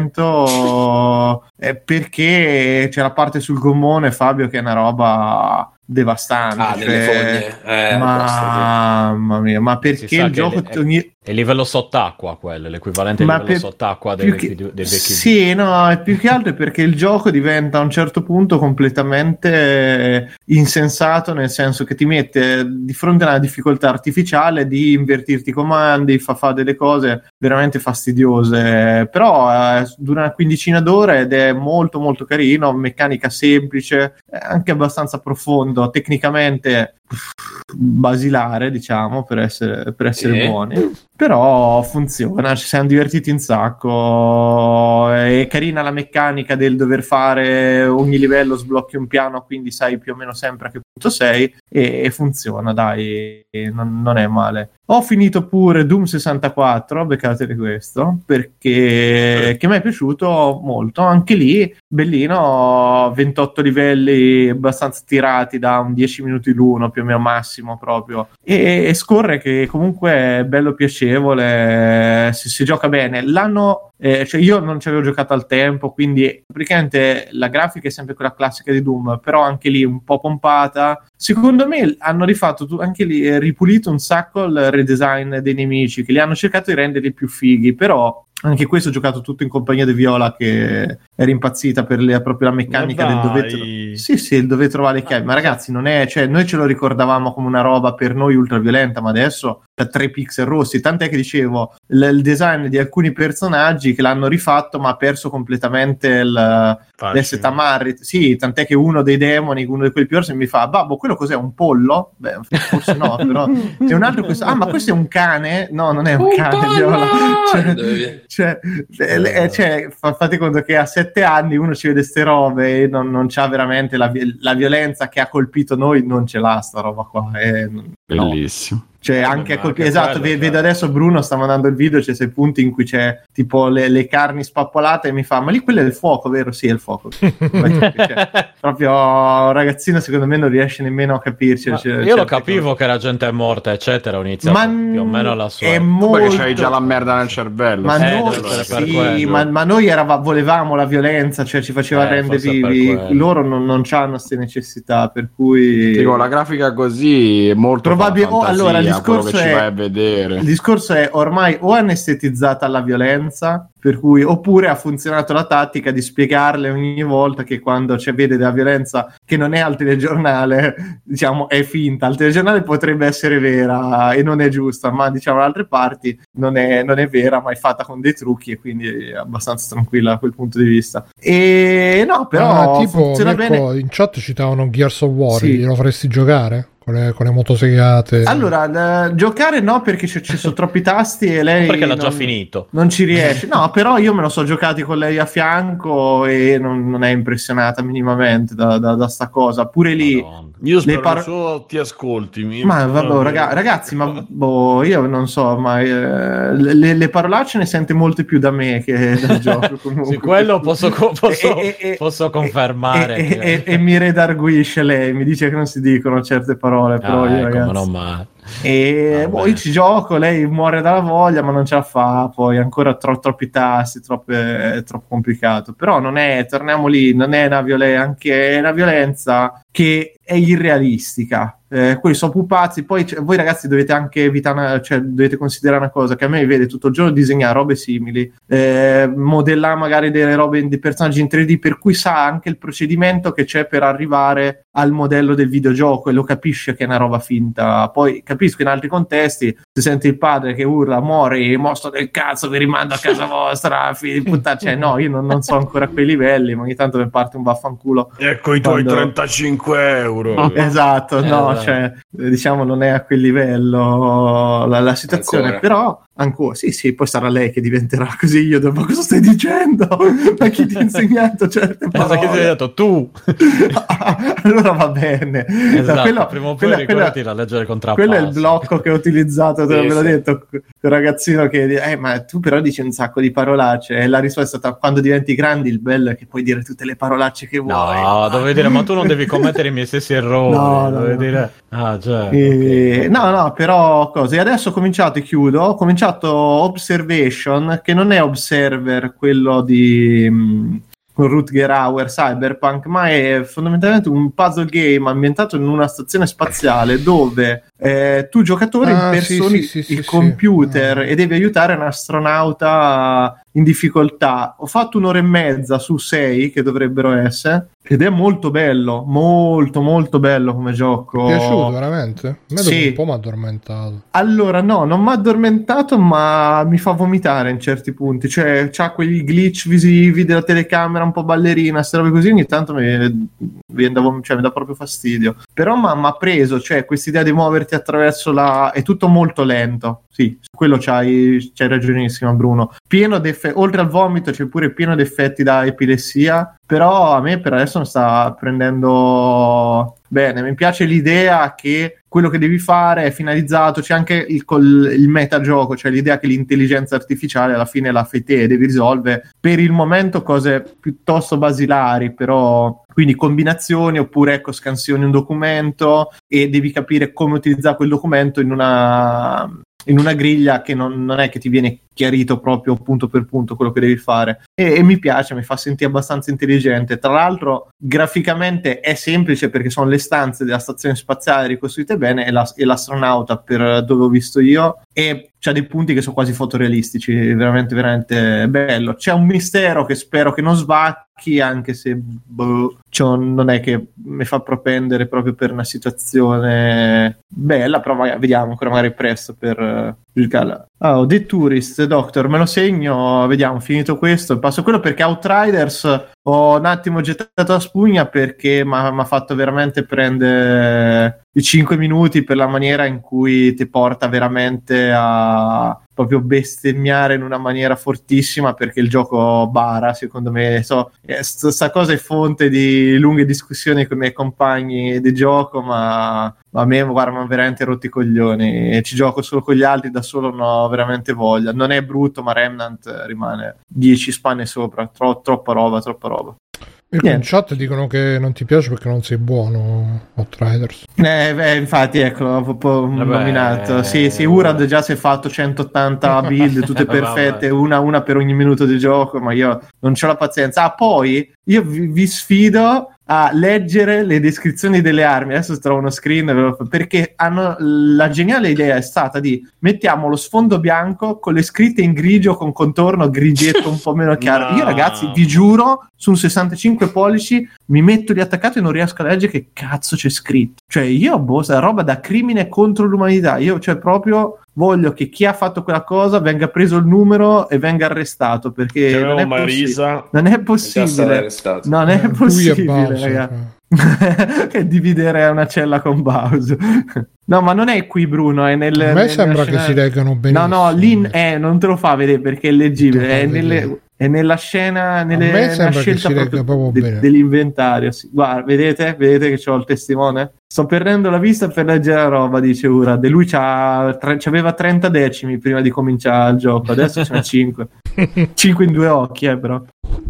stento, eh, perché c'è la parte sul gommone, Fabio, che è una roba devastante. Ah, delle cioè, fogne. Eh, mamma mia, ma perché Si sa il che gioco è, ogni... è livello sott'acqua quello, l'equivalente Ma di livello per- sott'acqua dei più vecchi, che- dei vecchi sì, no, è più che altro è perché il gioco diventa a un certo punto completamente insensato, nel senso che ti mette di fronte a una difficoltà artificiale di invertirti i comandi, fa fare delle cose veramente fastidiose, però eh, dura una quindicina d'ore ed è molto molto carino, meccanica semplice, anche abbastanza profondo, tecnicamente basilare, diciamo, per essere, per essere Sì. buoni, però funziona, ci siamo divertiti un sacco, è carina la meccanica del dover fare ogni livello sblocchi un piano, quindi sai più o meno sempre a che punto sei, e, e funziona, dai, non, non è male. Ho finito pure Doom sessantaquattro, beccatevi questo, perché che mi è piaciuto molto, anche lì bellino, ventotto livelli abbastanza tirati da un dieci minuti l'uno più o meno massimo proprio, e, e scorre che comunque è bello piacevole, si, si gioca bene. L'hanno eh, cioè io non ci avevo giocato al tempo, quindi praticamente la grafica è sempre quella classica di Doom, però anche lì un po' pompata. Secondo me hanno rifatto tu- anche lì eh, ripulito un sacco il redesign dei nemici, che li hanno cercato di renderli più fighi, però Anche questo ho giocato tutto in compagnia di Viola, che era impazzita per le, proprio la meccanica del dove tro- sì sì il dove trovare le chiavi. Ma ragazzi, non è, cioè, noi ce lo ricordavamo come una roba per noi ultraviolenta, ma adesso da tre pixel rossi, tant'è che dicevo l- il design di alcuni personaggi che l'hanno rifatto ma ha perso completamente il l'S tamarri, sì, tant'è che uno dei demoni, uno di quei più orsi mi fa: babbo, quello cos'è, un pollo? Beh, forse no, però è un altro questo, ah, ma questo è un cane? No, non è un, un cane, Viola. Cioè, cioè, eh, cioè fa, fate conto che a sette anni uno ci vede ste robe e non, non c'ha veramente la, la violenza che ha colpito noi, non ce l'ha sta roba qua, eh, bellissimo. No. Cioè, anche a colpi, esatto, quello, vedo cioè. Adesso Bruno sta mandando il video, c'è sei punti in cui c'è tipo le, le carni spappolate e mi fa: ma lì quello è il fuoco, vero? Sì, è il fuoco. Cioè, proprio un ragazzino secondo me non riesce nemmeno a capirci. Cioè, io lo capivo cose. Che la gente è morta, eccetera, ho iniziato ma più o meno la sua. È molto... Perché c'hai già la merda nel cervello. Ma, eh, noi, sì, ma, ma noi eravamo, volevamo la violenza, cioè ci faceva eh, rendere vivi. Loro non, non hanno queste necessità, per cui... Dico, la grafica così è molto probabile. Oh, allora, il discorso è... vedere. Il discorso è ormai o è anestetizzata la violenza, per cui oppure ha funzionato la tattica di spiegarle ogni volta che quando c'è vede della violenza che non è al telegiornale, diciamo è finta, al telegiornale potrebbe essere vera e non è giusta, ma diciamo da altre parti non è, non è vera, ma è fatta con dei trucchi e quindi è abbastanza tranquilla da quel punto di vista. E no, però ah, tipo, funziona Mirko, bene. In chat citavano Gears of War, sì. Lo faresti giocare? Con le, con le motosegate. Allora, l- giocare no, perché ci sono troppi tasti e lei perché l'ha non, già finito, non ci riesce. No, però io me lo so giocati con lei a fianco e non, non è impressionata minimamente da, da, da sta cosa. Pure lì Madonna. Io spero par- solo ti ascolti. Mi... Ma vabbè, raga- ragazzi, ma boh, io non so, ma eh, le, le parolacce ne sente molte più da me che dal gioco. Comunque. Sì, quello posso, posso, e, e, posso confermare. E, che... e, e, e mi redarguisce lei, mi dice che non si dicono certe parole, però ah, io, ecco, ragazzi. non male. E ah, boh, io ci gioco, lei muore dalla voglia, ma non ce la fa. Poi ancora tro- troppi tasti, troppe, è troppo complicato. Però non è, torniamo lì, non è una violenza, anche è una violenza che è irrealistica. Eh, quelli sono pupazzi. Poi cioè, voi ragazzi dovete anche evitare, cioè dovete considerare una cosa, che a me vede tutto il giorno disegnare robe simili, eh, modellare magari delle robe di personaggi in tre D, per cui sa anche il procedimento che c'è per arrivare al modello del videogioco e lo capisce che è una roba finta. Poi capisco in altri contesti, se senti il padre che urla muori, mostro del cazzo, vi rimando a casa vostra, figli di puttana, cioè no, io non, non so ancora a quei livelli, ma ogni tanto mi parte un vaffanculo. Ecco i tuoi quando... trentacinque euro. Esatto, no, esatto. Cioè diciamo non è a quel livello la, la situazione, Ancora. però ancora sì sì, poi sarà lei che diventerà così. Io dopo cosa stai dicendo? Ma chi ti ha insegnato certe parole? Cosa che ti hai detto tu? Allora va bene, esatto, quello, prima o poi quella, ricordati quella, la legge del contrappasso. quello è il blocco che ho utilizzato, te sì, ve l'ho sì. detto, quel ragazzino che eh ma tu però dici un sacco di parolacce, e la risposta è stata: quando diventi grandi il bello è che puoi dire tutte le parolacce che vuoi. No, dovevi dire ma tu non devi commettere i miei stessi errori. No, no, dovevi no. dire ah già e... okay. no no però cose. E adesso ho cominciato e chiudo ho cominciato Observation, che non è Observer quello di mh, con Rutger Hauer Cyberpunk, ma è fondamentalmente un puzzle game ambientato in una stazione spaziale dove eh, tu giocatore ah, impersoni sì, sì, sì, il sì, computer sì. e devi aiutare un astronauta in difficoltà. Ho fatto un'ora e mezza su sei che dovrebbero essere, ed è molto bello, molto molto bello come gioco. Mi è piaciuto veramente? A me sì. Un po' mi ha addormentato. Allora no, non mi ha addormentato, ma mi fa vomitare in certi punti, cioè c'ha quegli glitch visivi della telecamera un po' ballerina, queste robe così, ogni tanto mi, mi, andavo, cioè, mi dà proprio fastidio. Però mi ha preso, cioè quest'idea di muoverti attraverso la... è tutto molto lento, sì, su quello c'hai, c'hai ragionissimo Bruno. Pieno di effe... oltre al vomito c'è pure pieno di effetti da epilessia, però a me per adesso non sta prendendo bene. Mi piace l'idea che quello che devi fare è finalizzato, c'è anche il, col, il metagioco, cioè l'idea che l'intelligenza artificiale alla fine la fai te, devi risolvere per il momento cose piuttosto basilari, però quindi combinazioni oppure ecco scansioni un documento e devi capire come utilizzare quel documento in una in una griglia che non, non è che ti viene chiarito proprio punto per punto quello che devi fare, e, e mi piace, mi fa sentire abbastanza intelligente. Tra l'altro graficamente è semplice perché sono le stanze della stazione spaziale ricostruite bene, e, la, e l'astronauta, per dove ho visto io, e c'ha dei punti che sono quasi fotorealistici, veramente veramente bello. C'è un mistero che spero che non svacchi, anche se boh, cioè, non è che mi fa propendere proprio per una situazione bella, però magari, vediamo ancora magari presto per uh, giudicarla. Oh, The Tourist, Doctor, me lo segno, vediamo, finito questo, passo quello, perché Outriders ho un attimo gettato la spugna perché mi ha fatto veramente prendere i cinque minuti per la maniera in cui ti porta veramente a proprio bestemmiare in una maniera fortissima, perché il gioco bara, secondo me. So, sta cosa è fonte di lunghe discussioni con i miei compagni di gioco, ma, ma a me, guarda, mi ha veramente rotti i coglioni, e ci gioco solo con gli altri, da solo non ho veramente voglia. Non è brutto, ma Remnant rimane dieci spanne sopra, Tro- troppa roba, troppa roba. E in chat dicono che non ti piace perché non sei buono, Outriders. Eh, beh, infatti, ecco, l'ho proprio nominato. Sì, sì, Urad già si è fatto centottanta build, tutte perfette, una, una per ogni minuto di gioco, ma io non c'ho la pazienza. Ah, poi io vi, vi sfido a leggere le descrizioni delle armi. Adesso trovo uno screen, perché hanno la geniale idea è stata di mettiamo lo sfondo bianco con le scritte in grigio con contorno grigetto un po' meno chiaro. No. Io, ragazzi, vi giuro, su un sessantacinque pollici mi metto lì attaccato e non riesco a leggere che cazzo c'è scritto. Cioè io, boh, sta roba da crimine contro l'umanità. Io, cioè, proprio voglio che chi ha fatto quella cosa venga preso il numero e venga arrestato, perché C'è non è, Marisa. possi- non è possibile. Non è possibile, ragazzi. Che dividere una cella con Bowser. No, ma non è qui, Bruno, è nel, a me nel sembra scena... che si leggano benissimo. No, no, lì eh, non te lo fa vedere perché è leggibile, è, nelle, è nella scena, nelle, a me sembra nella scelta che si legga proprio proprio de- bene. dell'inventario. Sì. Guarda, vedete? Vedete che c'ho il testimone? Sto perdendo la vista per leggere la roba, dice Urad. E lui c'ha, tre, c'aveva trenta decimi prima di cominciare il gioco, adesso ce n'ha cinque. cinque in due occhi, eh, però.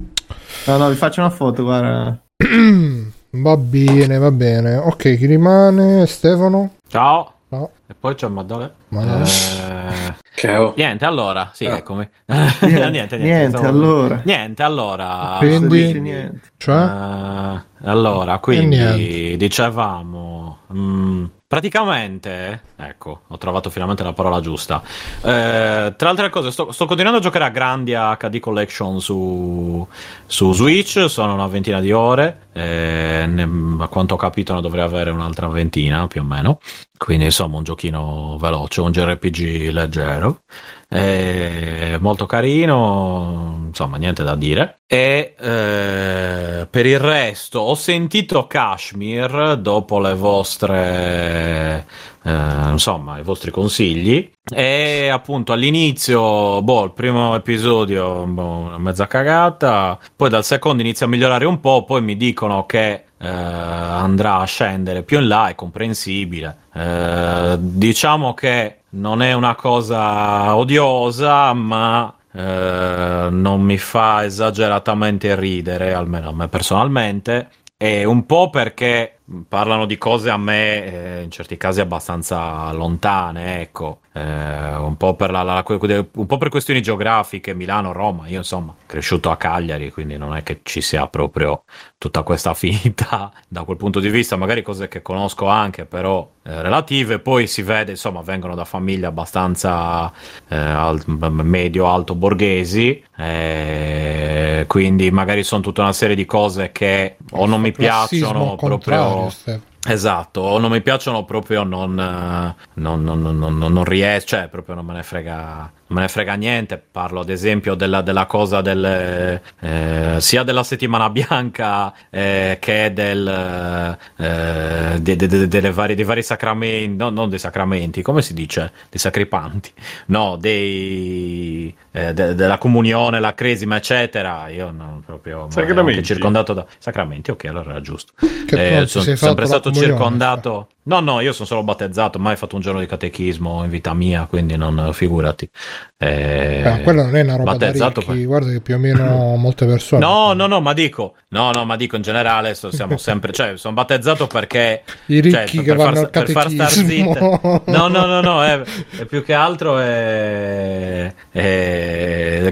No, no, vi faccio una foto, guarda. Va bene, va bene. Ok, chi rimane? Stefano? Ciao. Ciao. E poi c'è Maddalena. Ma Eh, Ciao. niente, allora, sì, Ah. eccomi. Niente, niente, niente, niente, stavo- allora. Niente, allora. Quindi- Dice niente. Cioè? Eh, allora, E quindi niente. dicevamo, mm, praticamente, ecco, ho trovato finalmente la parola giusta. Eh, tra altre cose, sto, sto continuando a giocare a Grandia acca di Collection su, su Switch, sono una ventina di ore, eh, ne- a quanto ho capito ne dovrei avere un'altra ventina più o meno. Quindi insomma un giochino veloce, un J R P G leggero, eh, molto carino, insomma niente da dire. E eh, per il resto ho sentito Kashmir dopo le vostre, eh, insomma, i vostri consigli, e appunto all'inizio, boh, il primo episodio boh, una mezza cagata, poi dal secondo inizia a migliorare un po', poi mi dicono che eh, andrà a scendere più in là, è comprensibile. Eh, diciamo che non è una cosa odiosa, ma eh, non mi fa esageratamente ridere, almeno a me personalmente, e un po' perché parlano di cose a me eh, in certi casi abbastanza lontane, ecco. Eh, un po' per la, la- un po' per questioni geografiche, Milano, Roma. Io insomma cresciuto a Cagliari, quindi non è che ci sia proprio tutta questa affinità da quel punto di vista, magari cose che conosco anche, però eh, relative. Poi si vede, insomma, vengono da famiglie abbastanza eh, al- medio-alto borghesi, eh, quindi magari sono tutta una serie di cose che o non mi Classismo piacciono contrario, proprio. Stefano. Esatto, o non mi piacciono proprio, non, eh, non, non, non, non, non riesco, cioè proprio non me ne frega, non me ne frega niente. Parlo ad esempio della, della cosa del, eh, sia della settimana bianca eh, che del, eh, de, de, de, delle varie, dei vari sacramenti, no, non dei sacramenti, come si dice? Dei sacripanti, no, dei, eh, de, della comunione, la cresima, eccetera. Io non proprio Sacramenti. anche circondato da sacramenti, ok, allora era giusto. Che Eh, tu sono sei sempre fatto la stato comunione, circondato. No, no, io sono solo battezzato, mai fatto un giorno di catechismo in vita mia, quindi non figurati. Eh, Eh, quella non è una roba da battezzato ricchi, per- guarda che più o meno molte persone. No, no, no, ma dico, no, no, ma dico in generale, so- siamo sempre, cioè, sono battezzato perché I ricchi cioè, che per vanno far- al per far star catechismo. zitte. No, no, no, no, è, è più che altro è, è-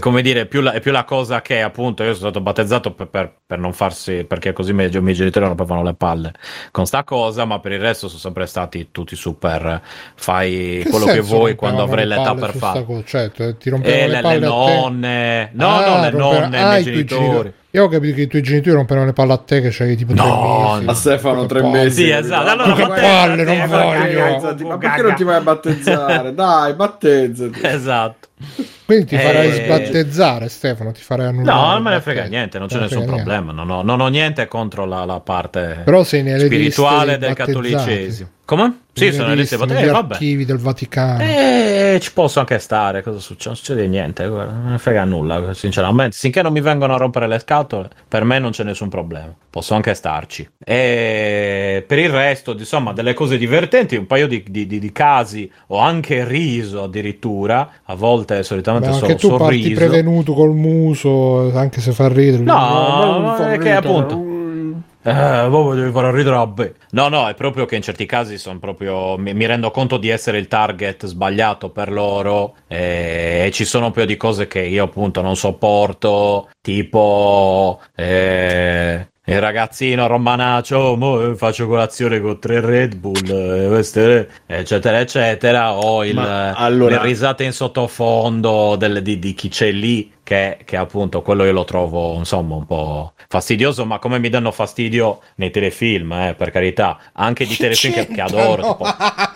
come dire, più la, è più la cosa che appunto io sono stato battezzato per, per, per non farsi, perché così i miei, i miei genitori non rompevano le palle con sta cosa, ma per il resto sono sempre stati tutti super fai Che quello che senso vuoi quando rompevano avrai le l'età palle per su farlo. sta cosa? Cioè, te- ti rompevano E le le, palle le a te? nonne, no, Ah, no, le rompevano- nonne, ah, i i miei tuoi genitori. Io ho capito che i tuoi genitori rompevano le palle a te che c'hai tipo tre No, mesi. A Stefano Che tre palle. mesi. Sì, esatto. Allora, Ma che battezzati, palle, non eh, voglio. Battezzati, ma perché non ti vai a battezzare? Dai, battezzati. Esatto. Quindi ti farai Eh, sbattezzare, Stefano, ti farai annullare. No, non me ne il frega battesimo. niente, non c'è Non te ne nessun frega niente. problema. Non ho, non ho niente contro la, la parte Però sei nelle spirituale liste dei del battezzati. cattolicesimo. Come? Sì, Nelle sono nelle liste liste, eh, negli vabbè. archivi del Vaticano. Eh, ci posso anche stare, cosa succede? Non succede niente, guarda, non me ne frega nulla, sinceramente. Finché non mi vengono a rompere le scatole, per me non c'è nessun problema. Posso anche starci. E per il resto, insomma, delle cose divertenti, un paio di, di, di, di casi ho anche riso addirittura. A volte, solitamente, Ma solo anche tu parti sorriso. prevenuto col muso, anche se fa ridere. No, non fa è che ridere. appunto. Eh, voi devi fare ridere a me. No, no, è proprio che in certi casi sono proprio. Mi, mi rendo conto di essere il target sbagliato per loro. E, e ci sono un paio di cose che io appunto non sopporto. Tipo. Eh, il ragazzino romanaccio, oh, mo faccio colazione con tre Red Bull, eh, queste, eccetera, eccetera. O il, Ma, allora- le risate in sottofondo del, di, di chi c'è lì. Che, che appunto quello io lo trovo insomma un po' fastidioso, ma come mi danno fastidio nei telefilm, eh, per carità, anche di telefilm che, che adoro. Tipo...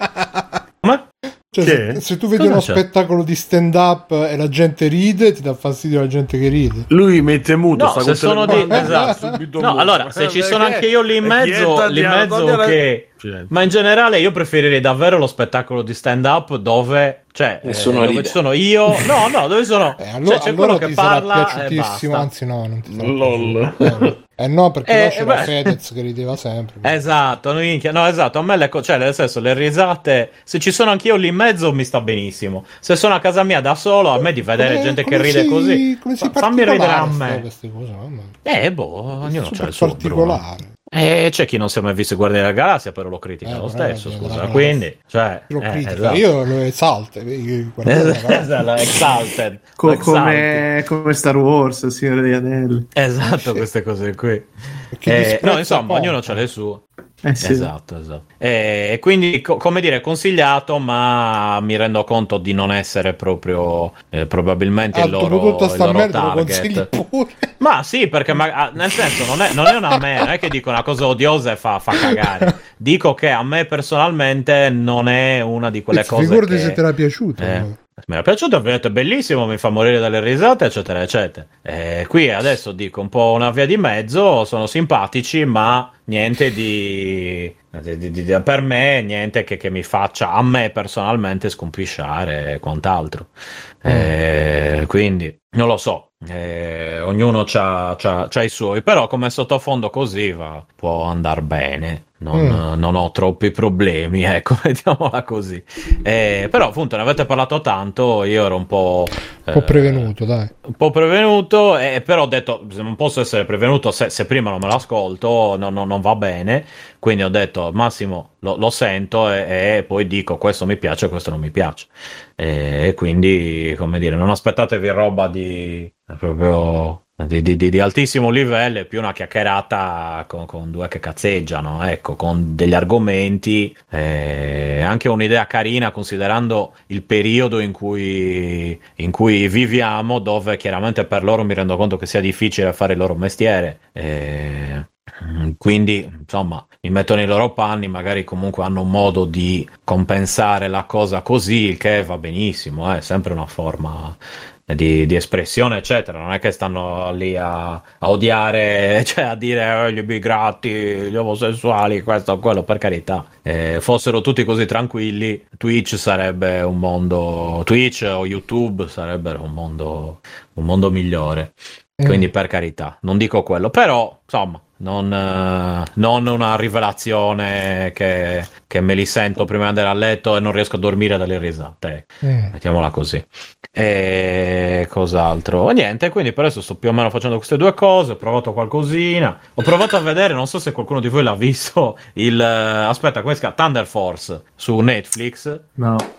Come? Cioè, Che? se, se tu vedi Cosa uno c'è? spettacolo di stand up e la gente ride, ti dà fastidio la gente che ride. Lui mette muto. No, sta se con sono di... telecomando, esatto. subito No, muto. allora, se ci Eh, sono perché? anche io lì in E mezzo, chietta, lì in Diana, mezzo togliela- che... Cioè, Ma in generale io preferirei davvero lo spettacolo di stand up dove, cioè, eh, Nessuno dove ride. ci sono io, no, no, dove sono, Eh, allora, cioè, c'è allora quello che ti sarà parla e piaciutissimo, basta. anzi no, non ti sarà Lol. piaciuto. Eh, eh no, perché Eh, là c'era beh. Fedez che rideva sempre. Esatto, minchia, no, esatto, a me le co- cioè, nel senso, le risate, se ci sono anch'io lì in mezzo mi sta benissimo. Se sono a casa mia da solo, a me di vedere Come- gente che come ride sei- così, come sei fa- fammi ridere a particolare, stai, me. queste cose, mamma. Eh, boh, ognuno c'ha Super il suo Bruno. particolare. E c'è chi non si è mai visto i Guardiani della Galassia, però lo critica Eh, lo però, stesso, eh, scusa, della quindi, cioè, Lo eh, critica, esatto. io lo esalto. io- guardate, Esatto, exalted, Co- exalted. come, come Star Wars, il Signore degli Anelli. Esatto, queste cose qui. Chi Eh, disprezza no, insomma, poco. ognuno ha le sue. Eh sì. Esatto, esatto. E e quindi, co- come dire, consigliato, ma mi rendo conto di non essere proprio eh, probabilmente Ah, il dopo loro, tutta il sta loro merda lo consigli target. pure. Ma sì, perché ma- ah, nel senso non è, non è una me, non è che dico una cosa odiosa e fa, fa cagare. Dico che a me personalmente non è una di quelle Anzi, cose figurati che... se te l'ha piaciuto. Eh, mi è piaciuto, mi ha detto bellissimo, mi fa morire dalle risate, eccetera, eccetera. Eh, qui adesso dico un po' una via di mezzo, sono simpatici, ma niente di, di- di- di- per me, niente che, che mi faccia a me personalmente scompisciare e quant'altro. Eh, quindi non lo so. Eh, ognuno c'ha, c'ha- c'ha i suoi, però come sottofondo così va, può andare bene. Non, Mm. non ho troppi problemi, ecco, mettiamola così. Eh, però appunto ne avete parlato tanto, io ero un po', Un po' eh, prevenuto, dai. un po' prevenuto, e però ho detto non posso essere prevenuto se, se prima non me l'ascolto, no- no- non va bene. Quindi ho detto Massimo lo, lo sento e, e poi dico questo mi piace, questo non mi piace. E quindi, come dire, non aspettatevi roba di proprio di, di- di- di altissimo livello, è più una chiacchierata con, con due che cazzeggiano, ecco, con degli argomenti, eh, anche un'idea carina considerando il periodo in cui, in cui viviamo, dove chiaramente per loro mi rendo conto che sia difficile fare il loro mestiere. eh, Quindi, insomma, mi metto nei loro panni, magari comunque hanno un modo di compensare la cosa così, il che va benissimo, è sempre una forma di, di espressione, eccetera. Non è che stanno lì a, a odiare, cioè a dire eh, gli immigrati, gli omosessuali, questo o quello, per carità. Eh, fossero tutti così tranquilli, Twitch sarebbe un mondo, Twitch o YouTube sarebbero un mondo, un mondo migliore. Quindi per carità, non dico quello, però insomma, non, eh, non una rivelazione che, che me li sento prima di andare a letto e non riesco a dormire dalle risate, Mm. mettiamola così. E cos'altro? Niente, quindi per adesso sto più o meno facendo queste due cose, ho provato qualcosina, ho provato a vedere, non so se qualcuno di voi l'ha visto, il, eh, aspetta, come si chiama? Thunder Force su Netflix. No.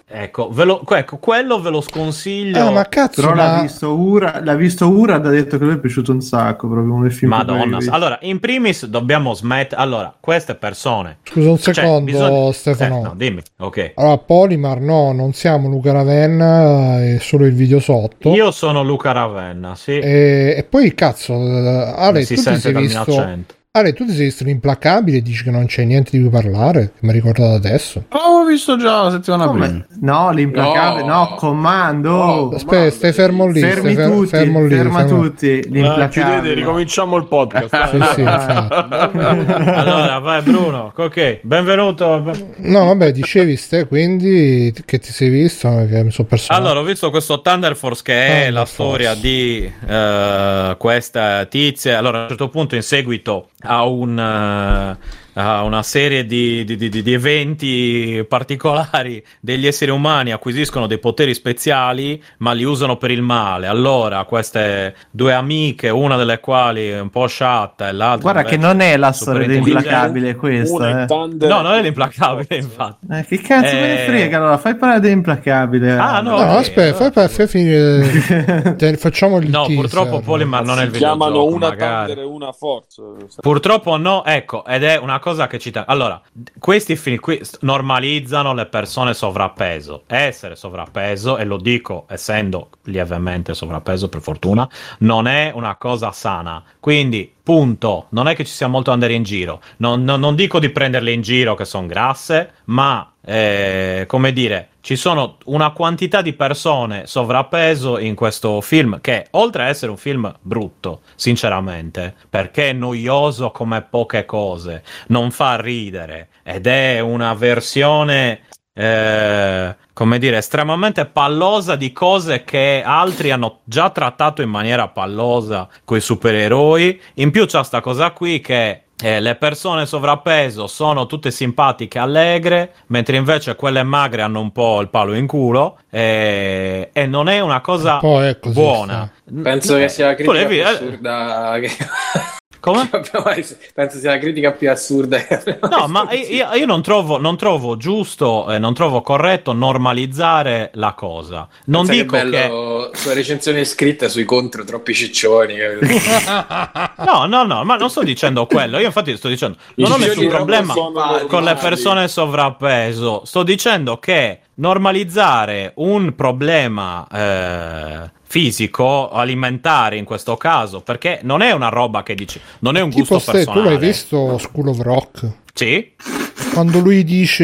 ecco, ve lo, ecco, quello ve lo sconsiglio. Ah, ma cazzo, Però ma... l'ha visto Ura, l'ha visto Urad, ha detto che lui è piaciuto un sacco, proprio uno dei film. Madonna, allora, in primis dobbiamo smettere. Allora, queste persone. Scusa un cioè, secondo, bisogna... Stefano. Eh, no, dimmi, ok. Allora, Polimar, no, non siamo Luca Ravenna, è solo il video sotto. Io sono Luca Ravenna, sì. E, e poi, cazzo, Ale, si tu ti sente sei dal mio visto... accento. Ale, tu ti sei visto l'implacabile e dici che non c'è niente di cui parlare? Mi hai ricordato adesso. Oh, ho visto già la settimana No, prima. ma- no, l'implacabile, no, No. comando. No, Aspetta, stai fermo lì. Fermi stai fer- tutti, fermo lì, ferma fermo- tutti. Ah, chiudete, L'implacabile. ricominciamo il podcast. Sì, sì, infatti. Allora, vai Bruno, ok, benvenuto. No, vabbè, dicevi ste, quindi che ti sei visto? Che mi sono perso. Allora, ho visto questo Thunder Force che è Thunder la Force. storia di eh, questa tizia. Allora, a un certo punto, in seguito a un... eh, a una serie di, di, di, di eventi particolari degli esseri umani acquisiscono dei poteri speciali ma li usano per il male. Allora queste due amiche, una delle quali è un po' sciatta e l'altra Guarda che invece non è la super storia intelligente. dell'implacabile Una questa. è Eh. Thunder. No, non è l'implacabile, infatti. Eh, che cazzo me ne Eh. frega? Allora, fai parlare dell'implacabile. Ah, no. No, ok, aspetta, fai, allora- fai finire. Te- facciamo il No, teaser. purtroppo Polimar non è il Si chiamano videogioco, una magari. Thunder e una Force. Purtroppo no, ecco, ed è una cosa che ci tengo. Allora, questi film qui st- normalizzano le persone sovrappeso. Essere sovrappeso, e lo dico essendo lievemente sovrappeso per fortuna, non è una cosa sana. Quindi, punto. Non è che ci sia molto da andare in giro. Non, non- non dico di prenderle in giro che sono grasse, ma, eh, come dire, ci sono una quantità di persone sovrappeso in questo film che, oltre a essere un film brutto, sinceramente, perché è noioso come poche cose, non fa ridere ed è una versione, eh, come dire, estremamente pallosa di cose che altri hanno già trattato in maniera pallosa coi supereroi. In più c'è sta cosa qui che eh, le persone sovrappeso sono tutte simpatiche, allegre, mentre invece quelle magre hanno un po' il palo in culo, e, e non è una cosa Un po' è così, buona. Penso Eh, che sia la tu critica le più vi- assurda che... Come? Penso sia la critica più assurda che abbiamo No, ma io, io non, trovo, non trovo giusto, eh, non trovo corretto normalizzare la cosa. Non Pensa dico che, che... bello, sulle recensioni scritte sui contro troppi ciccioni. No, no, no, ma non sto dicendo quello. Io infatti sto dicendo, non ho I nessun ciccioni problema sono con le normali. persone sovrappeso. Sto dicendo che normalizzare un problema eh, fisico, alimentare in questo caso, perché non è una roba che dici, non è un Tipo gusto ste, tu personale. l'hai visto School of Rock? Sì? Quando lui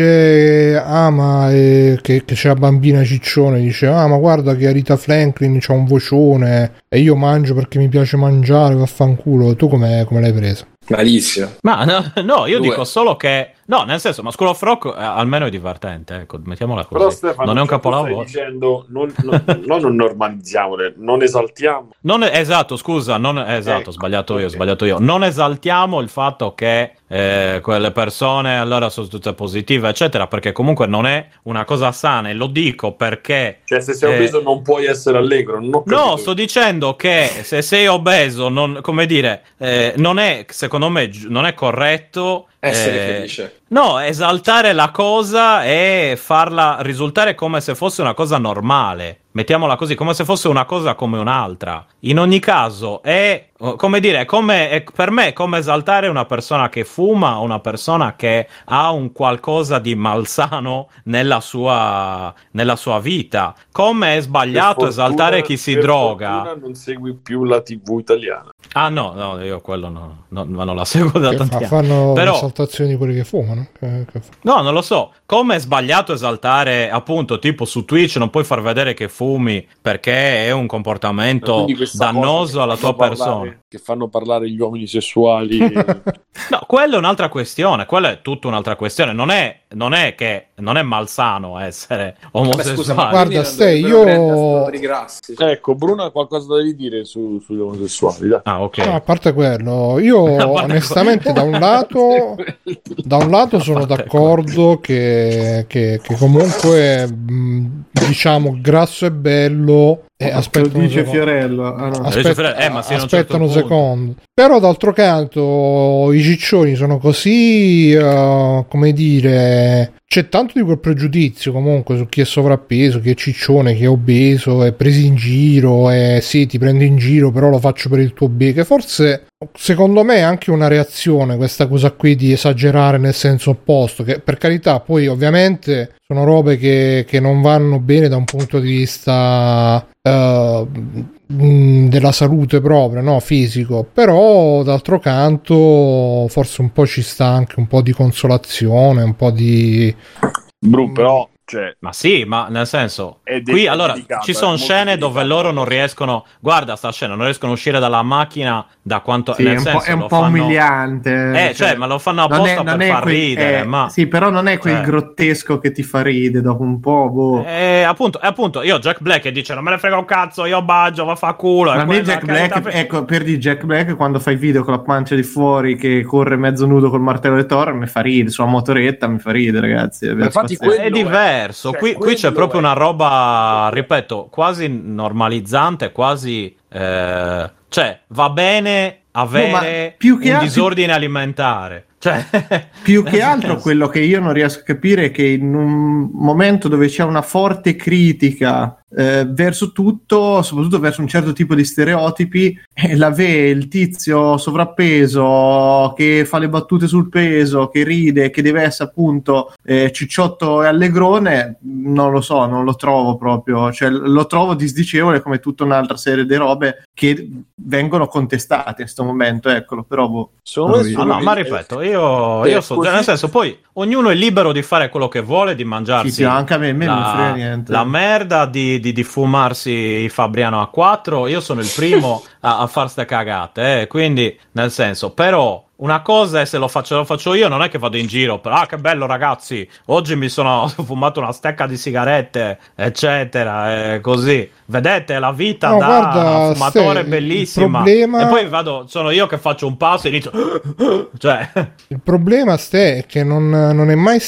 dice ah ma eh, che, che c'è la bambina ciccione, dice ah ma guarda che Rita Franklin c'ha un vocione e io mangio perché mi piace mangiare, vaffanculo. Tu come, come l'hai preso? Malissimo. Ma no, no, io Due. dico solo che... No, nel senso, ma School of Rock eh, almeno è divertente, ecco, mettiamola così. Però Stefano, non è un cioè, tu capolavoro. stai dicendo non, non, noi non normalizziamole, non esaltiamo. Non è- esatto, scusa, non, esatto, Ecco, ho sbagliato io, ho ok. sbagliato io. Non esaltiamo il fatto che eh, quelle persone allora sono tutte positive, eccetera, perché comunque non è una cosa sana, e lo dico perché... Cioè, se sei Eh, obeso non puoi essere allegro. Non ho No, capito. sto dicendo che se sei obeso, non, come dire, eh, non è, secondo me, gi- non è corretto... Essere eh, felice. No, esaltare la cosa e farla risultare come se fosse una cosa normale. Mettiamola così, come se fosse una cosa come un'altra. In ogni caso, è come dire, è come, è, per me è come esaltare una persona che fuma o una persona che ha un qualcosa di malsano nella sua, nella sua vita. Come è sbagliato Per fortuna- esaltare chi si per droga. fortuna non segui più la tivù italiana. Ah no, no, io quello no, no, ma non la seguo da Che tanti fa- anni. fanno Però- esaltazioni di quelli che fumano. Che- che fa- No, non lo so. Come è sbagliato esaltare, appunto, tipo su Twitch non puoi far vedere che fumi perché è un comportamento Quindi questa dannoso cosa che alla tua fanno parlare- persona. Che fanno parlare gli uomini sessuali. No, quella è un'altra questione, quella è tutta un'altra questione. Non è, non è che non è malsano essere Vabbè, omosessuale. scusa, ma Guarda, quindi non Ste, dovrebbero io- prendere ascoltatori grassi. Ecco, Bruno, qualcosa da devi dire su, sugli omosessuali. Dai. Ah, ok. No, a parte quello, io A parte onestamente da un lato da un lato sono d'accordo che, che, che comunque mh, diciamo grasso e bello e Lo aspetta un dice secondo. Fiorello. Ah, no. Aspetta, Eh, ma fino a un aspetta certo un punto. secondo. Però d'altro canto i ciccioni sono così, uh, come dire, c'è tanto di quel pregiudizio comunque su chi è sovrappeso, chi è ciccione, chi è obeso, è preso in giro, e sì, ti prendo in giro, però lo faccio per il tuo bene, che forse secondo me è anche una reazione questa cosa qui di esagerare nel senso opposto, che per carità poi ovviamente sono robe che, che non vanno bene da un punto di vista uh, della salute propria, no, fisico, però d'altro canto forse un po' ci sta anche un po' di consolazione, un po' di Bru, però cioè, ma sì, ma nel senso, è de- qui è allora delicato, ci è sono molto scene delicato. dove loro non riescono, guarda sta scena, non riescono a uscire dalla macchina da quanto, Sì, nel è un senso, po', è un lo po' fanno- umiliante. Eh, cioè, ma lo fanno non apposta è- non per è far quel- ridere, eh, ma... Sì, però non è quel Cioè. grottesco che ti fa ridere dopo un po'. Boh. Eh, appunto, eh, appunto, io Jack Black che dice non me ne frega un cazzo, io baggio, va fa culo. Ma è a me quella Jack carità Black, fe- ecco, per di Jack Black quando fai video con la pancia di fuori che corre mezzo nudo col martello di Thor mi fa ridere, sulla motoretta mi fa ridere, ragazzi. È infatti pazzesco. è diverso, Cioè, qui, qui c'è quello proprio è- una roba, ripeto, quasi normalizzante, quasi... eh, cioè, va bene avere No, ma più che un altro- disordine alimentare. Cioè, Più che nel altro senso- quello che io non riesco a capire è che in un momento dove c'è una forte critica eh, verso tutto, soprattutto verso un certo tipo di stereotipi, eh, la ve il tizio sovrappeso che fa le battute sul peso, che ride, che deve essere appunto eh, cicciotto e allegrone, non lo so, non lo trovo proprio, cioè lo trovo disdicevole come tutta un'altra serie di robe che vengono contestate in questo momento, eccolo, però boh. Secondo me No, No, no, ma è- ripeto, io, è io so, così- nel senso, poi ognuno è libero di fare quello che vuole, di mangiarsi Sì, sì, anche a me, a me non la, frega niente. la merda, di, di, di fumarsi i Fabriano A quattro. Io sono il primo a, a far ste cagate, eh, quindi nel senso, però una cosa è se lo faccio, lo faccio io, non è che vado in giro per, ah che bello ragazzi, oggi mi sono fumato una stecca di sigarette, eccetera, e così. Vedete, la vita No, da guarda, fumatore Ste, è bellissima. il problema- E poi vado, sono io che faccio un passo e inizio... cioè... Il problema, Ste, è che non, non è mai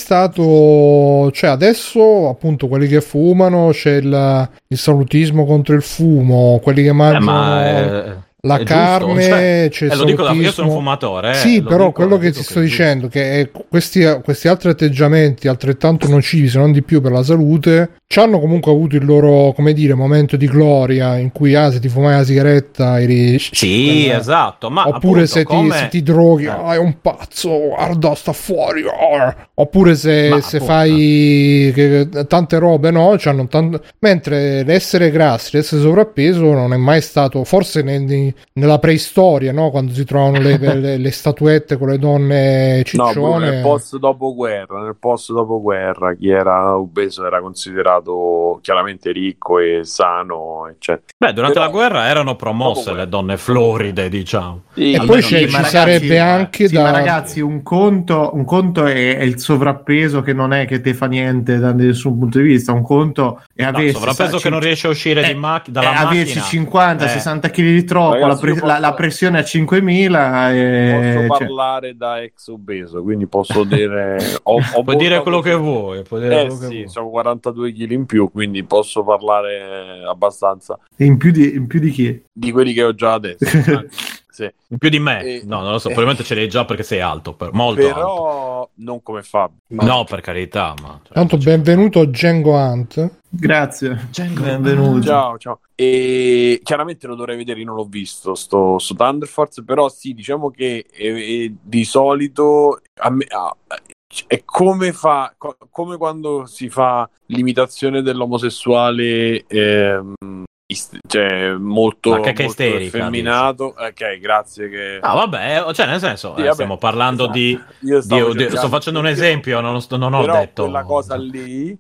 stato, cioè adesso appunto quelli che fumano, c'è il, il salutismo contro il fumo, quelli che Eh, mangiano ma è- la è giusto, carne, cioè, c'è il eh, lo dico da- io sono salutismo. fumatore, eh, sì, lo però dico- quello lo che dico ti che sto è giusto. dicendo che è questi, questi altri atteggiamenti altrettanto nocivi, se non di più, per la salute, ci hanno comunque avuto il loro, come dire, momento di gloria in cui ah, se ti fumai la sigaretta eri Sì, quella- esatto, ma oppure appunto, se, ti, come- se ti droghi, Eh. ah, è un pazzo, guarda, sta fuori. ah. Oppure se, Ma se appunto. fai che, tante robe, no? C'hanno tant- Mentre l'essere grassi, l'essere sovrappeso non è mai stato, forse ne- nella preistoria, no? Quando si trovano le, le- le statuette con le donne No, ciccione. Bruno, nel post dopoguerra, nel post dopoguerra chi era obeso era considerato chiaramente ricco e sano, eccetera. Beh, durante Però- la guerra erano promosse Dopo le donne floride, diciamo. Sì, E Almeno poi c'è- lì, ci ma ragazzi, sarebbe eh, anche Sì, da... ma ragazzi, un conto, un conto è, è il sovrappeso che non è che te fa niente da nessun punto di vista, un conto è No, aversi sovrappeso sa- che non riesce a uscire eh, di mac- dalla è averci macchina. cinquanta Eh. sessanta chili di troppo, Ragazzi, la, pre- io posso- la- la pressione a cinquemila e, posso cioè, parlare da ex obeso, quindi posso dire ho, ho Puoi dire portato- quello che vuoi, puoi dire Eh quello che sì, vuoi. sono quarantadue chili in più, quindi posso parlare abbastanza in più di, in più di chi? di quelli che ho già adesso. Anzi, sì. In più di me. Eh, no, non lo so, eh. probabilmente ce l'hai già perché sei alto, per- molto alto. Però non come Fabio. No, per carità, ma... cioè, Tanto benvenuto Django Hunt. Grazie, benvenuto. Ciao, ciao. E chiaramente lo dovrei vedere, io non l'ho visto sto, sto Thunder Force, però sì, diciamo che eh, eh, di solito a me, ah, è come fa co- come quando si fa l'imitazione dell'omosessuale ehm, ist- cioè molto, Ma che- che molto isterica, effeminato. Ok, grazie che No, vabbè, eh, cioè nel senso, Sì, eh, vabbè, stiamo parlando esatto. di... Io di- stavo di- cercando- sto facendo un esempio, non, sto- non ho però detto... quella cosa lì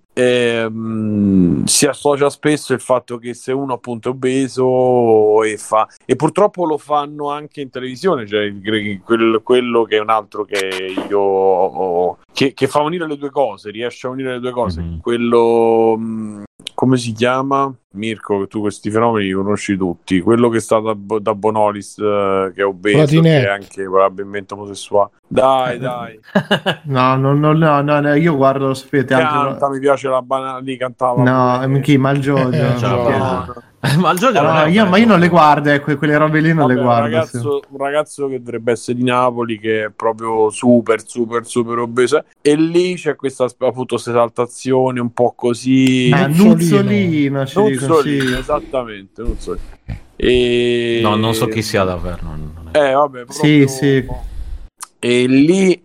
ehm, si associa spesso il fatto che se uno appunto è obeso e fa e purtroppo lo fanno anche in televisione, cioè il- quel- quello che è un altro che io ho, che, che fa unire le due cose, riesce a unire le due cose, Mhm. quello mh, come si chiama? Mirko, che tu questi fenomeni li conosci tutti. Quello che sta da, da Bonolis, eh, che è obeso, Platinette. che è anche probabilmente omosessuale. Dai, dai. No, no, no, no, no, no, io guardo, sapete, Canta, altro... mi piace la banana lì, cantava. No, pure. chi? Malgioglio. Eh, Cioè, ma il Giorgio No, non è un io, ma io non le fenomeno. guardo, ecco, quelle robe lì non Vabbè, le un guardo. ragazzo, un ragazzo che dovrebbe essere di Napoli, che è proprio super, super, super obeso. E lì c'è questa appunto questa esaltazione un po' così. Ah, Nuzzolino. Nuzzolino, ci dico, Nuzzolino, sì. esattamente. Nuzzolino. E... No, non so chi sia davvero. non- non è- Eh, vabbè, Sì, proprio- sì. E lì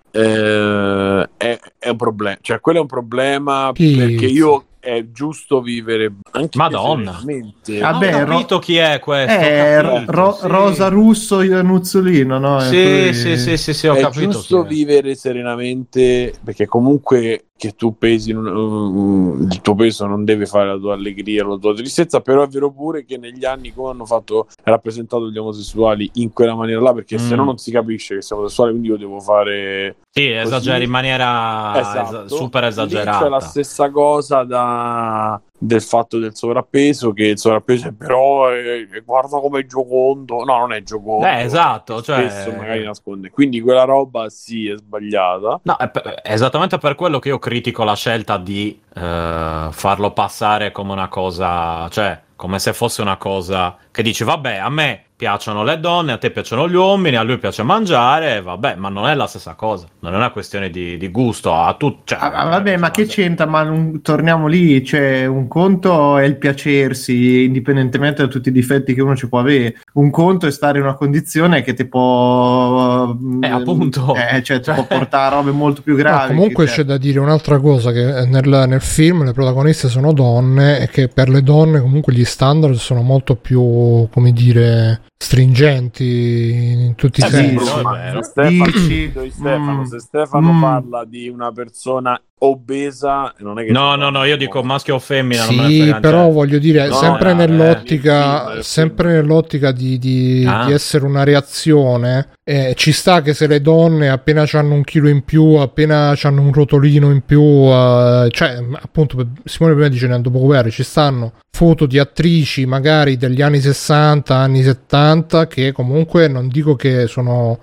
eh, è, è un problema, cioè quello è un problema Chi? perché io è giusto vivere anche Madonna. serenamente. Ah, Vabbè, ho capito chi è questo. Eh, ho Ro- capito, Ro- sì. Rosa Russo, io Nuzzolino, no? Sì, Eh, sì, sì, sì, sì, ho È capito. giusto chi è. vivere serenamente, perché comunque che tu pesi um, il tuo peso non deve fare la tua allegria, la tua tristezza, però è vero pure che negli anni come hanno fatto rappresentato gli omosessuali in quella maniera là, perché Mm. se no non si capisce che sei omosessuale, quindi io devo fare Sì, esageri in maniera Esatto. esa- super Lì esagerata. c'è la stessa cosa da... del fatto del sovrappeso, che il sovrappeso è però eh, guarda come è giocondo, no, non è giocondo, Eh, esatto, cioè- spesso magari nasconde, quindi quella roba sì è sbagliata. No, è, per- è esattamente per quello che io critico la scelta di eh, farlo passare come una cosa, cioè come se fosse una cosa che dici, vabbè, a me piacciono le donne, a te piacciono gli uomini, a lui piace mangiare, vabbè, ma non è la stessa cosa, non è una questione di, di gusto, a tu, cioè, Ah, ah, vabbè, ma che mangiare. c'entra? Ma non- torniamo lì, cioè un conto è il piacersi, indipendentemente da tutti i difetti che uno ci può avere. Un conto è stare in una condizione che ti può... Eh, appunto. Eh, cioè, ti Cioè- può portare a robe molto più No, gravi. comunque cioè. c'è da dire un'altra cosa, che nel, nel film le protagoniste sono donne e che per le donne comunque gli standard sono molto più, come dire, stringenti in tutti i Eh, sensi. sì, no, è ma vero. se Stefano, Dici? di Stefano, Mm. se Stefano Mm. parla di una persona obesa, non è che No, no, no, io dico maschio o femmina, non me ne Sì, frega però niente. voglio dire, No, sempre no, nell'ottica, eh, nel film, sempre nel film. nell'ottica di, di- Ah. di essere una reazione, eh, ci sta che se le donne appena hanno un chilo in più, appena hanno un rotolino in più, eh, cioè appunto Simone prima dice nel dopoguerra ci stanno foto di attrici magari degli anni sessanta, anni settanta, che comunque non dico che sono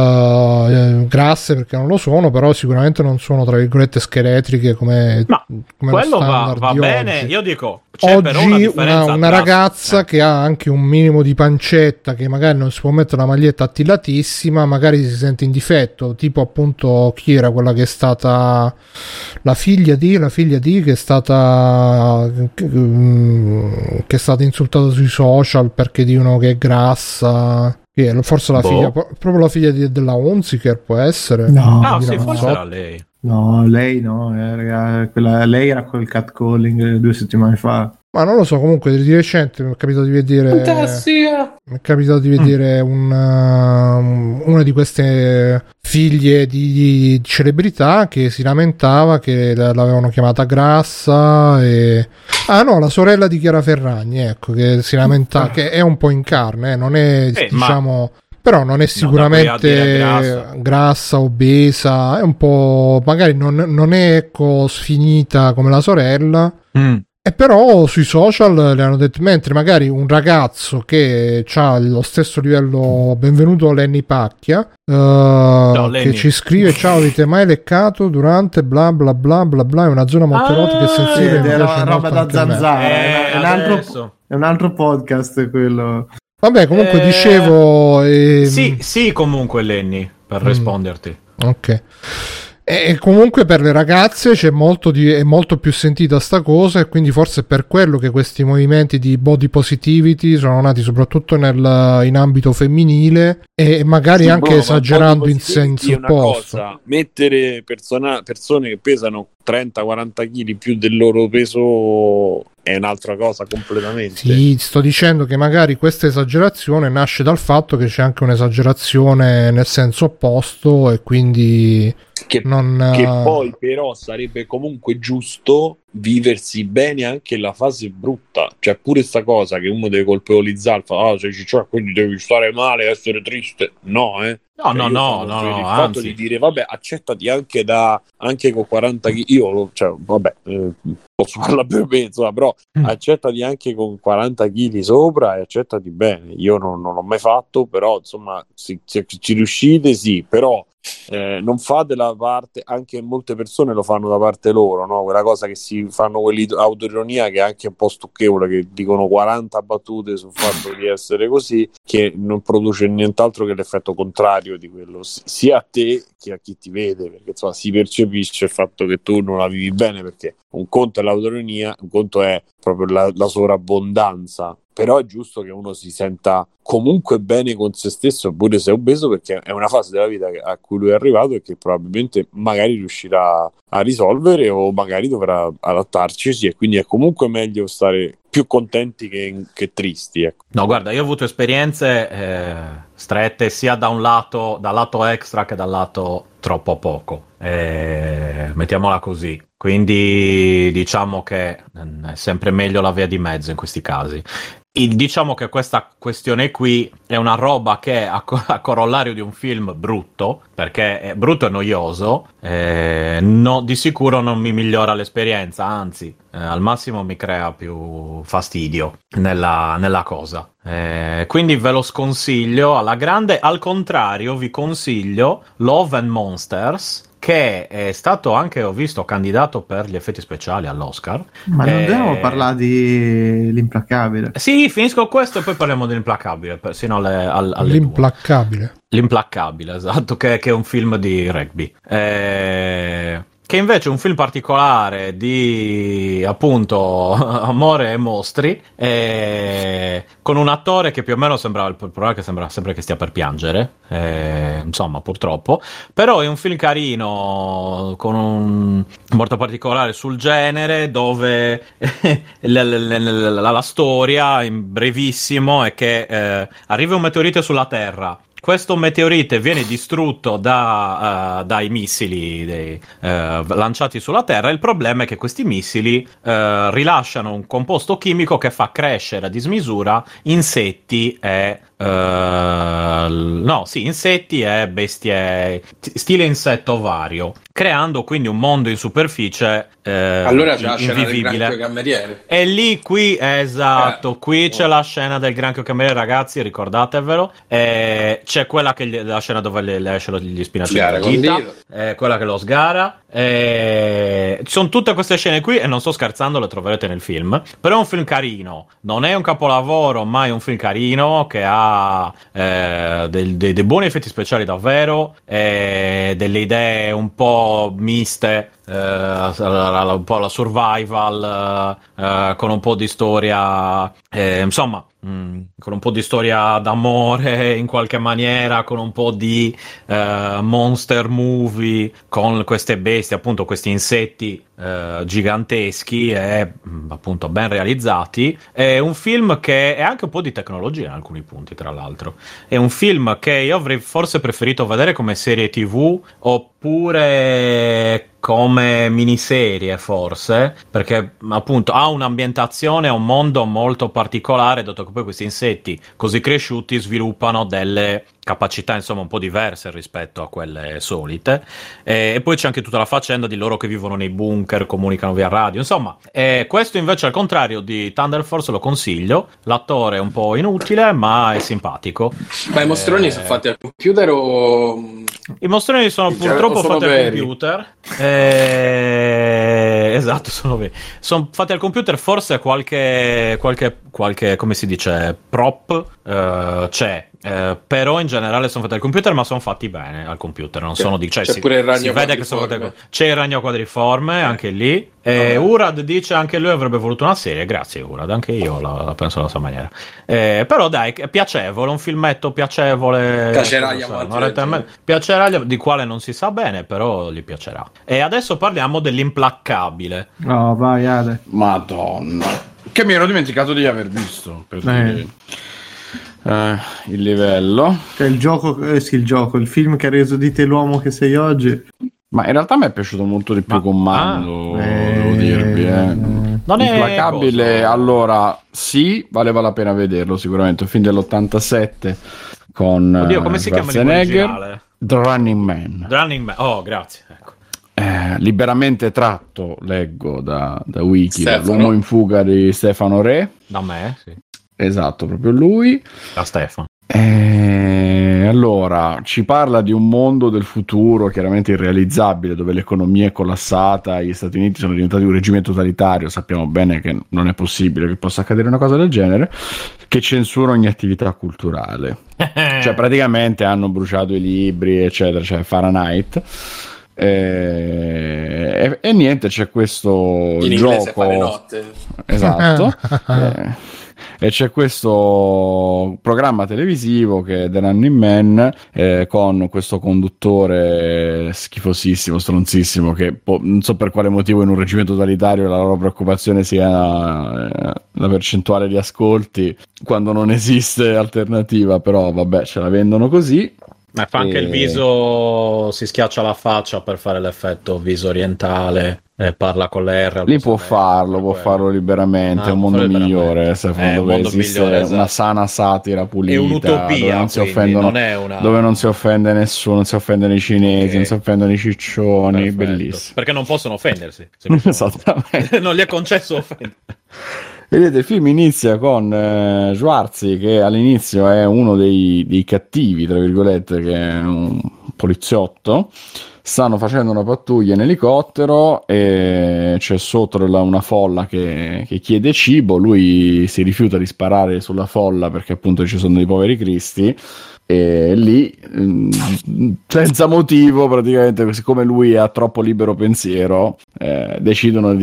eh, grasse, perché non lo sono, però sicuramente non sono tra virgolette scheletriche come, Ma come quello lo va, standard va di bene, oggi. io dico, c'è però una Oggi differenza una, una tra- ragazza eh. che ha anche un minimo di pancetta, che magari non si può mettere una maglietta attilatissima, magari si sente in difetto, tipo appunto chi era quella che è stata la figlia di la figlia di che è stata che, che è stata insultata sui social perché dicono che è grassa, che è forse la Boh. figlia, proprio la figlia di- della Hunziker, può essere. No. Ah, Di sì, Ramazzotti. forse era lei. No, lei no, eh, raga, quella- lei era col catcalling eh, due settimane fa. Ma non lo so, comunque di recente mi è capitato di vedere Fantastica! mi è capitato di vedere una, una di queste figlie di, di celebrità che si lamentava che l- l'avevano chiamata grassa e... ah no, la sorella di Chiara Ferragni, ecco, che si lamenta, che è un po' in carne, eh, non è Eh, ma- diciamo, però non è sicuramente da qui a dire grassa. grassa, obesa, è un po', magari non, non è ecco sfinita come la sorella. Mm. E però sui social le hanno detto, mentre magari un ragazzo che ha lo stesso livello, benvenuto Lenny Pacchia, eh, Lenny. che ci scrive: ciao, avete mai leccato durante bla bla bla bla bla, è una zona molto Ah, erotica e Sì, sensibile, mi è piace roba molto da anche a me. zanzara, Eh, è, un altro, adesso. è un altro podcast quello. Vabbè, comunque Eh, dicevo ehm, Sì, sì, comunque Lenny, per Mm. risponderti. ok. E comunque per le ragazze c'è molto di, è molto più sentita sta cosa, e quindi forse è per quello che questi movimenti di body positivity sono nati soprattutto nel, in ambito femminile, e magari Sì, anche Bruno, ma esagerando body in positivity senso è una opposto. cosa, mettere persona- persone che pesano trenta quaranta chili più del loro peso è un'altra cosa completamente. Sì, sto dicendo che magari questa esagerazione nasce dal fatto che c'è anche un'esagerazione nel senso opposto, e quindi Che, non che eh, poi però sarebbe comunque giusto viversi bene anche la fase brutta, cioè pure sta cosa che uno deve colpevolizzare, fa, ah, sei ciccione, quindi devi stare male, essere triste, no eh no cioè, no io no sono no, per no il anzi. fatto di dire vabbè, accettati anche da anche con quaranta chili, io cioè vabbè eh, posso parlare per me insomma, però mm. accettati anche con quaranta chili sopra e accettati bene. Io non, non l'ho mai fatto, però insomma se, se ci riuscite sì, però Eh, non fate la parte, anche molte persone lo fanno da parte loro, no? Quella cosa che si fanno quelli autoironia che è anche un po' stucchevole, che dicono quaranta battute sul fatto di essere così, che non produce nient'altro che l'effetto contrario di quello, sia a te che a chi ti vede, perché insomma si percepisce il fatto che tu non la vivi bene, perché un conto è l'autoironia, un conto è proprio la, la sovrabbondanza. Però è giusto che uno si senta comunque bene con se stesso, pure se è obeso, perché è una fase della vita a cui lui è arrivato e che probabilmente magari riuscirà a risolvere o magari dovrà adattarci, e quindi è comunque meglio stare più contenti che, che tristi, ecco. No, guarda, io ho avuto esperienze eh, strette sia da un lato, dal lato extra che dal lato troppo poco, eh, mettiamola così. Quindi diciamo che è sempre meglio la via di mezzo in questi casi. Il, diciamo che questa questione qui è una roba che è a, a corollario di un film brutto, perché è brutto e noioso, eh, no, di sicuro non mi migliora l'esperienza, anzi eh, al massimo mi crea più fastidio nella, nella cosa. Eh, quindi ve lo sconsiglio alla grande. Al contrario vi consiglio Love and Monsters, che è stato anche, ho visto, candidato per gli effetti speciali all'Oscar. Ma non eh... dobbiamo parlare di L'Implacabile? Sì, finisco questo e poi parliamo dell'Implacabile, sino alle, alle L'Implacabile. due. L'Implacabile, esatto, che, che è un film di rugby. Eh... Che invece è un film particolare di, appunto, amore e mostri, e con un attore che più o meno sembra, il problema è che sembra sempre che stia per piangere, e, insomma, purtroppo, però è un film carino, con un molto particolare sul genere, dove la, la, la, la storia, in brevissimo, è che eh, arriva un meteorite sulla Terra. Questo meteorite viene distrutto da, uh, dai missili dei, uh, lanciati sulla Terra. Il problema è che questi missili uh, rilasciano un composto chimico che fa crescere a dismisura insetti e uh, no, sì, insetti e bestie stile insetto vario, creando quindi un mondo in superficie eh, allora c'è la scena del invivibile. granchio cameriere. E lì, qui, esatto, eh. qui c'è la scena del granchio cameriere, ragazzi, ricordatevelo. Eh, c'è quella che gli, la scena dove le, le esce gli spinaci Sgara in dita, eh, quella che lo sgara. Eh, ci sono tutte queste scene qui e non sto scherzando, le troverete nel film. Però è un film carino, non è un capolavoro, ma è un film carino che ha eh, dei, dei, dei buoni effetti speciali davvero, eh, delle idee un po' miste, eh, un po' la survival, eh, con un po' di storia, eh, insomma, mh, con un po' di storia d'amore in qualche maniera, con un po' di eh, monster movie, con queste bestie, appunto questi insetti eh, giganteschi e mh, appunto ben realizzati. È un film che è anche un po' di tecnologia in alcuni punti, tra l'altro. È un film che io avrei forse preferito vedere come serie tivù oppure come miniserie, forse, perché appunto ha un'ambientazione, un mondo molto particolare, dato che poi questi insetti così cresciuti sviluppano delle capacità insomma un po' diverse rispetto a quelle solite, e, e poi c'è anche tutta la faccenda di loro che vivono nei bunker, comunicano via radio, insomma. E questo invece, al contrario di Thunder Force, lo consiglio. L'attore è un po' inutile ma è simpatico. Ma i mostroni eh... sono fatti al computer o... I mostroni sono Il purtroppo sono fatti veri. al computer. Eh, esatto, sono veri. Sono fatti al computer, forse qualche, qualche, qualche come si dice, prop eh, c'è. Eh, però in generale sono fatti al computer, ma sono fatti bene al computer, non C'è, sono di cioè, c'è si, pure il ragno si vede che sono fatti quadriforme. c'è il ragno quadriforme anche lì. E Urad dice anche lui avrebbe voluto una serie. Grazie Urad, anche io la, la penso alla sua maniera. Eh, però dai, è piacevole, un filmetto piacevole. Piacerà agli so, amanti un'oretta e del me- piacerà agli- di quale non si sa bene, però gli piacerà. E adesso parliamo dell'Implacabile. No, vai Ale. Madonna, che mi ero dimenticato di aver visto, per Eh. dire eh, il livello. Cioè il gioco, eh sì, il gioco, il film che ha reso di te l'uomo che sei oggi. Ma in realtà mi è piaciuto molto di più Ma- Commando, ah, devo eh, dirvi. Eh. Non è Implacabile, cosa. allora sì, valeva la pena vederlo sicuramente. Un film dell'ottantasette con Oddio, come si eh, chiama Schwarzenegger, l'originale? The Running Man. Running Man. Oh, grazie. Ecco. Eh, liberamente tratto, leggo da, da Wiki, Stefano. L'uomo in fuga di Stefano Re. Da me, sì. Esatto, proprio lui. Da Stefano. Eh, allora, ci parla di un mondo del futuro chiaramente irrealizzabile, dove l'economia è collassata, gli Stati Uniti sono diventati un regime totalitario, sappiamo bene che non è possibile che possa accadere una cosa del genere, che censura ogni attività culturale. Cioè praticamente hanno bruciato i libri, eccetera, cioè Fahrenheit. Eh, e, e niente, c'è questo In inglese fare gioco. notte. Esatto. eh, e c'è questo programma televisivo che è The Running Man, eh, con questo conduttore schifosissimo, stronzissimo, che po- non so per quale motivo in un regime totalitario la loro preoccupazione sia eh, la percentuale di ascolti quando non esiste alternativa, però vabbè, ce la vendono così. Ma fa anche E- il viso, si schiaccia la faccia per fare l'effetto viso orientale, eh, parla con le R. al Lì posto può delle R, farlo, può quello. farlo liberamente, Ah, è un può mondo farlo migliore, liberamente. se- È un dove mondo esiste migliore, una esatto. sana satira pulita, È un'utopia, dove non si quindi, offendono, non è una... dove non si offende nessuno, non si offendono i cinesi, Ok. non si offendono i ciccioni, Perfetto. bellissimo. Perché non possono offendersi. semplicemente. Esattamente. Non gli è concesso offendere. Vedete, il film inizia con eh, Schwarzi, che all'inizio è uno dei, dei cattivi, tra virgolette, che è un poliziotto. Stanno facendo una pattuglia in elicottero e c'è sotto la- una folla che, che chiede cibo. Lui si rifiuta di sparare sulla folla perché appunto ci sono dei poveri cristi. E lì, mm, senza motivo, praticamente, siccome lui ha troppo libero pensiero, eh, decidono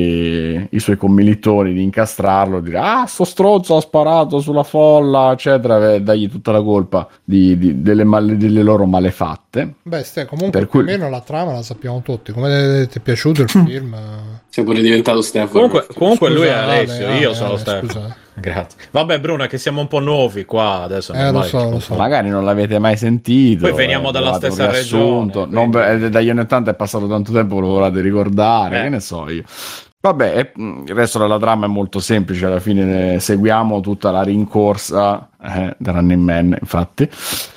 di, i suoi commilitoni di incastrarlo, dire ah, sto stronzo ha sparato sulla folla, eccetera, e dargli tutta la colpa di, di- delle, male- delle loro malefatte. Beh, Ste, comunque Per cui- più o meno la trama la sappiamo tutti. Come ti è piaciuto il film? Sei pure diventato Stefano. Comunque, comunque lui è Scusa, Alessio, Ale, io Ale, sono Ale, Stefano. scusa. Grazie. Vabbè, Bruno, è che siamo un po' nuovi qua adesso. è Eh, lo normale so, che ci lo so. confondiamo. Magari non l'avete mai sentito. Poi veniamo eh, dalla trovate un stessa riassunto, regione, non- quindi- eh, dagli anni ottanta è passato tanto tempo, lo volete ricordare, Eh. che ne so io. Vabbè, e, mh, il resto della trama è molto semplice, alla fine eh, seguiamo tutta la rincorsa eh, da Running Man, infatti,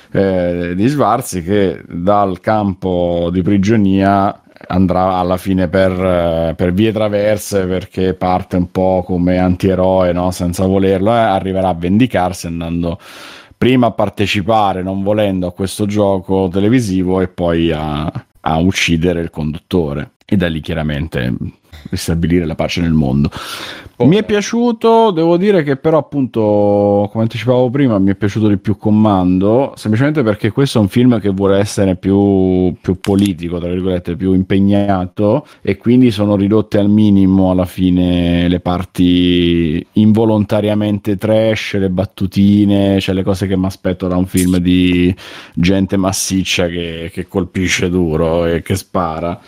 eh, di Schwarzi, che dal campo di prigionia andrà alla fine per, eh, per vie traverse, perché parte un po' come antieroe, no? Senza volerlo, eh, arriverà a vendicarsi andando prima a partecipare, non volendo, a questo gioco televisivo e poi a, a uccidere il conduttore, e da lì chiaramente ristabilire la pace nel mondo. Mi è piaciuto, devo dire che però appunto, come anticipavo prima, mi è piaciuto di più Commando, semplicemente perché questo è un film che vuole essere più, più politico, tra virgolette, più impegnato, e quindi sono ridotte al minimo alla fine le parti involontariamente trash, le battutine, cioè le cose che mi aspetto da un film di gente massiccia che, che colpisce duro e che spara,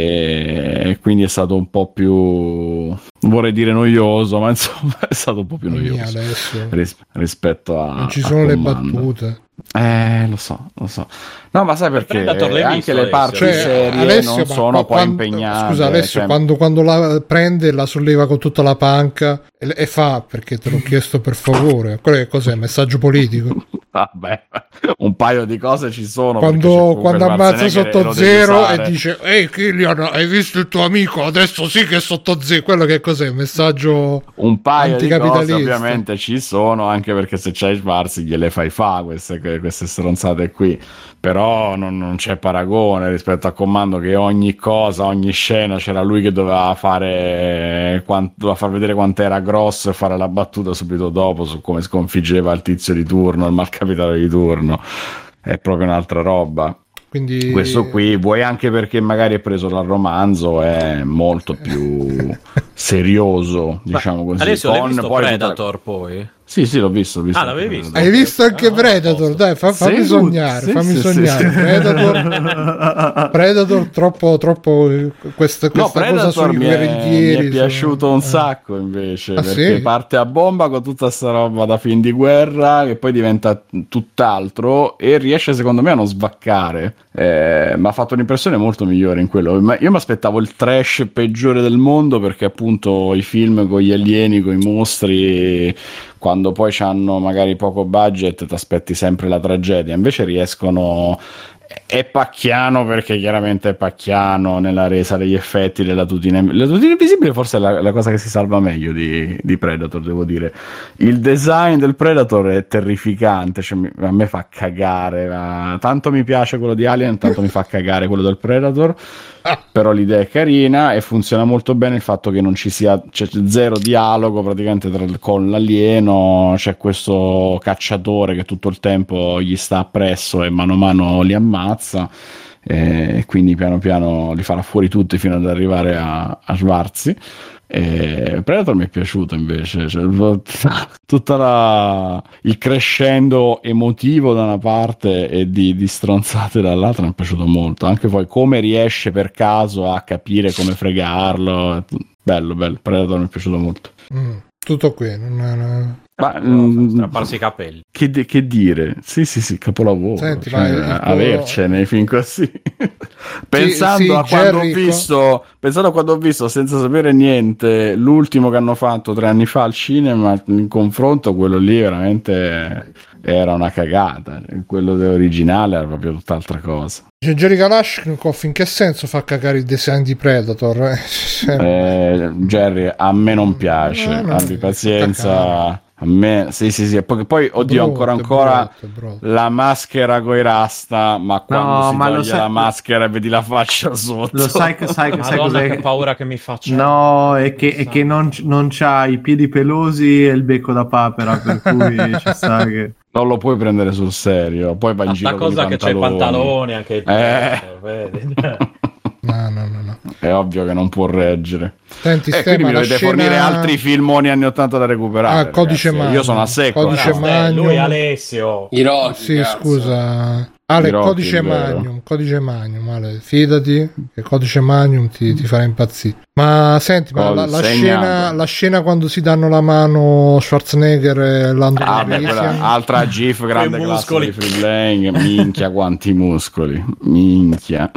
e, e quindi è stato un po' più, non vorrei dire noioso, ma insomma è stato un po' più Mia, noioso adesso ris- rispetto a non ci a sono le Commando. battute. Eh, lo so, lo so. No, ma sai perché Predator l'hai anche visto, le Alessio? parti Cioè, serie Alessio, non ma sono qua- poi quando- impegnate. Scusa, Alessio, cioè- quando, quando la prende, la solleva con tutta la panca e, e fa perché te l'ho chiesto per favore. Quello che cos'è? Messaggio politico? Vabbè, un paio di cose ci sono. perché c'è Quando, comunque quando ammazza Schwarzenegger sotto e lo devi zero usare. e dice ehi Killian, hai visto il tuo amico? Adesso sì che è sotto zero. Quello che cos'è? Messaggio Un paio di cose anticapitalista. ovviamente ci sono, anche perché se c'hai Schwarzi gliele fai fa queste, queste stronzate qui, però non, non c'è paragone rispetto a Commando, che ogni cosa, ogni scena c'era lui che doveva fare quant- doveva far vedere quanto era grosso e fare la battuta subito dopo su come sconfiggeva il tizio di turno, il malcapitano di turno. È proprio un'altra roba. Quindi Questo qui, vuoi anche perché magari è preso dal romanzo, è molto più serioso, diciamo così. Alessio, l'hai Con visto poi tutta la- Predator poi? Sì, sì, l'ho visto. L'ho visto Ah, l'avevi visto? Hai visto anche Predator? Dai, fa, fammi Sì, sognare, sì, fammi sì, sognare. sì, sì. Predator, Predator, troppo, troppo questa, No, questa cosa sui mi è, mi guerriglieri. è piaciuto su- un eh. sacco invece, Ah, perché sì? parte a bomba con tutta sta roba da film di guerra che poi diventa tutt'altro e riesce secondo me a non svaccare. Eh, mi ha fatto un'impressione molto migliore in quello. Ma io mi aspettavo il trash peggiore del mondo, perché appunto i film con gli alieni, con i mostri, quando poi hanno magari poco budget ti aspetti sempre la tragedia, invece riescono. È pacchiano perché chiaramente è pacchiano nella resa degli effetti della tutina. La tutina invisibile forse è la, la cosa che si salva meglio di, di Predator, devo dire. Il design del Predator è terrificante, cioè, mi, a me fa cagare, ma tanto mi piace quello di Alien, tanto mi fa cagare quello del Predator. Però l'idea è carina e funziona molto bene il fatto che non ci sia, c'è zero dialogo praticamente tra, con l'alieno. C'è questo cacciatore che tutto il tempo gli sta appresso e mano a mano li ammazza, e quindi piano piano li farà fuori tutti fino ad arrivare a, a Schwarzi. E Predator mi è piaciuto invece, cioè, tutta la, il crescendo emotivo da una parte e di, di stronzate dall'altra mi è piaciuto molto, anche poi come riesce per caso a capire come fregarlo. Bello, bello, Predator mi è piaciuto molto. Mm, tutto qui, non, non... Ma No, strapparsi i capelli. Che, de- che dire? Sì, sì, sì, capolavoro. Senti, cioè, ma il tuo- avercene nei film così. pensando sì, a quando Jerry, ho visto, pensando a quando ho visto senza sapere niente l'ultimo che hanno fatto tre anni fa al cinema, in confronto quello lì veramente era una cagata. Quello originale era proprio tutt'altra cosa. C'è Jerry Kalashnikov, in che senso fa cagare il design di Predator? Eh, cioè, Eh, Jerry, a me non piace, No, no, abbi no, pazienza. A me, sì, sì, sì. E poi, poi oddio, brutto, ancora, è ancora brutto, è brutto. la maschera coi rasta. Ma quando No, si ma lo toglie sai- la maschera e vedi la faccia sotto, Lo sai che sai, sai Madonna, cos'è? che paura che mi faccia. No, è che, è che non, non c'ha i piedi pelosi e il becco da papera, per cui ci sta che... non lo puoi prendere sul serio. Poi va in Sta giro con i cosa che c'è i pantaloni. pantaloni, anche il Eh. vedi? No, no, no, no. È ovvio che non può reggere. Senti, E quindi Stema, mi la dovete scena... fornire altri filmoni anni ottanta da recuperare. Ah, Codice ragazzi. Magnum. Io sono a secco. Codice ragazzi. Magnum. Lui Alessio. I Rocky, Sì, cazzo. scusa. Ale, I Rocky, Codice è vero. Magnum, Codice Magnum, Ale, fidati che Codice Magnum ti, ti farà impazzire. Ma senti, ma Ho la, la segnato. scena, la scena quando si danno la mano Schwarzenegger e Lando Ah, beh, Calrissian? quella altra GIF grande classe muscoli. di free playing. Minchia, quanti muscoli. Minchia.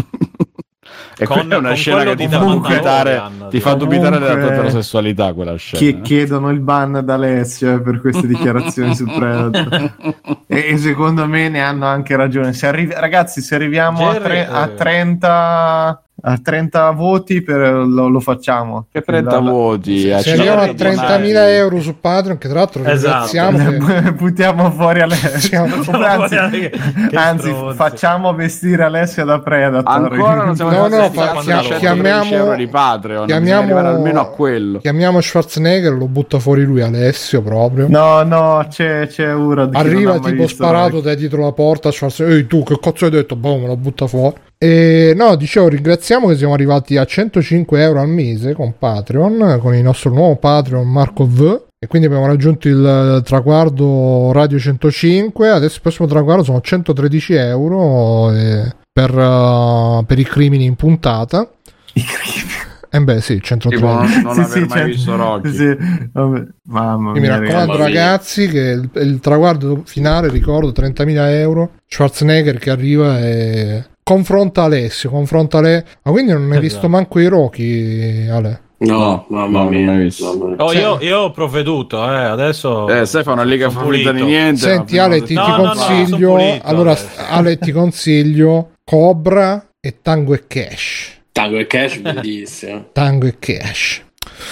E Con- quella è una con scena quello che ti di fa The dubitare, Mandalorian. ti fa dubitare della tua Comunque- eterosessualità quella scena. Chi- chiedono il ban da Alessio eh, per queste dichiarazioni su Predator. E, e secondo me ne hanno anche ragione. Se arrivi- ragazzi, se arriviamo a, Jerry, tre- a eh. trenta a trenta voti per, lo, lo facciamo. Che trenta La- voti. Se a arriviamo a cento trentamila euro su Patreon, che tra l'altro Esatto. ringraziamo che... Buttiamo fuori Alessio. Buttiamo anzi, fuori- che anzi, stronzi. facciamo vestire Alessio da Predator. Ancora non siamo No, arrivati no, a fa- quando chia- c'è chiamiamo- tredici euro di Patreon. chiamiamo- Bisogna arrivare almeno a quello. Chiamiamo Schwarzenegger, lo butta fuori lui, Alessio, proprio. No, no, c'è, c'è Urad che non Arriva ha mai tipo visto sparato Rocky. da dietro la porta, Schwarzenegger, ehi tu che cazzo hai detto? Boh, me lo butta fuori. E no, dicevo, ringraziamo che siamo arrivati a centocinque euro al mese con Patreon, con il nostro nuovo Patreon Marco V, e quindi abbiamo raggiunto il traguardo Radio centocinque. Adesso il prossimo traguardo sono centotredici euro eh, per, uh, per i crimini in puntata. I crimini. E beh sì, Tipo, centotredici. non, non Sì, aver sì, mai cioè- visto Rocky. sì, vabbè. Mamma Mi mia, raccomando, mamma mia. ragazzi, che il, il traguardo finale, ricordo, trentamila euro. Schwarzenegger che arriva e confronta Alessio, confronta le... Ma quindi non hai Esatto. visto manco i Rocky, Ale? No, mamma no, mia. non l'hai visto. mamma mia. Oh, Cioè- io, io ho provveduto, eh, adesso... Eh, Stefano è lì che sono fa finta di pulito. niente. Senti ma- Ale, ti, No, ti no, no, consiglio... sono pulito allora, adesso. Ale, ti consiglio Cobra e Tango e Cash. Tango e Cash, bellissimo. Tango e Cash.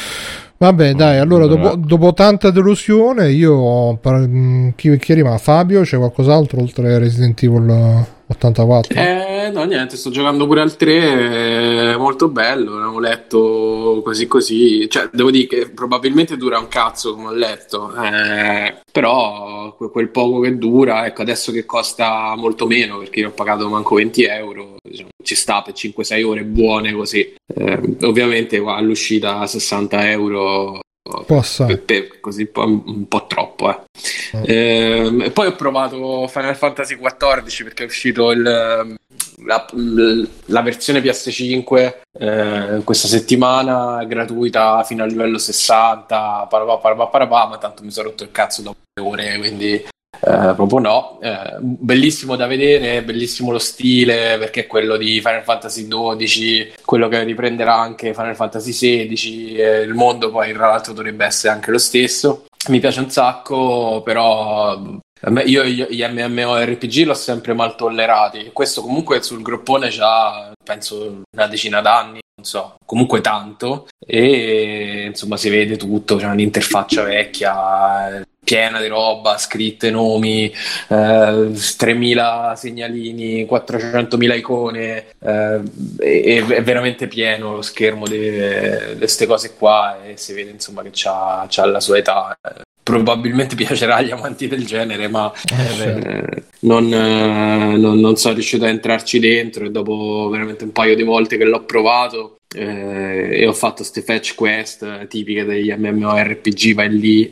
Vabbè, dai, allora dopo, dopo tanta delusione, io per- chi, chi è rimasto? Fabio, c'è qualcos'altro oltre Resident Evil ottantaquattro? Eh, no, niente, sto giocando pure al tre, è molto bello, l'avevo letto così così, cioè devo dire che probabilmente dura un cazzo come ho letto, eh, però que- quel poco che dura, ecco, adesso che costa molto meno, perché io ho pagato manco venti euro, diciamo, ci sta per cinque sei ore buone così, eh, ovviamente qua all'uscita sessanta euro Possa. per, per, così un po', un po' troppo. Eh. Oh. Eh, e poi ho provato Final Fantasy quattordici perché è uscito il, la, la versione P S cinque eh, questa settimana, gratuita fino al livello sessanta, parapà, parapà, parapà, ma tanto mi sono rotto il cazzo dopo le ore, quindi Uh, proprio no, uh, bellissimo da vedere, bellissimo lo stile perché è quello di Final Fantasy dodici, quello che riprenderà anche Final Fantasy sedici, eh, il mondo poi tra l'altro dovrebbe essere anche lo stesso, mi piace un sacco, però io gli MMORPG l'ho sempre mal tollerati, questo comunque sul groppone c'ha penso una decina d'anni, non so, comunque tanto, e insomma si vede tutto, c'è un'interfaccia vecchia piena di roba, scritte, nomi, eh, tremila segnalini, quattrocentomila icone, eh, è, è veramente pieno lo schermo di queste cose qua e si vede insomma che c'ha, c'ha la sua età. Probabilmente piacerà agli amanti del genere, ma eh, non, eh, non, non sono riuscito a entrarci dentro e dopo veramente un paio di volte che l'ho provato eh, e ho fatto ste fetch quest tipiche degli MMORPG, vai lì,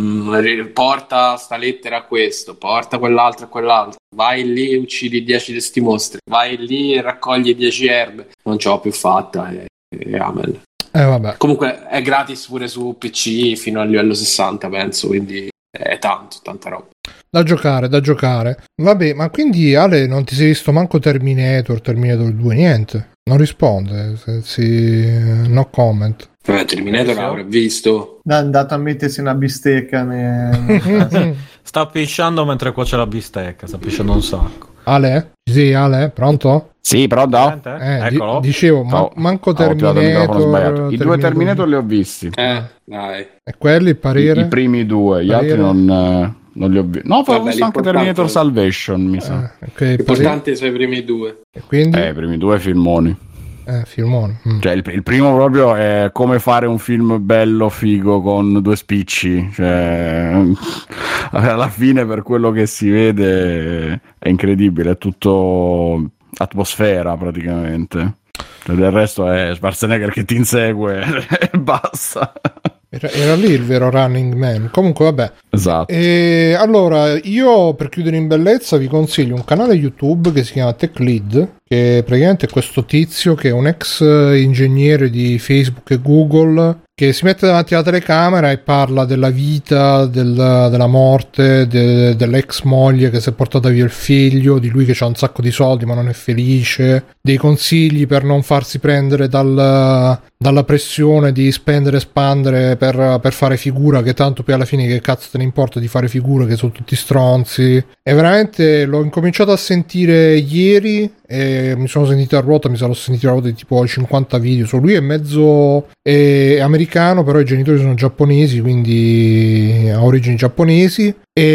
mh, porta sta lettera a questo, porta quell'altro a quell'altro, vai lì e uccidi dieci di sti mostri, vai lì e raccogli dieci erbe, non ce l'ho più fatta e, e amen. Eh, vabbè. Comunque è gratis pure su P C fino al livello sessanta penso, quindi è tanto, tanta roba da giocare, da giocare. Vabbè, ma quindi Ale non ti sei visto manco Terminator, Terminator due, niente? Non risponde, se, si... no comment. Eh, Terminator l'avrei visto. È andato a mettersi una bistecca ne... Sta pisciando mentre cuoce la bistecca, sta pisciando un sacco. Ale? Sì, Ale, pronto? Sì, pronto? Eh, Eccolo. Di- dicevo, ma- Oh, manco ho attivato il microfono Terminator. sbagliato. I Terminator due Terminator li ho visti. Eh, dai. E quelli, il parere? I, i primi due, gli Parere? altri non, eh, non li ho visti. No, poi ho Vabbè, visto anche l'importante- Terminator Salvation, mi sa. Eh, ok, L'importante sono i primi due. E quindi? Eh, i primi due filmoni. Eh, filmone. Mm. Cioè, il, il primo proprio è come fare un film bello, figo, con due spicci. Cioè, alla fine, per quello che si vede, è incredibile. È tutto atmosfera, praticamente. Cioè, del resto è Schwarzenegger che ti insegue e basta. Era, era lì il vero Running Man. Comunque, vabbè. Esatto. E allora, io per chiudere in bellezza vi consiglio un canale YouTube che si chiama TechLead, che praticamente è questo tizio che è un ex ingegnere di Facebook e Google, che si mette davanti alla telecamera e parla della vita, del, della morte, de, dell'ex moglie che si è portata via il figlio, di lui che ha un sacco di soldi ma non è felice, dei consigli per non farsi prendere dal, dalla pressione di spendere e spandere per, per fare figura, che tanto poi alla fine che cazzo te ne importa di fare figura, che sono tutti stronzi. E veramente l'ho incominciato a sentire ieri e mi sono sentito a ruota, mi sarò sentito a ruota di tipo cinquanta video. So, lui è mezzo è americano, però i genitori sono giapponesi, quindi ha origini giapponesi,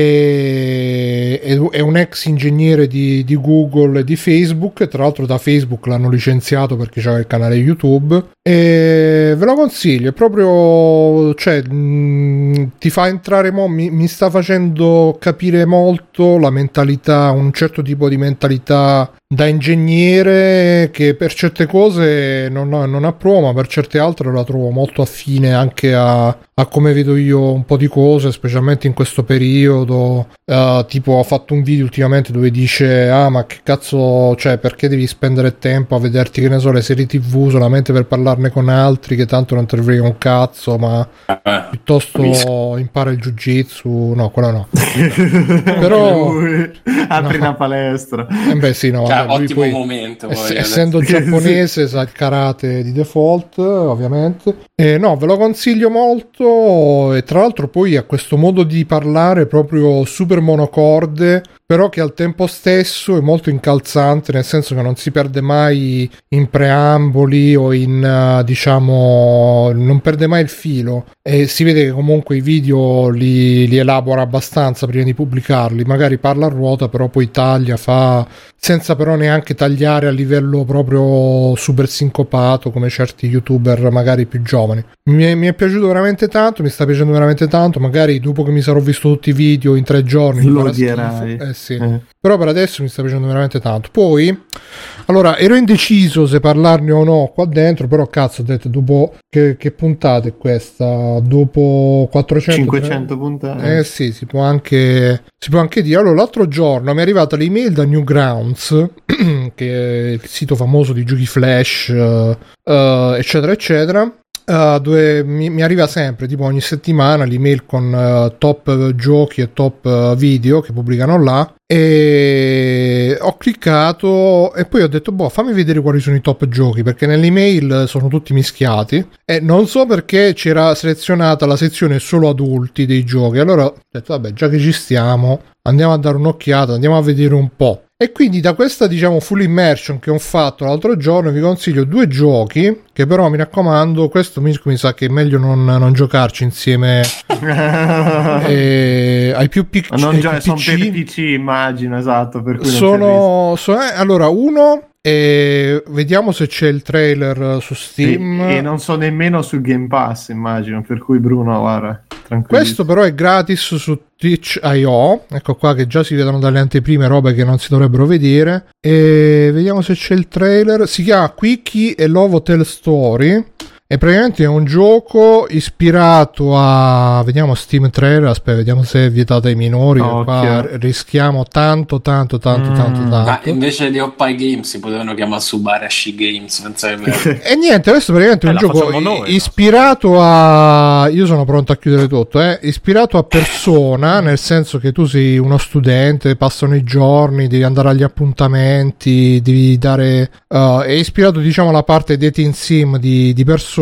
e è un ex ingegnere di, di Google e di Facebook, e tra l'altro da Facebook l'hanno licenziato perché c'era il canale YouTube, e ve lo consiglio, è proprio, cioè mh, ti fa entrare mo, mi, mi sta facendo capire molto la mentalità, un certo tipo di mentalità da ingegnere, che per certe cose non, non approvo, ma per certe altre la trovo molto affine anche a, a come vedo io un po' di cose, specialmente in questo periodo. Uh, tipo, ho fatto un video ultimamente dove dice: ah, ma che cazzo, cioè, perché devi spendere tempo a vederti, che ne so, le serie tv solamente per parlarne con altri che tanto non te ne frega un cazzo, ma Eh, piuttosto capisco. impara il jiu-jitsu. No, quello no. Però apri no. una palestra. Eh beh, sì, no, Cioè, vabbè, lui ottimo poi, momento. ess- poi, essendo giapponese sa il karate di default, ovviamente. E no, ve lo consiglio molto, e tra l'altro poi ha questo modo di parlare proprio super monocorde, però che al tempo stesso è molto incalzante, nel senso che non si perde mai in preamboli o in, uh, diciamo, non perde mai il filo, e si vede che comunque i video li, li elabora abbastanza prima di pubblicarli, magari parla a ruota, però poi taglia, fa, senza però però neanche tagliare a livello proprio super sincopato come certi youtuber magari più giovani. Mi è, mi è piaciuto veramente tanto, mi sta piacendo veramente tanto, magari dopo che mi sarò visto tutti i video in tre giorni lo odierai. eh sì. eh. Però per adesso mi sta piacendo veramente tanto. Poi allora ero indeciso se parlarne o no qua dentro, però cazzo ho detto dopo che, che puntata è questa? Dopo quattrocento cinquecento puntate. Eh sì, si può anche si può anche dire. Allora l'altro giorno mi è arrivata l'email da Newgrounds che è il sito famoso di giochi flash uh, uh, eccetera eccetera. Uh, dove mi, mi arriva sempre tipo ogni settimana l'email con uh, top giochi e top uh, video che pubblicano là, e ho cliccato e poi ho detto boh, fammi vedere quali sono i top giochi, perché nell'email sono tutti mischiati e non so perché c'era selezionata la sezione solo adulti dei giochi. Allora ho detto vabbè, già che ci stiamo andiamo a dare un'occhiata, andiamo a vedere un po'. E quindi da questa diciamo full immersion che ho fatto l'altro giorno vi consiglio due giochi che però mi raccomando, questo mi, mi sa che è meglio non, non giocarci insieme eh, ai più piccoli. Non gio- sono per P C immagino, esatto, per cui sono, so, eh, allora uno e vediamo se c'è il trailer su Steam e, e non so nemmeno sul Game Pass immagino, per cui Bruno guarda, questo però è gratis su Twitch punto io, ecco qua che già si vedono dalle anteprime robe che non si dovrebbero vedere, e vediamo se c'è il trailer. Si chiama Quickie e Love Hotel Story e praticamente è un gioco ispirato a, vediamo Steam trailer, aspetta, vediamo se è vietato ai minori, oh, qua rischiamo tanto tanto tanto mm. tanto tanto. Ma invece di Oppai Games si potevano chiamare Subarashi Games, non so che e niente, questo praticamente è un eh, gioco noi, ispirato no? a, io sono pronto a chiudere tutto, eh? ispirato a Persona, nel senso che tu sei uno studente, passano i giorni, devi andare agli appuntamenti, devi dare uh, è ispirato diciamo alla parte dating sim di, di Persona.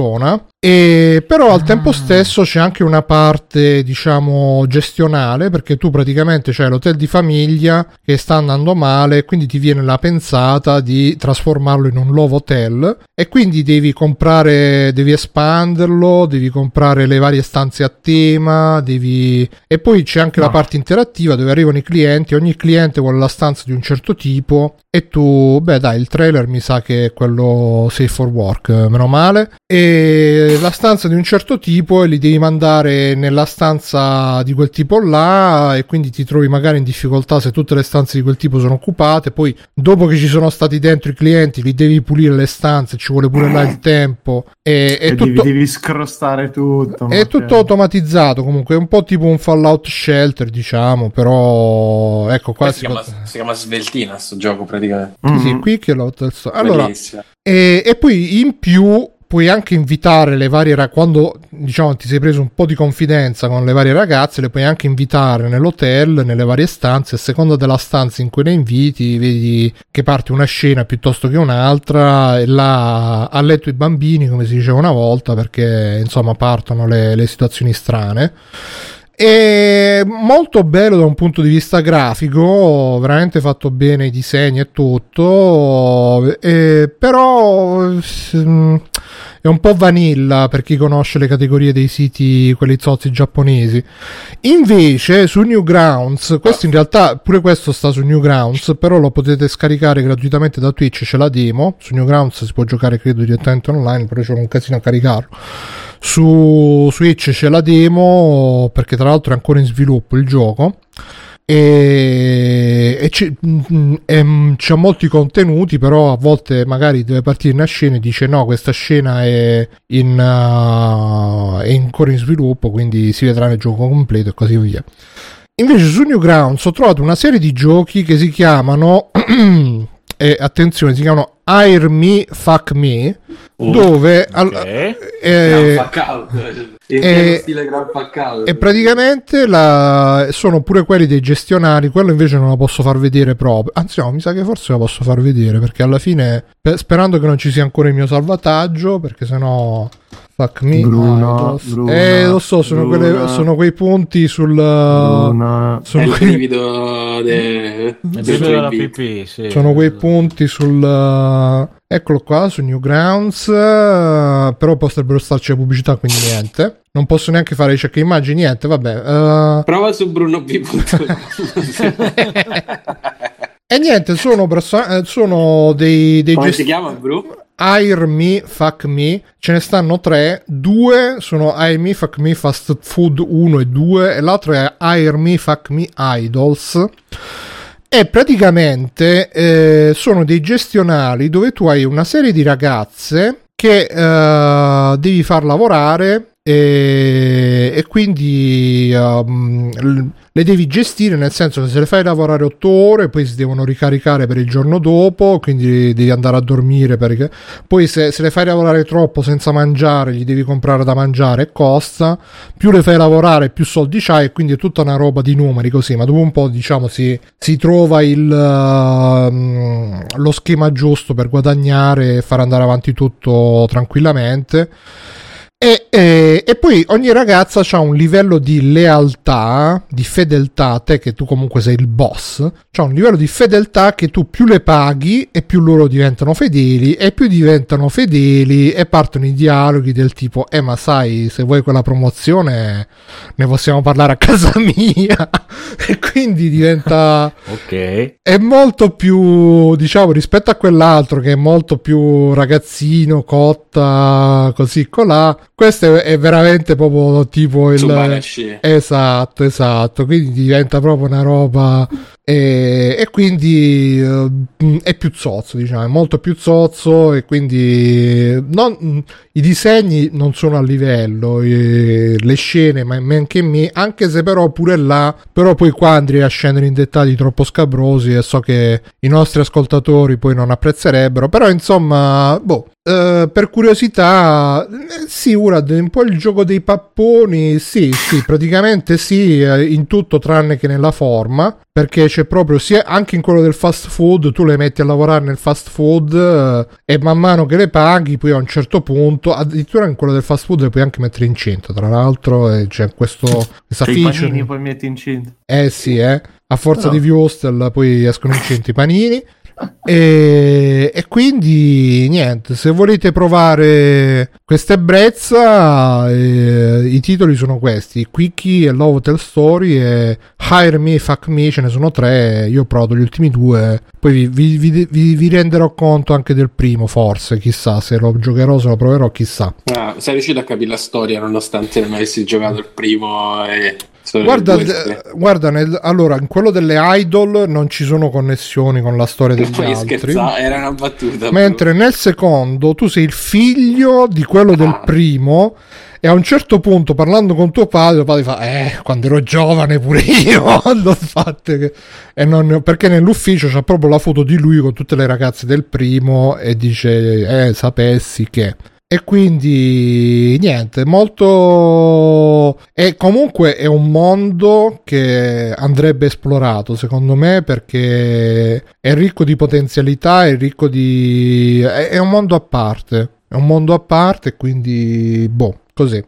E però al tempo stesso c'è anche una parte diciamo gestionale, perché tu praticamente c'hai l'hotel di famiglia che sta andando male, quindi ti viene la pensata di trasformarlo in un love hotel e quindi devi comprare, devi espanderlo, devi comprare le varie stanze a tema, devi e poi c'è anche no. la parte interattiva dove arrivano i clienti, ogni cliente vuole la stanza di un certo tipo e tu, beh dai, il trailer mi sa che è quello safe for work, meno male, e la stanza di un certo tipo e li devi mandare nella stanza di quel tipo là e quindi ti trovi magari in difficoltà se tutte le stanze di quel tipo sono occupate. Poi dopo che ci sono stati dentro i clienti li devi pulire le stanze, ci vuole pure là il tempo e, e, e tutto, devi, devi scrostare tutto, è tutto automatizzato, comunque è un po' tipo un Fallout Shelter diciamo, però ecco qua si, si, chiama, pot- si chiama Sveltina sto gioco praticamente. Mm-hmm. Sì, qui che l'ho allora e, e poi in più puoi anche invitare le varie ra- quando diciamo ti sei preso un po' di confidenza con le varie ragazze, le puoi anche invitare nell'hotel, nelle varie stanze, a seconda della stanza in cui le inviti vedi che parte una scena piuttosto che un'altra e là a letto i bambini come si diceva una volta, perché insomma partono le, le situazioni strane. È molto bello da un punto di vista grafico, veramente fatto bene i disegni e tutto, e però è un po' vanilla per chi conosce le categorie dei siti, quelli zozzi giapponesi. Invece su Newgrounds, questo in realtà pure questo sta su Newgrounds, però lo potete scaricare gratuitamente da Twitch, c'è la demo, su Newgrounds si può giocare credo direttamente online, però c'è un casino a caricarlo. Su Switch c'è la demo perché tra l'altro è ancora in sviluppo il gioco e, e, c'è, e c'ha molti contenuti, però a volte magari deve partire una scena e dice no, questa scena è, in, uh, è ancora in sviluppo, quindi si vedrà nel gioco completo e così via. Invece su Newgrounds ho trovato una serie di giochi che si chiamano e attenzione, si chiamano Hire Me, Fuck Me, uh, dove okay. eh, Gran fuck out, eh, stile Gran fuck out. E praticamente la, sono pure quelli dei gestionari, quello invece non la posso far vedere proprio, anzi no, mi sa che forse la posso far vedere perché alla fine, sperando che non ci sia ancora il mio salvataggio, perché sennò fuck me, Bruno, ah, Bruno, eh lo so, sono, quelle, sono quei punti sul Bruno. sono è il quei, brivido de, de della pipì, sì. sono quei punti sul eccolo qua su Newgrounds, uh, però potrebbero starci la pubblicità, quindi niente, non posso neanche fare i check immagini, niente, vabbè. Uh... Prova su bruno b punto com E niente, sono, perso- sono dei, dei Come gest- si chiama, Bru? Hire Me, Fuck Me, ce ne stanno tre, due sono Hire Me, Fuck Me, Fast Food uno e due, e l'altro è Hire Me, Fuck Me, Idols. E praticamente eh, sono dei gestionali dove tu hai una serie di ragazze che eh, devi far lavorare e, e quindi um, le devi gestire, nel senso che se le fai lavorare otto ore poi si devono ricaricare per il giorno dopo, quindi devi andare a dormire, perché poi se, se le fai lavorare troppo senza mangiare gli devi comprare da mangiare e costa, più le fai lavorare più soldi c'hai, e quindi è tutta una roba di numeri così, ma dopo un po' diciamo si, si trova il, uh, lo schema giusto per guadagnare e far andare avanti tutto tranquillamente. E, e, e poi ogni ragazza ha un livello di lealtà, di fedeltà, te che tu comunque sei il boss, c'ha un livello di fedeltà che tu più le paghi e più loro diventano fedeli, e più diventano fedeli e partono i dialoghi del tipo eh ma sai, se vuoi quella promozione ne possiamo parlare a casa mia. E quindi diventa Ok. è molto più, diciamo, rispetto a quell'altro che è molto più ragazzino, cotta, così colà. Questo è, è veramente proprio tipo il Subarashi. esatto, esatto, quindi diventa proprio una roba e, e quindi uh, è più zozzo, diciamo, è molto più zozzo, e quindi non, i disegni non sono a livello, e, le scene, ma anche me, anche se però pure là, però poi qua andrei a scendere in dettagli troppo scabrosi e so che i nostri ascoltatori poi non apprezzerebbero, però insomma, boh. Uh, per curiosità, eh, sì, ora un po' il gioco dei papponi, sì, sì, praticamente sì, eh, in tutto tranne che nella forma, perché c'è proprio, sia anche in quello del fast food, tu le metti a lavorare nel fast food eh, e man mano che le paghi, poi a un certo punto, addirittura in quello del fast food le puoi anche mettere incinta, tra l'altro, e c'è questo, questa Cioè, i feature. panini poi metti incinta. Eh sì, eh, a forza Però- di Viewstel poi escono incinti i panini. E, e quindi niente, se volete provare questa ebbrezza, eh, i titoli sono questi: Quickie e Love Hotel Story e Hire Me, Fuck Me, ce ne sono tre, io ho provato gli ultimi due, poi vi, vi, vi, vi renderò conto anche del primo, forse, chissà, se lo giocherò, se lo proverò, chissà. Ah, sei riuscito a capire la storia nonostante non avessi giocato il primo e solo Guarda, le due eh, ste- guarda nel, allora in quello delle Idol non ci sono connessioni con la storia degli Poi altri, scherza, era una battuta. mentre nel secondo tu sei il figlio di quello del Ah. primo, e a un certo punto parlando con tuo padre, tuo padre fa eh quando ero giovane pure io l'ho fatto, che... e non... perché nell'ufficio c'ha proprio la foto di lui con tutte le ragazze del primo e dice eh sapessi che, e quindi niente, molto, e comunque è un mondo che andrebbe esplorato secondo me, perché è ricco di potenzialità, è ricco di è, è un mondo a parte, è un mondo a parte, quindi boh, così.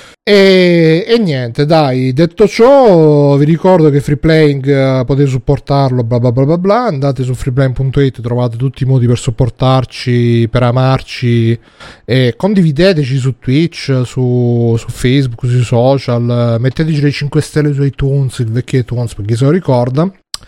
E, e niente, dai, detto ciò vi ricordo che Freeplaying uh, potete supportarlo, bla bla bla bla bla, andate su freeplaying punto it, trovate tutti i modi per supportarci, per amarci, e condivideteci su Twitch, su, su Facebook, sui social, metteteci le cinque stelle su iTunes, il vecchio iTunes per chi se lo ricorda.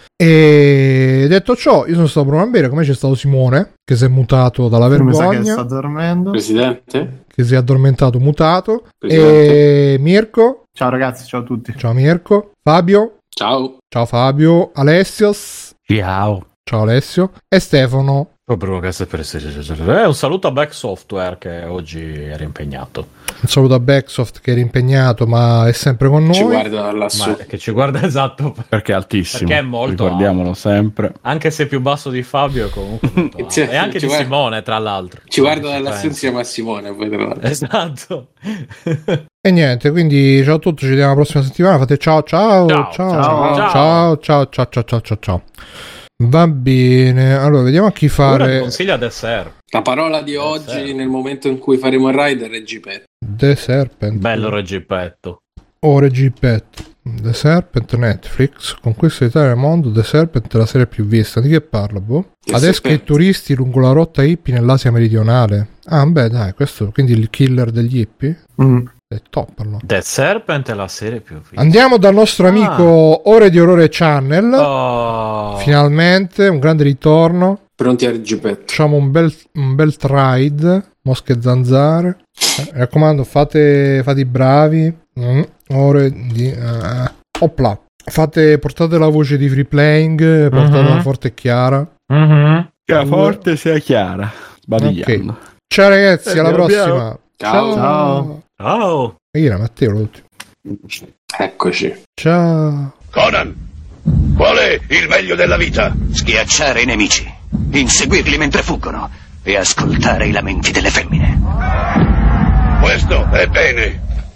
E detto ciò, io sono stato Bruno Ambere, come c'è stato Simone che si è mutato dalla Mi sa che vergogna, sta dormendo. Presidente? che si è addormentato mutato, Presidente. e Mirko, Ciao ragazzi, ciao a tutti. ciao Mirko, Fabio, Ciao. ciao Fabio, Alessios, Ciao. ciao Alessio, e Stefano. Oh, Bruno, che sei per essere- Eh, un saluto a Back Software che oggi era impegnato. Un saluto a Backsoft che era impegnato ma è sempre con noi. Ci guarda da lassù. Ma che ci guarda esatto. Perché è altissimo. Perché è molto Ricordiamolo alto. sempre. Anche se più basso di Fabio, è comunque molto alto. Cioè, E anche ci di guarda- Simone, tra l'altro. Ci guarda Ci da lassù penso. insieme a Simone, poi tra l'altro. Esatto. E niente, quindi ciao a tutti, ci vediamo la prossima settimana. Fate ciao ciao ciao Ciao, ciao ciao. ciao ciao ciao ciao ciao ciao ciao. Va bene, allora vediamo a chi Ora fare consiglia dessert. La parola di oggi, sì. nel momento in cui faremo il rider, è G-Pet. The Serpent. Bello reggipetto. Ore G-Pet. The Serpent Netflix. Conquista l'Italia nel mondo. The Serpent è la serie più vista. Di che parla, boh? The Adesca i Serpent. turisti lungo la rotta hippie nell'Asia meridionale. Ah, beh, dai, questo quindi il killer degli hippie. Mm. È top, no? Dead Serpent è la serie più vista. Andiamo dal nostro amico Ah. Ore di Orrore Channel. Oh. Finalmente un grande ritorno. Pronti al G-Pet. Facciamo un bel, un bel trade. Mosche e zanzare. Eh, mi raccomando, fate, fate i bravi. Mm, ore di. Uh, opla. Fate, portate la voce di free playing. Portatela Mhm. forte e chiara. Mm-hmm. Sia forte sia chiara. Sbadigliando. Ciao ragazzi, Eh, alla piano prossima. Ciao. Ciao. Oh. E chi era Matteo? L'ultimo. Eccoci. Ciao. Conan, qual è il meglio della vita? Schiacciare i nemici, inseguirli mentre fuggono e ascoltare i lamenti delle femmine. Questo è bene.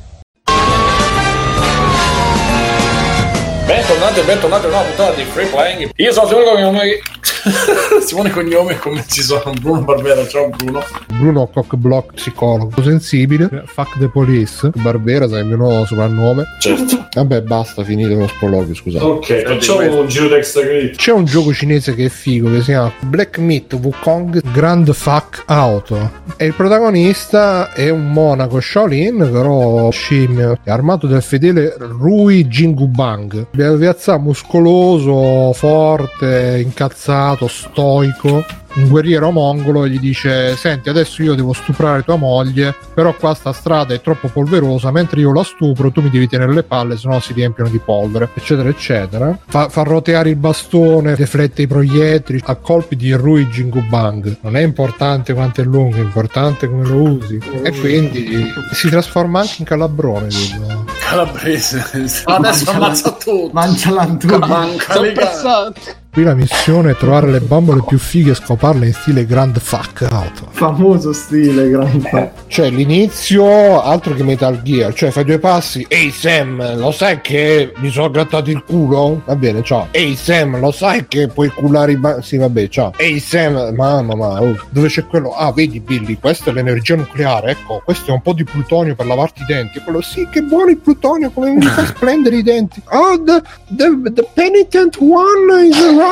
Bentornati e bentornati a una puntata di Free Playing. Io sono Simone Cognome. Simone Cognome, come ci sono Bruno Barbera. Ciao Bruno. Bruno Cockblock, psicologo sensibile. Fuck the police. Barbera, sai il mio nuovo soprannome. Certo. Vabbè, basta, finito lo sproloquio, scusate. Ok, facciamo un giro d'extra credit. C'è un gioco cinese che è figo che si chiama Black Myth Wukong Grand Fuck Auto e il protagonista è un monaco Shaolin, però scimmio, è armato del fedele Rui Jingubang, piazza muscoloso, forte, incazzato, stoico, un guerriero mongolo, e gli dice: senti, adesso io devo stuprare tua moglie, però qua sta strada è troppo polverosa, mentre io la stupro tu mi devi tenere le palle, sennò si riempiono di polvere, eccetera eccetera. Fa, fa roteare il bastone, deflette i proiettili a colpi di Rui Jingubang. Non è importante quanto è lungo, è importante come lo usi, e quindi si trasforma anche in calabrone, dico. Calabrese. Adesso ammazza tutto. Mangia l'anturia. Manca le gambe. Qui la missione è trovare le bambole più fighe e scoparle in stile Grand Fuck Auto. Famoso stile, grande. Cioè l'inizio altro che Metal Gear, cioè fai due passi: ehi Sam, lo sai che mi sono grattato il culo? Va bene, ciao. Ehi Sam, lo sai che puoi culare i ba- sì, vabbè, ciao. Ehi Sam, mamma ma oh, dove c'è quello? Ah, vedi Billy, questa è l'energia nucleare, ecco, questo è un po' di plutonio per lavarti i denti. E quello, sì, che buono il plutonio, come mi fa splendere i denti. Oh, the, the, the penitent one is arrived.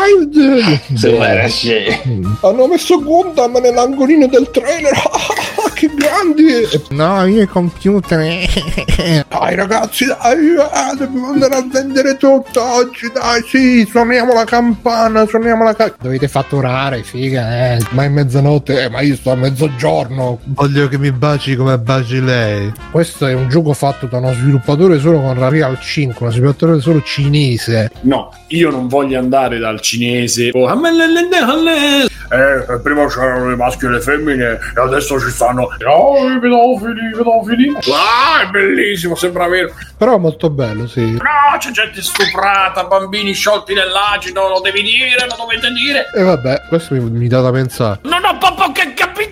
Hanno messo Gundam nell'angolino del trailer. Che grandi! No, io computer. Dai ragazzi, dai, ah, dobbiamo andare a vendere tutto oggi, dai, sì, suoniamo la campana, suoniamo la campana. Dovete fatturare, figa, eh. Ma è mezzanotte, eh, ma io sto a mezzogiorno. Voglio che mi baci come baci lei. Questo è un gioco fatto da uno sviluppatore solo con Unreal cinque, uno sviluppatore solo cinese. No, io non voglio andare dal cinese. Oh, eh, prima c'erano i maschi e le femmine e adesso ci stanno oh, i pedofili, i pedofili. Ah, è bellissimo, sembra vero. Però è molto bello, sì. No, c'è gente stuprata, bambini sciolti nell'acido, lo devi dire, lo dovete dire. E vabbè, questo mi, mi dà da pensare. Non ho proprio che capito.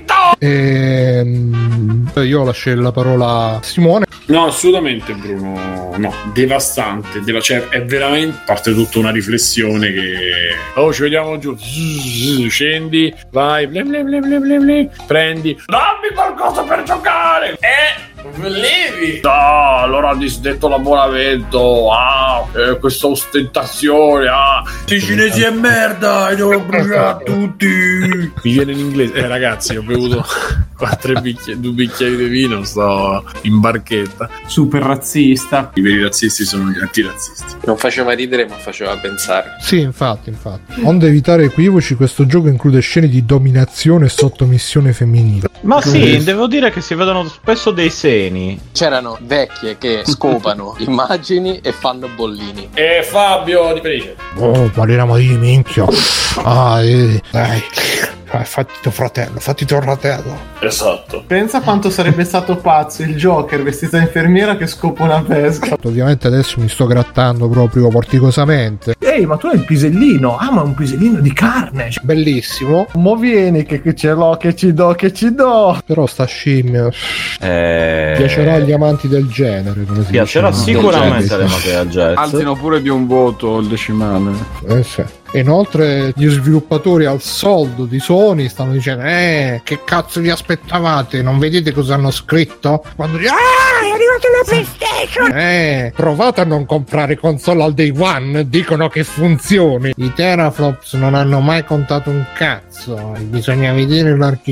Ehm, io lascio la parola a Simone. No, assolutamente Bruno, no, devastante, deva- cioè è veramente, a parte tutta una riflessione che oh, ci vediamo giù, scendi, vai, blim, blim, blim, blim, blim, blim, prendi, dammi qualcosa per giocare e levi. No, allora ha disdetto l'abbonamento, ah, eh, questa ostentazione, ah, i cinesi è merda, e devo bruciare tutti. Mi viene in inglese, eh ragazzi, ho bevuto quattro bicchieri, due bicchieri di vino, sto in barchetta. Super razzista. I veri razzisti sono gli antirazzisti. Non faceva ridere, ma faceva pensare. Sì, infatti, infatti. Onde evitare equivoci, questo gioco include scene di dominazione e sottomissione femminile. Ma sì, devo dire che si vedono spesso dei seni. C'erano vecchie che scopano immagini e fanno bollini. E Fabio di Felice. Oh, parliamo di minchia. Ah, eh, dai. Eh, fatti tuo fratello, fatti tuo fratello. Esatto. Pensa quanto sarebbe stato pazzo il Joker vestito da infermiera che scopa una pesca. Ovviamente adesso mi sto grattando proprio porticosamente. Ehi, ma tu hai il pisellino. Ah, ma un pisellino di carne. Bellissimo. Mo vieni che, che ce l'ho, che ci do, che ci do. Però sta scimmia Eh... piacerà agli amanti del genere, come si Piacerà dice. sicuramente alle Matera Jazz. Alzino pure di un voto il decimale. Eh sì. E inoltre gli sviluppatori al soldo di Sony stanno dicendo: eh, che cazzo vi aspettavate? Non vedete cosa hanno scritto? Quando dicono: ah, è arrivata la PlayStation! Eh, provate a non comprare console al day one, dicono che funzioni. I teraflops non hanno mai contato un cazzo, bisogna vedere l'architettura.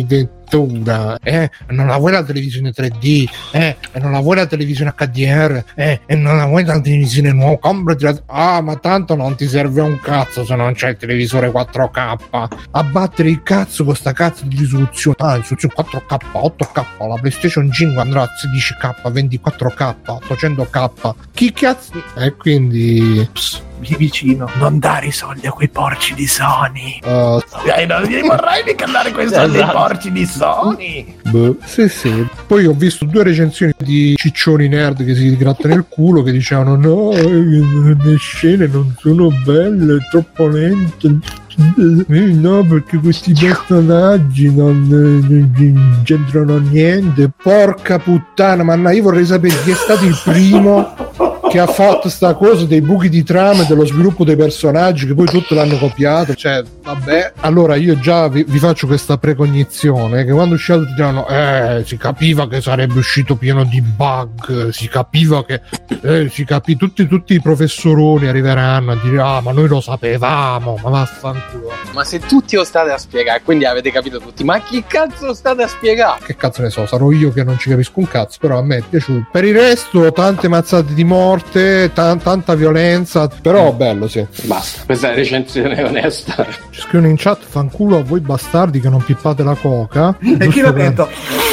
addirittura, eh, non la vuoi la televisione tre D, eh, e non la vuoi la televisione acca di erre, eh, e non la vuoi la televisione nuova, comprati la... Ah, ma tanto non ti serve un cazzo se non c'è il televisore quattro K. A battere il cazzo con sta cazzo di risoluzione. Ah, risoluzione quattro K, otto K, la PlayStation cinque andrà a sedici K, ventiquattro K, ottocento K. Chi cazzo? E quindi... Pss, lì vicino, non dare i soldi a quei porci di Sony. Uh, eh, non mi vorrai mica dare quei soldi ai porci di Sony. Boh, sì, sì. Poi ho visto due recensioni di ciccioni nerd che si grattano il culo, che dicevano no, le scene non sono belle, è troppo lente. Eh, no, perché questi personaggi non, non c'entrano niente. Porca puttana, ma io vorrei sapere chi è stato il primo che ha fatto sta cosa dei buchi di trama e dello sviluppo dei personaggi, che poi tutto l'hanno copiato. Cioè, vabbè. Allora io già vi, vi faccio questa precognizione, che quando è uscito tutti dicono eh, si capiva che sarebbe uscito pieno di bug, si capiva che eh, si capì, tutti, tutti i professoroni arriveranno a dire ah, ma noi lo sapevamo, ma vaffanculo. Ma se tutti lo state a spiegare, quindi avete capito tutti, ma chi cazzo lo state a spiegare? Che cazzo ne so, sarò io che non ci capisco un cazzo, però a me è piaciuto. Per il resto tante mazzate di morte, T- tanta violenza, però bello, sì. Basta, questa è la recensione onesta. Ci scrivono in chat: fanculo a voi bastardi che non pippate la coca. E chi l'ha detto?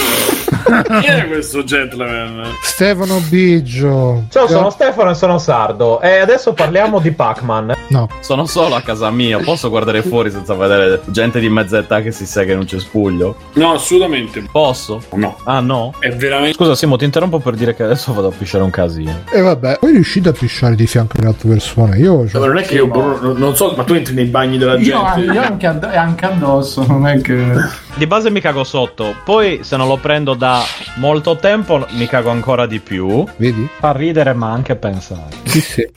Chi è questo gentleman? Stefano Biggio. Ciao, sono Stefano e sono sardo. E adesso parliamo di Pac-Man. No, sono solo a casa mia. Posso guardare fuori senza vedere gente di mezza età che si sega in un cespuglio? No, assolutamente. Posso? No. Ah, no? È veramente. Scusa, Simo, ti interrompo per dire che adesso vado a pisciare un casino. E vabbè, poi riuscite a pisciare di fianco alle altre persone? Io cioè... Ma non è che io no. non so, ma tu entri nei bagni della gente? Io, io anche, ad- anche addosso, non è che. Di base mi cago sotto, poi se non lo prendo da molto tempo mi cago ancora di più. Vedi? Fa ridere ma anche pensare. Sì, sì.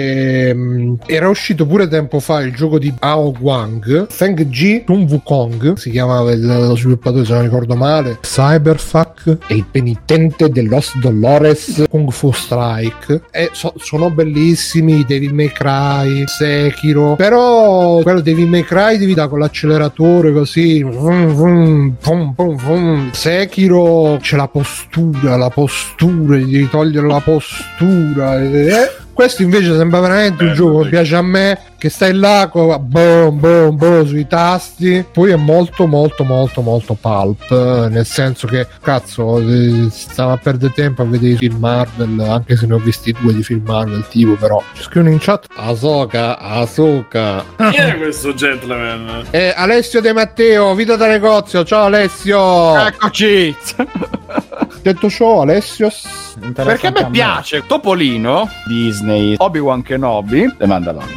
E, era uscito pure tempo fa il gioco di Ao Guang, Feng Ji Sun Wukong, si chiamava il, lo sviluppatore, se non ricordo male, Cyberfuck e il penitente de Los Dolores Kung Fu Strike. E so, sono bellissimi Devil May Cry, Sekiro, però quello Devil May Cry devi dare con l'acceleratore così, vum, vum, vum, vum, vum. Sekiro c'è la postura, la postura, gli devi togliere la postura, eh? Questo invece sembra veramente un gioco che piace a me, che stai là boom boom boom sui tasti. Poi è molto molto molto molto pulp, nel senso che cazzo stava a perdere tempo a vedere i film Marvel, anche se ne ho visti due di film Marvel tipo, però ci scrivono in chat Ahsoka, Ahsoka. Chi è questo gentleman? Eh, Alessio De Matteo, Vita da negozio. Ciao Alessio. Eccoci. Detto ciò, Alessio, perché a me piace Topolino, Disney, Obi-Wan Kenobi, The Mandalorian,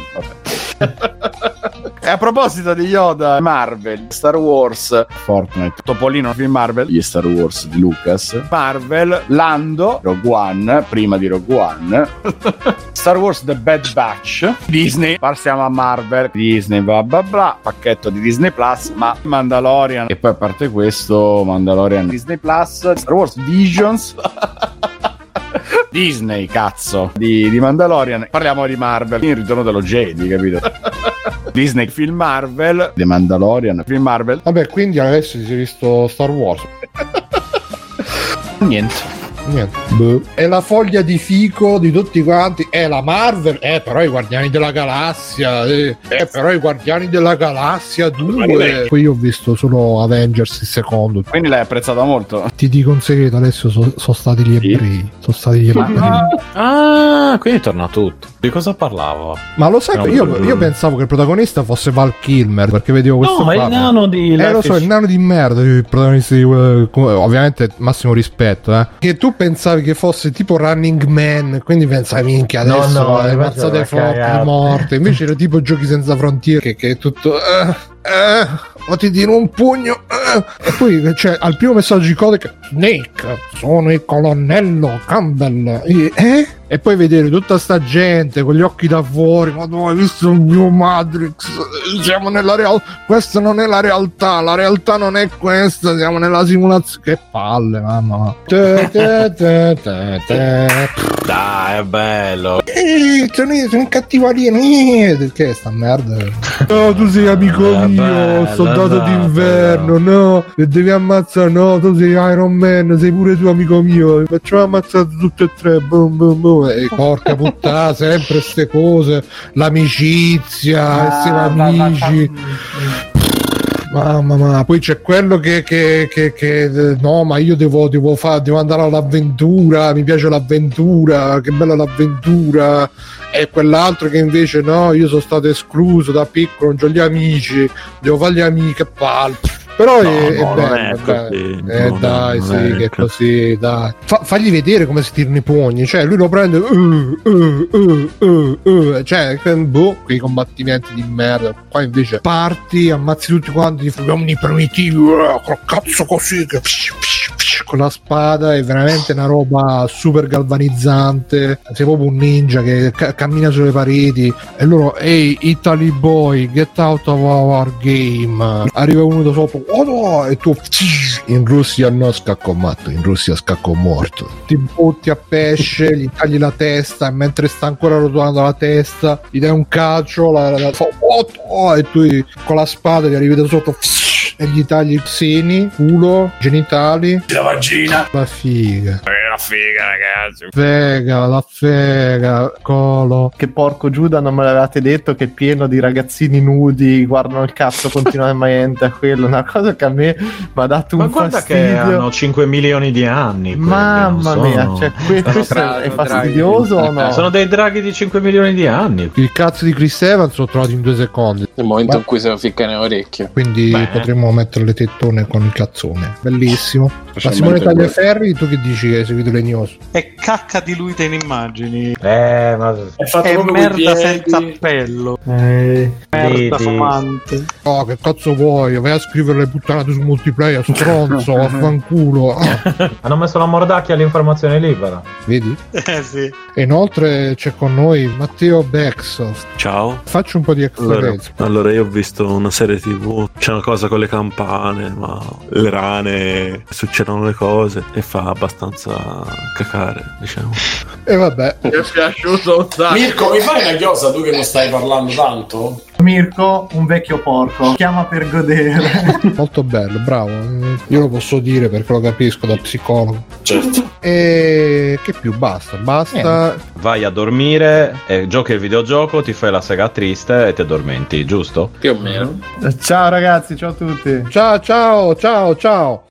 vabbè. E a proposito di Yoda, Marvel, Star Wars, Fortnite, Topolino, film Marvel, gli Star Wars di Lucas, Marvel, Lando, Rogue One, prima di Rogue One, Star Wars The Bad Batch, Disney, passiamo a Marvel, Disney, bla bla bla, pacchetto di Disney Plus, ma Mandalorian, e poi a parte questo, Mandalorian, Disney Plus, Star Wars Visions, Disney, cazzo, di, di Mandalorian. Parliamo di Marvel, il ritorno dello Jedi, capito? Disney, film Marvel, The Mandalorian, film Marvel. Vabbè, quindi adesso si è visto Star Wars. Niente. Niente. Boh. È la foglia di fico di tutti quanti. È la Marvel. Eh, però i Guardiani della Galassia. Eh, eh però i Guardiani della Galassia due. Poi io ho visto solo Avengers il secondo. Quindi l'hai apprezzata molto. Ti dico un segreto, adesso sono so stati gli ebrei. Sono stati gli ebrei. Ah, quindi torna tutto. Di cosa parlavo? Ma lo sai, io, io pensavo che il protagonista fosse Val Kilmer, perché vedevo questo. No, ma il nano di. Eh, lo so, il nano di merda. Il protagonista di. Uh, ovviamente, massimo rispetto, eh. Che tu pensavi che fosse tipo Running Man, quindi pensavi minchia adesso no, no, le mazzate forti di morte, invece era tipo Giochi senza frontiere che, che è tutto uh, uh, o ti tiro un pugno uh. E poi cioè, al primo messaggio di codice Snake, sono il colonnello Campbell, e, eh? E poi vedere tutta sta gente con gli occhi da fuori, ma tu hai visto il mio Matrix, siamo nella realtà, questa non è la realtà, la realtà non è questa, siamo nella simulazione, che palle, mamma. Te, te, te, te, te. Dai, è bello. Eh, sono, sono un cattivo alieno. Eh, che è sta merda? No, tu sei amico è mio, bello, soldato esatto, d'inverno. No, no, e devi ammazzare, no, tu sei Iron Man, sei pure tu amico mio, facciamo ammazzare tutti e tre, boom, boom, boom. E porca puttana, sempre ste cose, l'amicizia, Ah, essere va, va, amici. Mamma mia, poi c'è quello che, che, che, che no, ma io devo, devo, fa, devo andare all'avventura, mi piace l'avventura, che bella l'avventura, e quell'altro che invece no, io sono stato escluso da piccolo, non ho gli amici, devo fare gli amici, che palle. Però No, è, no, è non bello, è dai. così, Eh, no, dai, no, sì, non è che è così. così, dai. Fa, fagli vedere come si tirano i pugni, cioè lui lo prende, uh, uh, uh, uh, uh, cioè, boh, quei combattimenti di merda. Qua invece parti, ammazzi tutti quanti, gli omnipermitivi, uh, col cazzo così, che psh, psh, psh, con la spada, è veramente una roba super galvanizzante. Sei proprio un ninja che ca- cammina sulle pareti e loro, ehi, Italy boy, get out of our game. Arriva uno da sopra, oh no, e tu in Russia no scacco matto, in Russia scacco morto. Ti butti a pesce, gli tagli la testa e mentre sta ancora rotolando la testa gli dai un calcio, la, la, la, oh, oh, e tu con la spada gli arrivi da sotto e gli tagli i seni, culo, genitali, La vagina. la figa, È una figa, ragazzi. fega, la fega, colo. Che porco Giuda, non me l'avevate detto che è pieno di ragazzini nudi, guardano il cazzo continuamente a quello, una cosa che a me mi ha dato Ma un guarda fastidio. che hanno cinque milioni di anni. quelli, Mamma non mia, sono- cioè, que- Sono questo tra- è sono fastidioso o no? Sono dei draghi di cinque milioni di anni. Il cazzo di Chris Evans l'ho trovato in due secondi, Nel momento Ma- in cui se lo ficca nell'orecchio. quindi Beh. potremmo mettere le tettone con il cazzone, bellissimo. Ma Specialmente Simone quello. Tagliaferri, tu che dici che hai seguito le news? È cacca diluita in immagini. Eh, ma È fatto È proprio merda coi piedi. senza appello. Eh, Merda Vedi. fumante. Oh, che cazzo vuoi? Vai a scrivere le puttanate su multiplayer, stronzo, vaffanculo. Ah, hanno messo la mordacchia all'informazione libera. vedi? Eh sì. E inoltre c'è con noi Matteo Bexoft. Ciao. Faccio un po' di extra Allora, credits. allora, io ho visto una serie tv, c'è una cosa con le campane, ma le rane, succedono le cose e fa abbastanza cacare, diciamo. E vabbè, Mi è piaciuto un sacco. Mirko, mi fai una chiosa tu che non stai parlando tanto? Mirko, un vecchio porco, chiama per godere. molto bello, bravo. Io lo posso dire perché lo capisco da psicologo. Certo. E che più? Basta, basta. Vai a dormire, e giochi il videogioco, ti fai la sega triste e ti addormenti, giusto? Più o meno. Ciao ragazzi, ciao a tutti. Ciao, ciao, ciao, ciao.